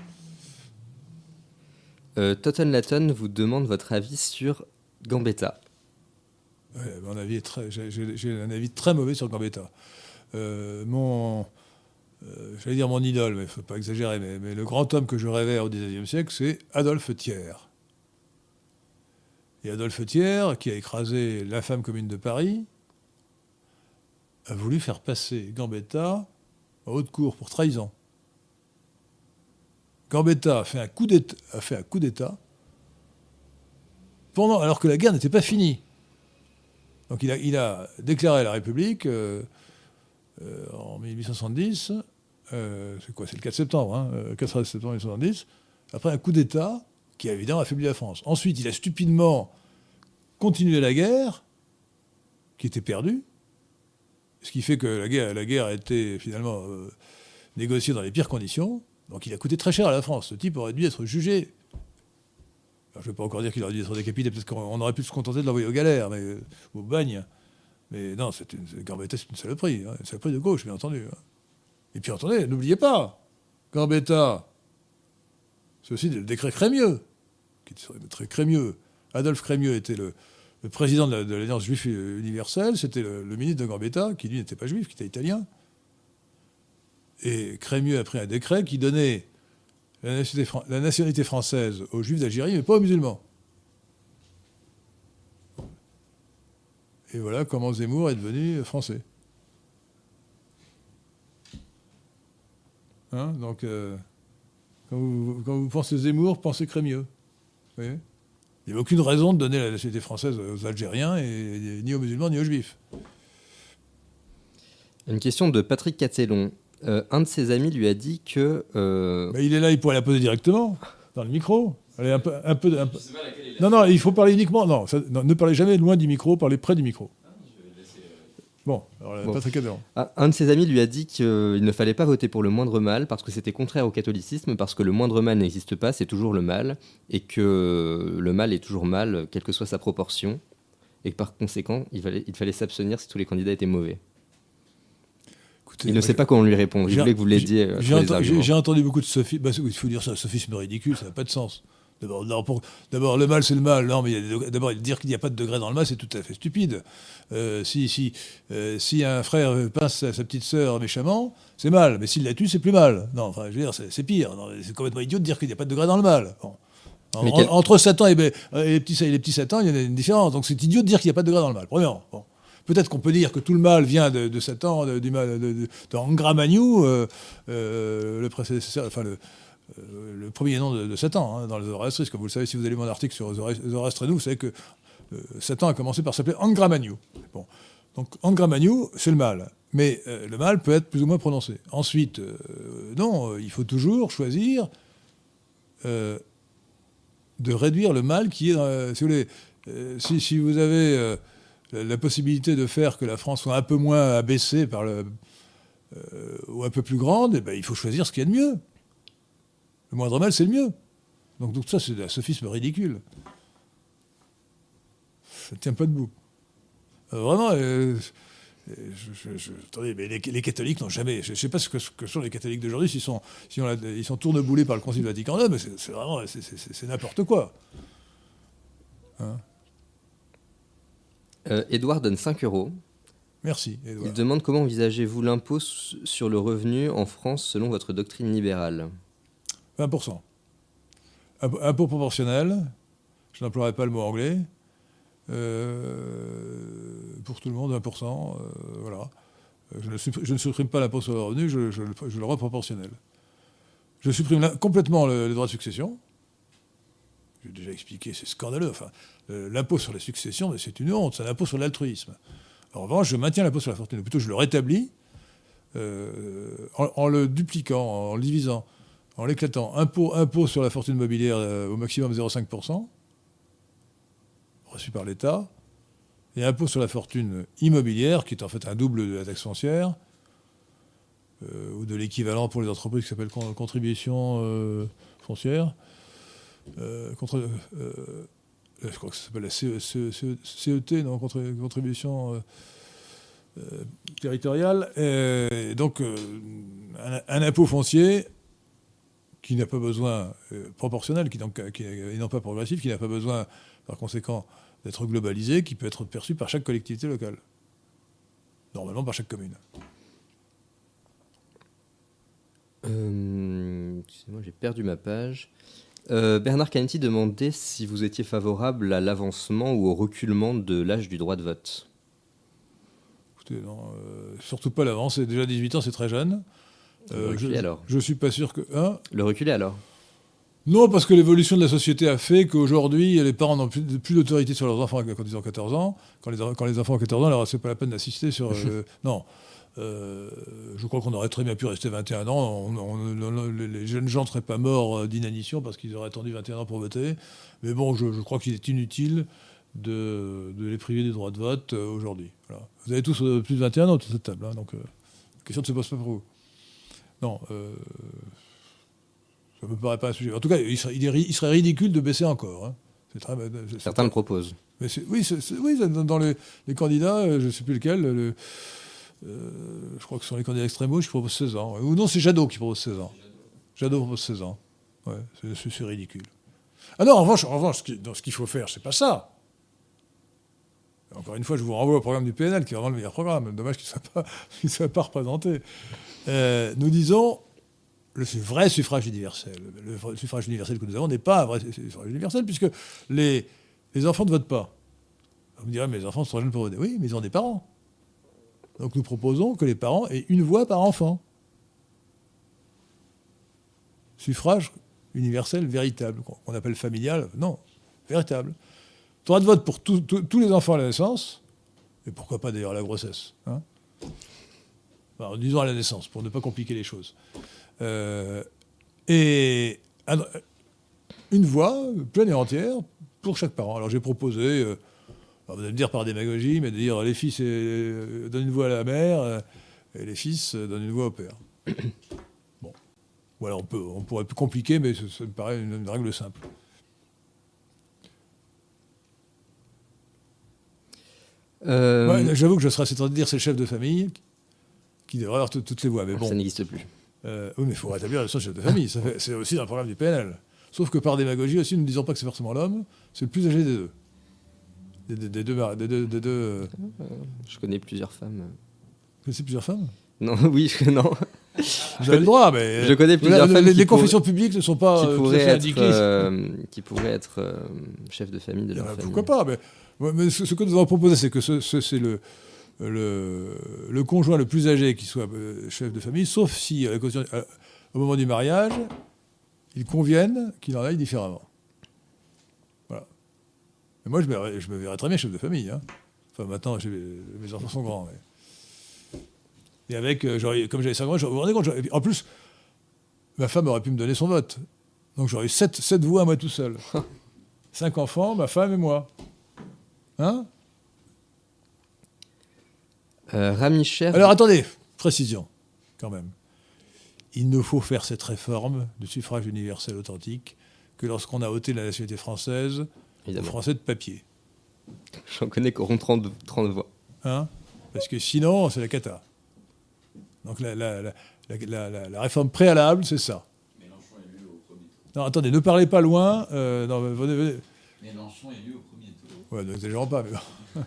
Mais... Totten Latton vous demande votre avis sur Gambetta. Ouais, mon avis est j'ai un avis très mauvais sur Gambetta. J'allais dire mon idole, mais il ne faut pas exagérer, mais le grand homme que je révère au XIXe siècle, c'est Adolphe Thiers. Et Adolphe Thiers, qui a écrasé l'infâme commune de Paris, a voulu faire passer Gambetta en haute cour pour trahison. Gambetta a fait un coup d'État alors que la guerre n'était pas finie. Donc il a déclaré la République en 1870. C'est quoi ? C'est le 4 septembre, 4 septembre 1870. Après un coup d'État qui a évidemment affaibli la France. Ensuite, il a stupidement continué la guerre, qui était perdue, ce qui fait que la guerre a été finalement négociée dans les pires conditions. Donc il a coûté très cher à la France. Ce type aurait dû être jugé. Alors, je ne vais pas encore dire qu'il aurait dû être décapité, parce qu'on aurait pu se contenter de l'envoyer aux galères, au bagne. Mais non, Gambetta, c'est une saloperie de gauche, bien entendu. Et puis attendez, n'oubliez pas, Gambetta, c'est aussi le décret Crémieux, qui était très Crémieux. Adolphe Crémieux était le président de l'Alliance juive universelle, c'était le ministre de Gambetta, qui lui n'était pas juif, qui était italien. Et Crémieux a pris un décret qui donnait la nationalité française aux juifs d'Algérie, mais pas aux musulmans. Et voilà comment Zemmour est devenu français. Donc, quand vous pensez Zemmour, pensez Crémieux. Vous voyez ? Il n'y a aucune raison de donner la nationalité française aux Algériens, ni aux musulmans, ni aux juifs. Une question de Patrick Catellon. Un de ses amis lui a dit que... il est là, il pourrait la poser directement, dans le micro. Allez, Non, il faut parler uniquement... Non, ne parlez jamais loin du micro, parlez près du micro. Bon, alors Patrick Catellon. Un de ses amis lui a dit qu'il ne fallait pas voter pour le moindre mal, parce que c'était contraire au catholicisme, parce que le moindre mal n'existe pas, c'est toujours le mal, et que le mal est toujours mal, quelle que soit sa proportion, et que par conséquent, il fallait s'abstenir si tous les candidats étaient mauvais. Il ne sait pas comment lui répondre. Je voulais que vous l'aidiez. J'ai entendu beaucoup de sophisme. Il faut dire ça, un sophisme ridicule, ça n'a pas de sens. D'abord, le mal, c'est le mal. Non, mais d'abord, dire qu'il n'y a pas de degré dans le mal, c'est tout à fait stupide. Si un frère pince sa petite sœur méchamment, c'est mal. Mais s'il la tue, c'est plus mal. Non, enfin, je veux dire, c'est pire. Non, c'est complètement idiot de dire qu'il n'y a pas de degré dans le mal. Bon. Entre Satan et les petits Satans, il y a une différence. Donc c'est idiot de dire qu'il n'y a pas de degré dans le mal. Premièrement. Bon. Peut-être qu'on peut dire que tout le mal vient de Satan, du mal de Angra Magnou, le prédécesseur, enfin le premier nom de Satan, dans les Zoroastristes. Comme vous le savez, si vous allez mon article sur Zoroastrenu, vous savez que Satan a commencé par s'appeler Angra Magnou. Bon. Donc Angra Magnou, c'est le mal. Mais le mal peut être plus ou moins prononcé. Ensuite, il faut toujours choisir de réduire le mal qui est, si vous voulez, si vous avez la possibilité de faire que la France soit un peu moins abaissée ou un peu plus grande, il faut choisir ce qu'il y a de mieux. Le moindre mal, c'est le mieux. Donc ça, c'est un sophisme ridicule. Ça ne tient pas debout. Vraiment, attendez, mais les catholiques n'ont jamais... Je ne sais pas ce que sont les catholiques d'aujourd'hui, ils sont tourneboulés par le Concile Vatican II, mais c'est vraiment... C'est n'importe quoi. Édouard donne 5 €. Merci, Édouard. Il demande comment envisagez-vous l'impôt sur le revenu en France selon votre doctrine libérale ? 20%. Impôt proportionnel, je n'emploierai pas le mot anglais, pour tout le monde, 20%, voilà. Je ne supprime pas l'impôt sur le revenu, je le rends proportionnel. Je supprime complètement le droit de succession. J'ai déjà expliqué, c'est scandaleux. Enfin, l'impôt sur la succession, c'est une honte, c'est un impôt sur l'altruisme. En revanche, je maintiens l'impôt sur la fortune, ou plutôt je le rétablis en le dupliquant, en le divisant, en l'éclatant. Impôt sur la fortune mobilière au maximum 0,5%, reçu par l'État, et impôt sur la fortune immobilière, qui est en fait un double de la taxe foncière, ou de l'équivalent pour les entreprises qui s'appelle contribution foncière. Je crois que ça s'appelle la CET, non, contribution territoriale. Donc, un impôt foncier qui n'a pas besoin proportionnel, qui n'est pas progressif, qui n'a pas besoin, par conséquent, d'être globalisé, qui peut être perçu par chaque collectivité locale. Normalement, par chaque commune. Excusez-moi, j'ai perdu ma page. Bernard Canetti demandait si vous étiez favorable à l'avancement ou au reculement de l'âge du droit de vote. Écoutez, non, surtout pas l'avance. Déjà 18 ans, c'est très jeune. Le reculer alors. Je suis pas sûr que... Le reculer alors. Non, parce que l'évolution de la société a fait qu'aujourd'hui, les parents n'ont plus d'autorité sur leurs enfants quand ils ont 14 ans. Quand les enfants ont 14 ans, alors c'est pas la peine d'assister sur... non. Je crois qu'on aurait très bien pu rester 21 ans. Les jeunes gens ne seraient pas morts d'inanition parce qu'ils auraient attendu 21 ans pour voter. Mais bon, je crois qu'il est inutile de les priver du droit de vote aujourd'hui. Voilà. Vous avez tous plus de 21 ans autour de cette table, hein, donc la question ne se pose pas pour vous. Non, ça ne me paraît pas un sujet. En tout cas, il serait ridicule de baisser encore. Hein. Certains le proposent. Mais oui, dans les candidats, je ne sais plus lequel, je crois que ce sont les candidats extrême gauche qui proposent 16 ans. Ou non, c'est Jadot qui propose 16 ans. Jadot propose 16 ans. Ouais, c'est ridicule. Ah non, en revanche, ce qu'il faut faire, c'est pas ça. Encore une fois, je vous renvoie au programme du PNL, qui est vraiment le meilleur programme. Dommage qu'il ne soit pas représenté. Nous disons, le vrai suffrage universel. Le suffrage universel que nous avons n'est pas un vrai suffrage universel, puisque les enfants ne votent pas. Vous me direz, mais les enfants sont trop jeunes pour voter. Oui, mais ils ont des parents. Donc nous proposons que les parents aient une voix par enfant. Suffrage universel véritable, qu'on appelle familial, non, véritable. Droit de vote pour tous les enfants à la naissance, et pourquoi pas d'ailleurs à la grossesse. Hein, enfin, disons à la naissance, pour ne pas compliquer les choses. Et une voix pleine et entière pour chaque parent. Alors j'ai proposé, vous allez me dire par démagogie, mais de dire les fils donnent une voix à la mère, et les fils donnent une voix au père. Bon. Voilà, on pourrait plus compliquer, mais ça me paraît une règle simple. Ouais, j'avoue que je serais assez tenté de dire c'est le chef de famille qui devrait avoir toutes les voix. Mais bon, ça n'existe plus. Oui, mais il faut rétablir le chef de famille. C'est aussi dans le programme du PNL. Sauf que par démagogie aussi, nous ne disons pas que c'est forcément l'homme, c'est le plus âgé des deux. Des deux. Je connais plusieurs femmes. Vous connaissez plusieurs femmes ? Non, oui, non. Vous avez le droit, mais... Je connais plusieurs femmes les confessions publiques ne sont pas qui pourraient être chefs de famille de leur famille. Pourquoi pas, mais ce que nous avons proposé, c'est que c'est le conjoint le plus âgé qui soit chef de famille, sauf si, au moment du mariage, ils conviennent qu'il en aille différemment. Voilà. Mais moi, je me verrais très bien chef de famille. Hein. Enfin, maintenant, mes enfants sont grands. Mais... Et avec, comme j'avais 5 ans, vous vous rendez compte, en plus, ma femme aurait pu me donner son vote. Donc j'aurais eu 7 voix à moi tout seul. 5 enfants, ma femme et moi. Hein ? Ramicher... Alors attendez, précision, quand même. Il ne faut faire cette réforme du suffrage universel authentique que lorsqu'on a ôté la nationalité française aux Français de papier. J'en connais qui auront 30 voix. Hein ? Parce que sinon, c'est la cata. Donc la réforme préalable, c'est ça. Mélenchon est élu au premier tour. Non, attendez, ne parlez pas loin. Venez. Mélenchon est élu au premier tour. Ouais, n'exagérons pas, mais...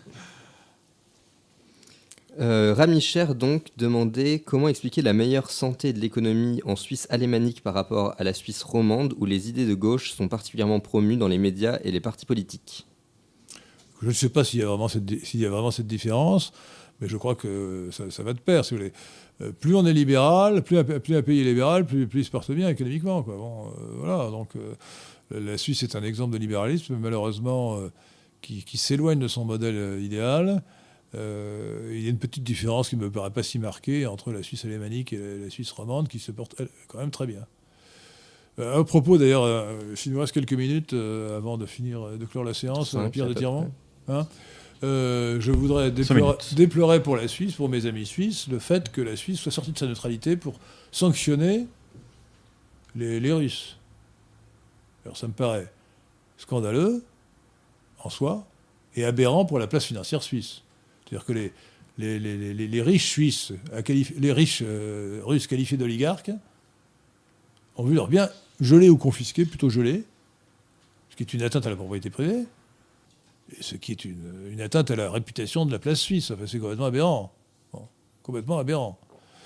Ramicher donc demandait comment expliquer la meilleure santé de l'économie en Suisse alémanique par rapport à la Suisse romande où les idées de gauche sont particulièrement promues dans les médias et les partis politiques. Je ne sais pas s'il y a vraiment cette différence, mais je crois que ça va de pair, si vous voulez. Plus on est libéral, plus un pays est libéral, plus il se porte bien économiquement, quoi. Bon, voilà, donc la Suisse est un exemple de libéralisme, malheureusement, qui s'éloigne de son modèle idéal. Il y a une petite différence qui ne me paraît pas si marquée entre la Suisse alémanique et la Suisse romande, qui se porte quand même très bien. À propos, d'ailleurs, s'il nous reste quelques minutes avant de clore la séance, Pierre de Tirmont, hein, je voudrais déplorer pour la Suisse, pour mes amis suisses, le fait que la Suisse soit sortie de sa neutralité pour sanctionner les Russes. Alors ça me paraît scandaleux en soi et aberrant pour la place financière suisse. C'est-à-dire que les riches suisses, les riches russes qualifiés d'oligarques, ont vu leurs biens gelés ou confisqués, plutôt gelés, ce qui est une atteinte à la propriété privée, et ce qui est une atteinte à la réputation de la place suisse. Enfin, c'est complètement aberrant. Bon, complètement aberrant.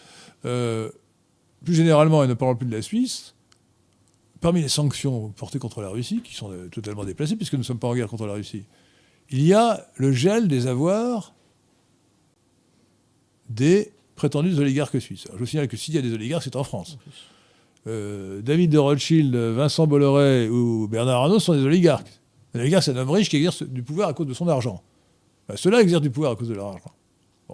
Plus généralement, et ne parlons plus de la Suisse, parmi les sanctions portées contre la Russie, qui sont totalement déplacées, puisque nous ne sommes pas en guerre contre la Russie, il y a le gel des avoirs des prétendus oligarques suisses. Alors, je vous signale que s'il y a des oligarques, c'est en France. David de Rothschild, Vincent Bolloré ou Bernard Arnault sont des oligarques. Un oligarque, c'est un homme riche qui exerce du pouvoir à cause de son argent. Ceux-là exercent du pouvoir à cause de leur argent. Bon.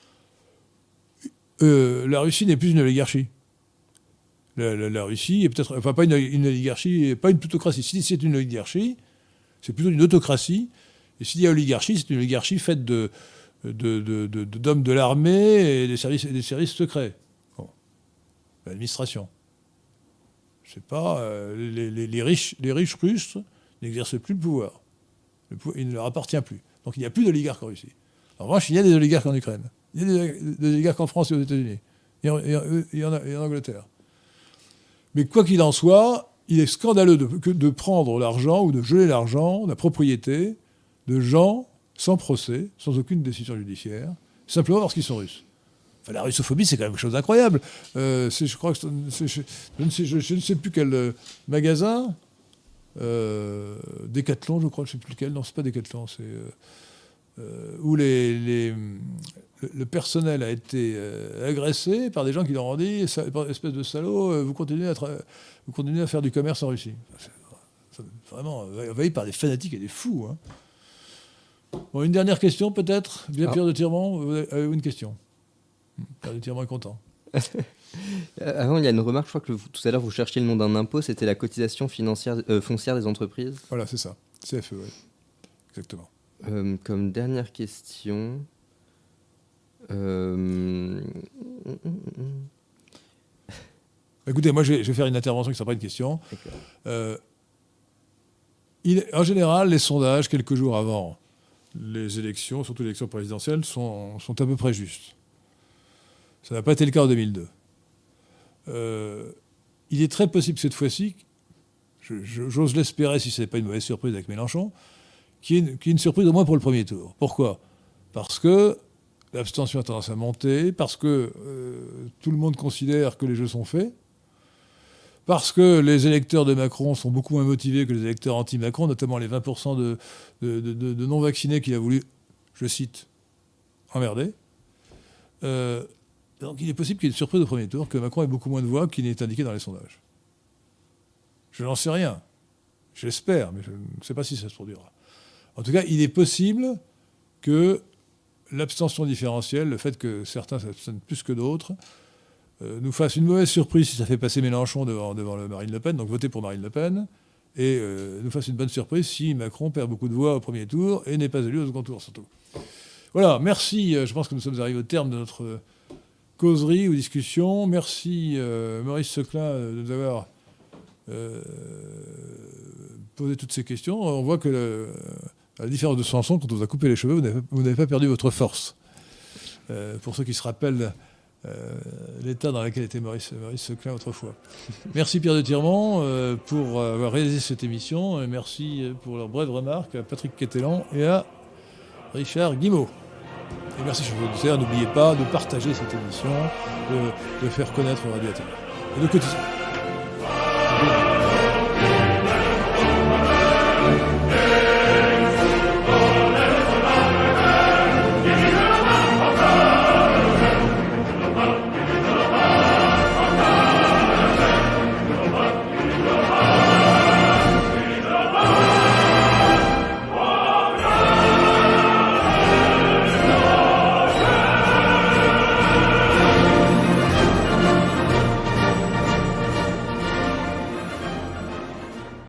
La Russie n'est plus une oligarchie. La Russie est peut-être... Enfin, pas une oligarchie, pas une plutocratie. Si c'est une oligarchie, c'est plutôt une autocratie. Et s'il y a oligarchie, c'est une oligarchie faite d'hommes de l'armée et des services secrets. Bon. L'administration. C'est pas... les riches russes n'exercent plus le pouvoir. Il ne leur appartient plus. Donc il n'y a plus d'oligarques en Russie. En revanche, il y a des oligarques en Ukraine. Il y a des oligarques en France et aux États-Unis. Et en Angleterre. Mais quoi qu'il en soit, il est scandaleux de prendre l'argent ou de geler l'argent, la propriété de gens sans procès, sans aucune décision judiciaire, simplement parce qu'ils sont russes. Enfin, la russophobie, c'est quand même quelque chose d'incroyable. Je crois que je ne sais plus quel magasin, Decathlon, je crois, je ne sais plus lequel. Non, c'est pas Decathlon, c'est où le personnel a été agressé par des gens qui leur ont dit espèce de salaud, vous continuez à faire du commerce en Russie. C'est vraiment envahi par des fanatiques et des fous. Hein. Bon, une dernière question peut-être. Bien, Pierre de Tirmont, avez-vous une question? Pierre de Tirmont est content. Avant, il y a une remarque, je crois que tout à l'heure vous cherchiez le nom d'un impôt, c'était la cotisation foncière des entreprises. Voilà, c'est ça. CFE, oui. Exactement. Comme dernière question... Écoutez, moi je vais faire une intervention qui ne sera pas une question. En général, les sondages, quelques jours avant les élections, surtout les élections présidentielles, sont à peu près justes. Ça n'a pas été le cas en 2002. Il est très possible cette fois-ci, j'ose l'espérer si ce n'est pas une mauvaise surprise avec Mélenchon, qu'il y ait une surprise au moins pour le premier tour. Pourquoi ? Parce que l'abstention a tendance à monter, parce que tout le monde considère que les jeux sont faits, parce que les électeurs de Macron sont beaucoup moins motivés que les électeurs anti-Macron, notamment les 20% de non-vaccinés qu'il a voulu, je cite, emmerder. Donc il est possible qu'il y ait une surprise au premier tour, que Macron ait beaucoup moins de voix qu'il n'est indiqué dans les sondages. Je n'en sais rien. J'espère, mais je ne sais pas si ça se produira. En tout cas, il est possible que l'abstention différentielle, le fait que certains s'abstiennent plus que d'autres, nous fasse une mauvaise surprise si ça fait passer Mélenchon devant Marine Le Pen, donc voter pour Marine Le Pen, et nous fasse une bonne surprise si Macron perd beaucoup de voix au premier tour et n'est pas élu au second tour, surtout. Voilà, merci. Je pense que nous sommes arrivés au terme de notre causerie ou discussion. Merci Maurice Seclin de nous avoir posé toutes ces questions. On voit que à la différence de Samson, quand on vous a coupé les cheveux, vous n'avez pas perdu votre force. Pour ceux qui se rappellent l'état dans lequel était Maurice Seclin autrefois. Merci Pierre de Tirmont pour avoir réalisé cette émission. Et merci pour leurs brèves remarques à Patrick Quétélan et à Richard Guimau. Et merci, chers auditeurs. N'oubliez pas de partager cette émission, de faire connaître Radio Athéna et de cotiser.